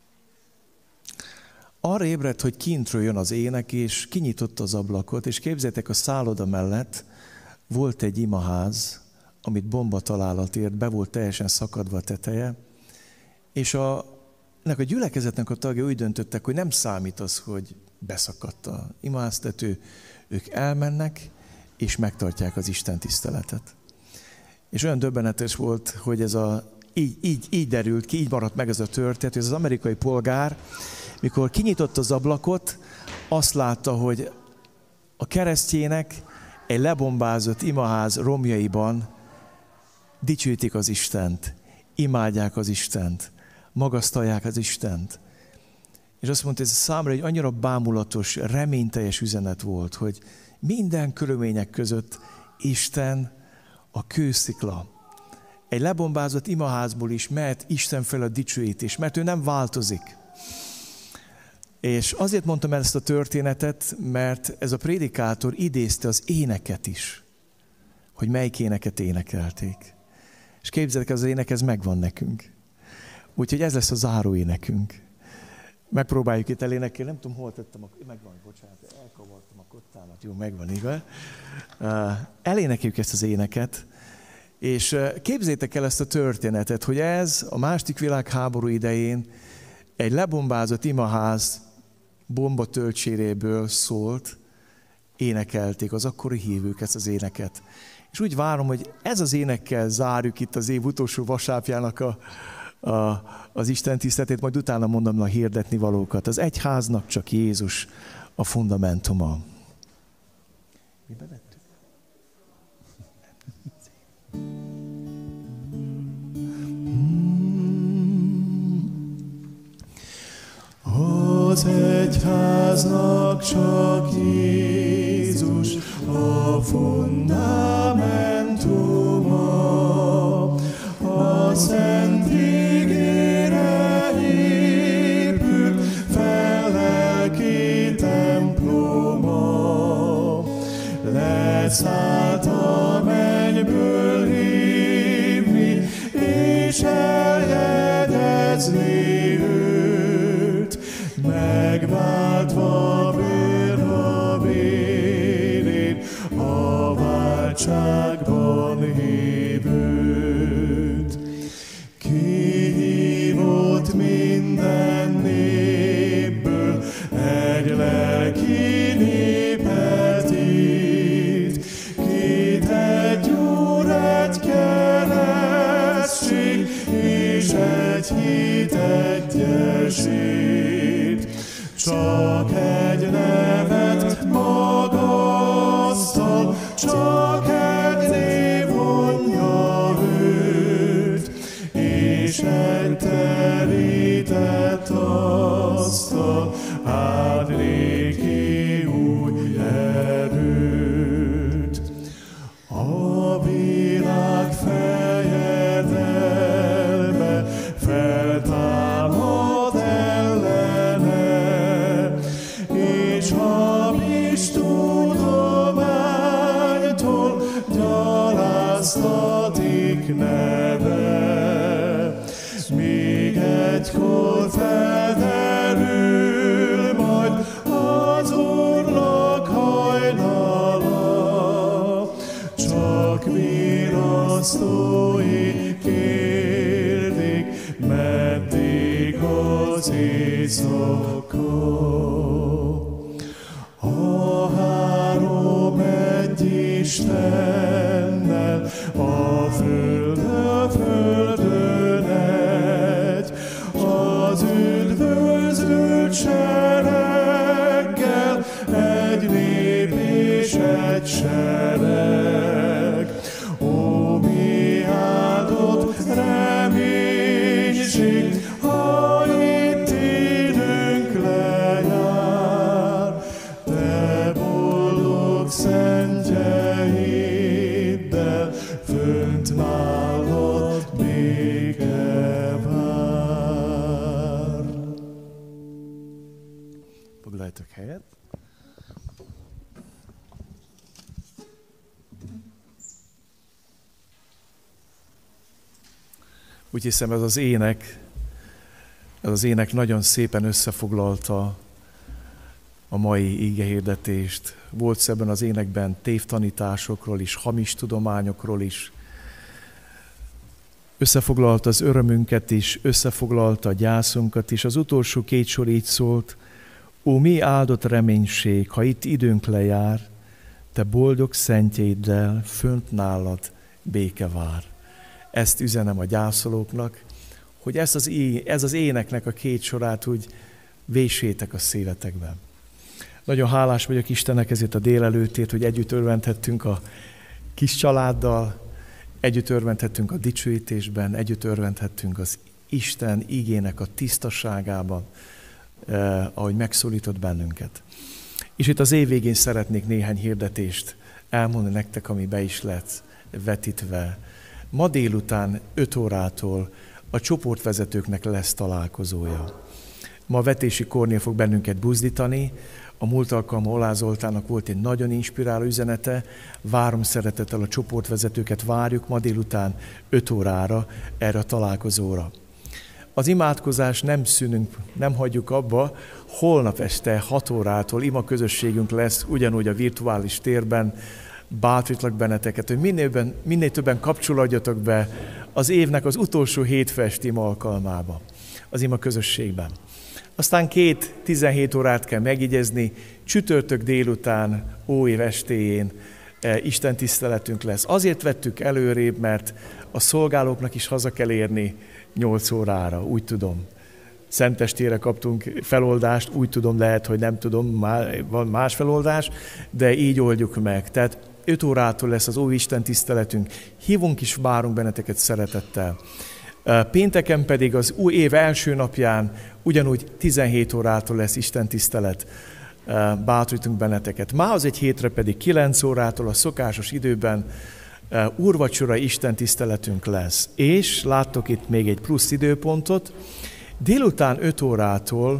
Arra ébredt, hogy kintről jön az ének, és kinyitotta az ablakot, és képzeljétek, a szálloda mellett volt egy imaház, amit bombatalálat ért, be volt teljesen szakadva a teteje, és ennek a gyülekezetnek a tagjai úgy döntöttek, hogy nem számít az, hogy beszakadt a imaháztető, ők elmennek, és megtartják az Isten tiszteletet. És olyan döbbenetes volt, hogy ez így derült ki, így maradt meg ez a történet, hogy az amerikai polgár, mikor kinyitott az ablakot, azt látta, hogy a keresztjének egy lebombázott imaház romjaiban dicsőítik az Istent, imádják az Istent, magasztalják az Istent. És azt mondta, ez számra egy annyira bámulatos, reményteljes üzenet volt, hogy minden körülmények között Isten a kőszikla. Egy lebombázott imaházból is mehet Isten fel a dicsőítés, mert ő nem változik. És azért mondtam el ezt a történetet, mert ez a prédikátor idézte az éneket is, hogy melyik éneket énekelték. És képzeljétek, az ének, ez megvan nekünk. Úgyhogy ez lesz a záró énekünk. Megpróbáljuk itt elénekelni, nem tudom, hol tettem, megvan, bocsánat, elkavartam a kottámat, jó, megvan, igaz? Elénekeljük ezt az éneket, és képzeljétek el ezt a történetet, hogy ez a második világháború idején egy lebombázott imaház bombatölcséréből szólt, énekelték az akkori hívők ezt az éneket. És úgy várom, hogy ez az énekkel zárjuk itt az év utolsó vasárnapjának az Isten tiszteletét, majd utána mondom a hirdetni valókat. Az egyháznak csak Jézus a fundamentuma. Mi bevettük? Az egyháznak csak Jézus a fundamentuma, a szent ígére épül fel lelki temploma. Leszállt a mennyből hívni, és eljegyezni őt, megváltva vérra vérén, a váltságban hívőt. Kihívott minden népből egy lelki népet itt, kit egy Úr, egy keresztség, és egy hit egyesít. Csak egy nevet magasztal, csak egy név vonja őt, és egy terített asztal ad néki új erőt. A világ fejedelme feltámad ellene, és hamis tudománytól gyaláztatik neve. Míg egykor felderül majd az Úrnak hajnala, csak virasztói kérdik, meddig az éjszaka. A három egy Istennel, a földön egy, az üdvözült sereggel, egy nép és egy sereg. Ó, mi áldott reménység, ha itt időnk lejár, te boldog szentjeiddel, fönt nálad béke vár. Foglaljatok helyet. Úgy hiszem, ez az ének nagyon szépen összefoglalta a mai igehirdetést. Volt ebben az énekben tévtanításokról is, hamis tudományokról is. Összefoglalta az örömünket is, összefoglalta a gyászunkat is. Az utolsó két sor így szólt: ó, mi áldott reménység, ha itt időnk lejár, te boldog szentjeiddel, fönt nálad béke vár. Ezt üzenem a gyászolóknak, hogy ez az éneknek a két sorát úgy véssétek a szívetekben. Nagyon hálás vagyok Istennek ezért a délelőttért, hogy együtt örvendhettünk a kis családdal, együtt örvendhettünk a dicsőítésben, együtt örvendhettünk az Isten igének a tisztaságában, ahogy megszólított bennünket. És itt az év végén szeretnék néhány hirdetést elmondani nektek, ami be is lett vetítve. Ma délután 5 órától a csoportvezetőknek lesz találkozója. Ma a Vetési Kornél fog bennünket buzdítani. A múlt alkalommal Olá Zoltánnak volt egy nagyon inspiráló üzenete. Várom szeretettel a csoportvezetőket, várjuk ma délután 5 órára erre a találkozóra. Az imádkozás nem szűnünk, nem hagyjuk abba. Holnap este 6 órától ima közösségünk lesz, ugyanúgy a virtuális térben. Bátorítlak benneteket, hogy minél többen kapcsolódjatok be az évnek az utolsó hétfesti ima alkalmába, az ima közösségben. Aztán 17 órát kell megjegyezni, csütörtök délután, óév estéjén Isten tiszteletünk lesz. Azért vettük előrébb, mert a szolgálóknak is haza kell érni 8 órára, úgy tudom. Szentestére kaptunk feloldást, úgy tudom, lehet, hogy nem tudom, van más feloldás, de így oldjuk meg. Tehát 5 órától lesz az Isten tiszteletünk. Hívunk is, várunk benneteket szeretettel. Pénteken pedig az új év első napján ugyanúgy 17 órától lesz Isten tisztelet. Bátorítunk benneteket. Már az egy hétre pedig 9 órától a szokásos időben úrvacsora Isten tiszteletünk lesz. És láttok itt még egy plusz időpontot. Délután 5 órától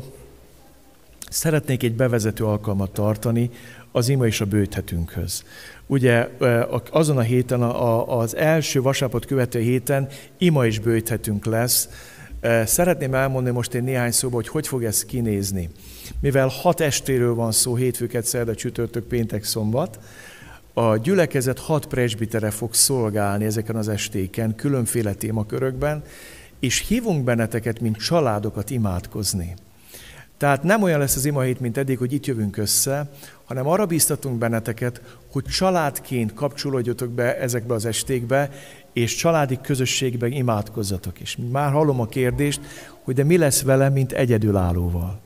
szeretnék egy bevezető alkalmat tartani az ima és a bőjthetünkhöz. Ugye azon a héten, az első vasárnapot követő héten ima és bőjthetünk lesz. Szeretném elmondani most egy néhány szóba, hogy fog ez kinézni. Mivel 6 estéről van szó, hétfőket, szerda, csütörtök, péntek, szombat, a gyülekezet 6 presbitere fog szolgálni ezeken az estéken, különféle témakörökben, és hívunk benneteket, mint családokat imádkozni. Tehát nem olyan lesz az imahét, mint eddig, hogy itt jövünk össze, hanem arra bíztatunk benneteket, hogy családként kapcsolódjatok be ezekbe az estékbe, és családi közösségben imádkozzatok is. Már hallom a kérdést, hogy de mi lesz velem, mint egyedülállóval.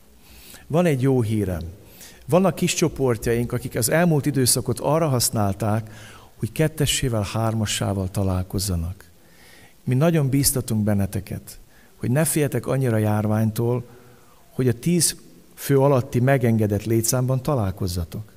Van egy jó hírem. Vannak kis csoportjaink, akik az elmúlt időszakot arra használták, hogy 2-essével, 3-assával találkozzanak. Mi nagyon bíztatunk benneteket, hogy ne féljetek annyira járványtól, hogy a 10 fő alatti megengedett létszámban találkozzatok.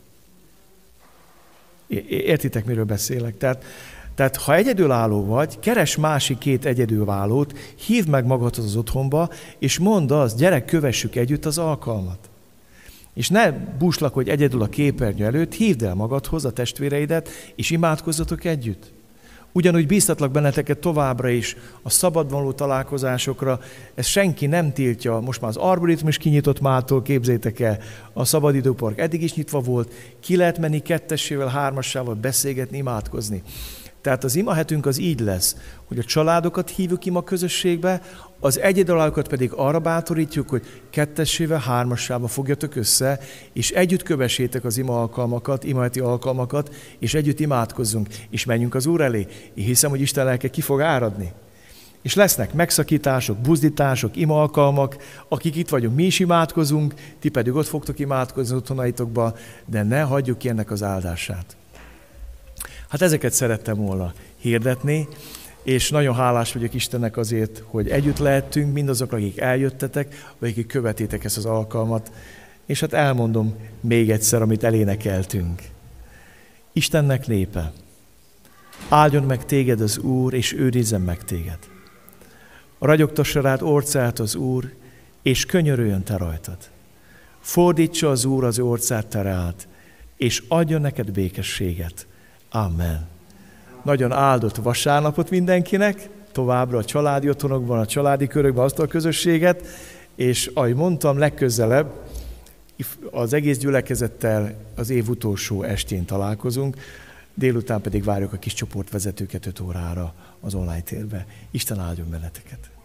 Értitek, miről beszélek? Tehát ha egyedülálló vagy, keres másik 2 egyedülállót, hívd meg magadhoz az otthonba, és mondd azt, gyerek, kövessük együtt az alkalmat. És ne búslakodj egyedül a képernyő előtt, hívd el magadhoz a testvéreidet, és imádkozzatok együtt. Ugyanúgy bíztatlak benneteket továbbra is a szabadvonuló találkozásokra, ezt senki nem tiltja, most már az arboritmus kinyitott mától, képzétek el, a szabadidőpark eddig is nyitva volt, ki lehet menni 2-essével, 3-assával beszélgetni, imádkozni. Tehát az imahetünk az így lesz, hogy a családokat hívjuk ima közösségbe, az egyedülállókat pedig arra bátorítjuk, hogy 2-essével, 3-assával fogjatok össze, és együtt kövessétek az ima alkalmakat, imaheti alkalmakat, és együtt imádkozzunk, és menjünk az Úr elé. Én hiszem, hogy Isten lelke ki fog áradni. És lesznek megszakítások, buzdítások, ima alkalmak, akik itt vagyunk, mi is imádkozunk, ti pedig ott fogtok imádkozni otthonaitokba, de ne hagyjuk ki ennek az áldását. Hát ezeket szerettem volna hirdetni, és nagyon hálás vagyok Istennek azért, hogy együtt lehettünk, mindazok, akik eljöttetek, vagy akik követétek ezt az alkalmat, és hát elmondom még egyszer, amit elénekeltünk. Istennek népe, áldjon meg téged az Úr, és őrizzen meg téged. Ragyogtassa rád orcát az Úr, és könyörüljön te rajtad. Fordítsa az Úr az orcát te rád, és adjon neked békességet. Amen. Nagyon áldott vasárnapot mindenkinek, továbbra a családi otthonokban, a családi körökben azt a közösséget, és ahogy mondtam, legközelebb az egész gyülekezettel az év utolsó estén találkozunk, délután pedig várjuk a kis csoportvezetőket 5 órára az online térbe. Isten áldjon benneteket!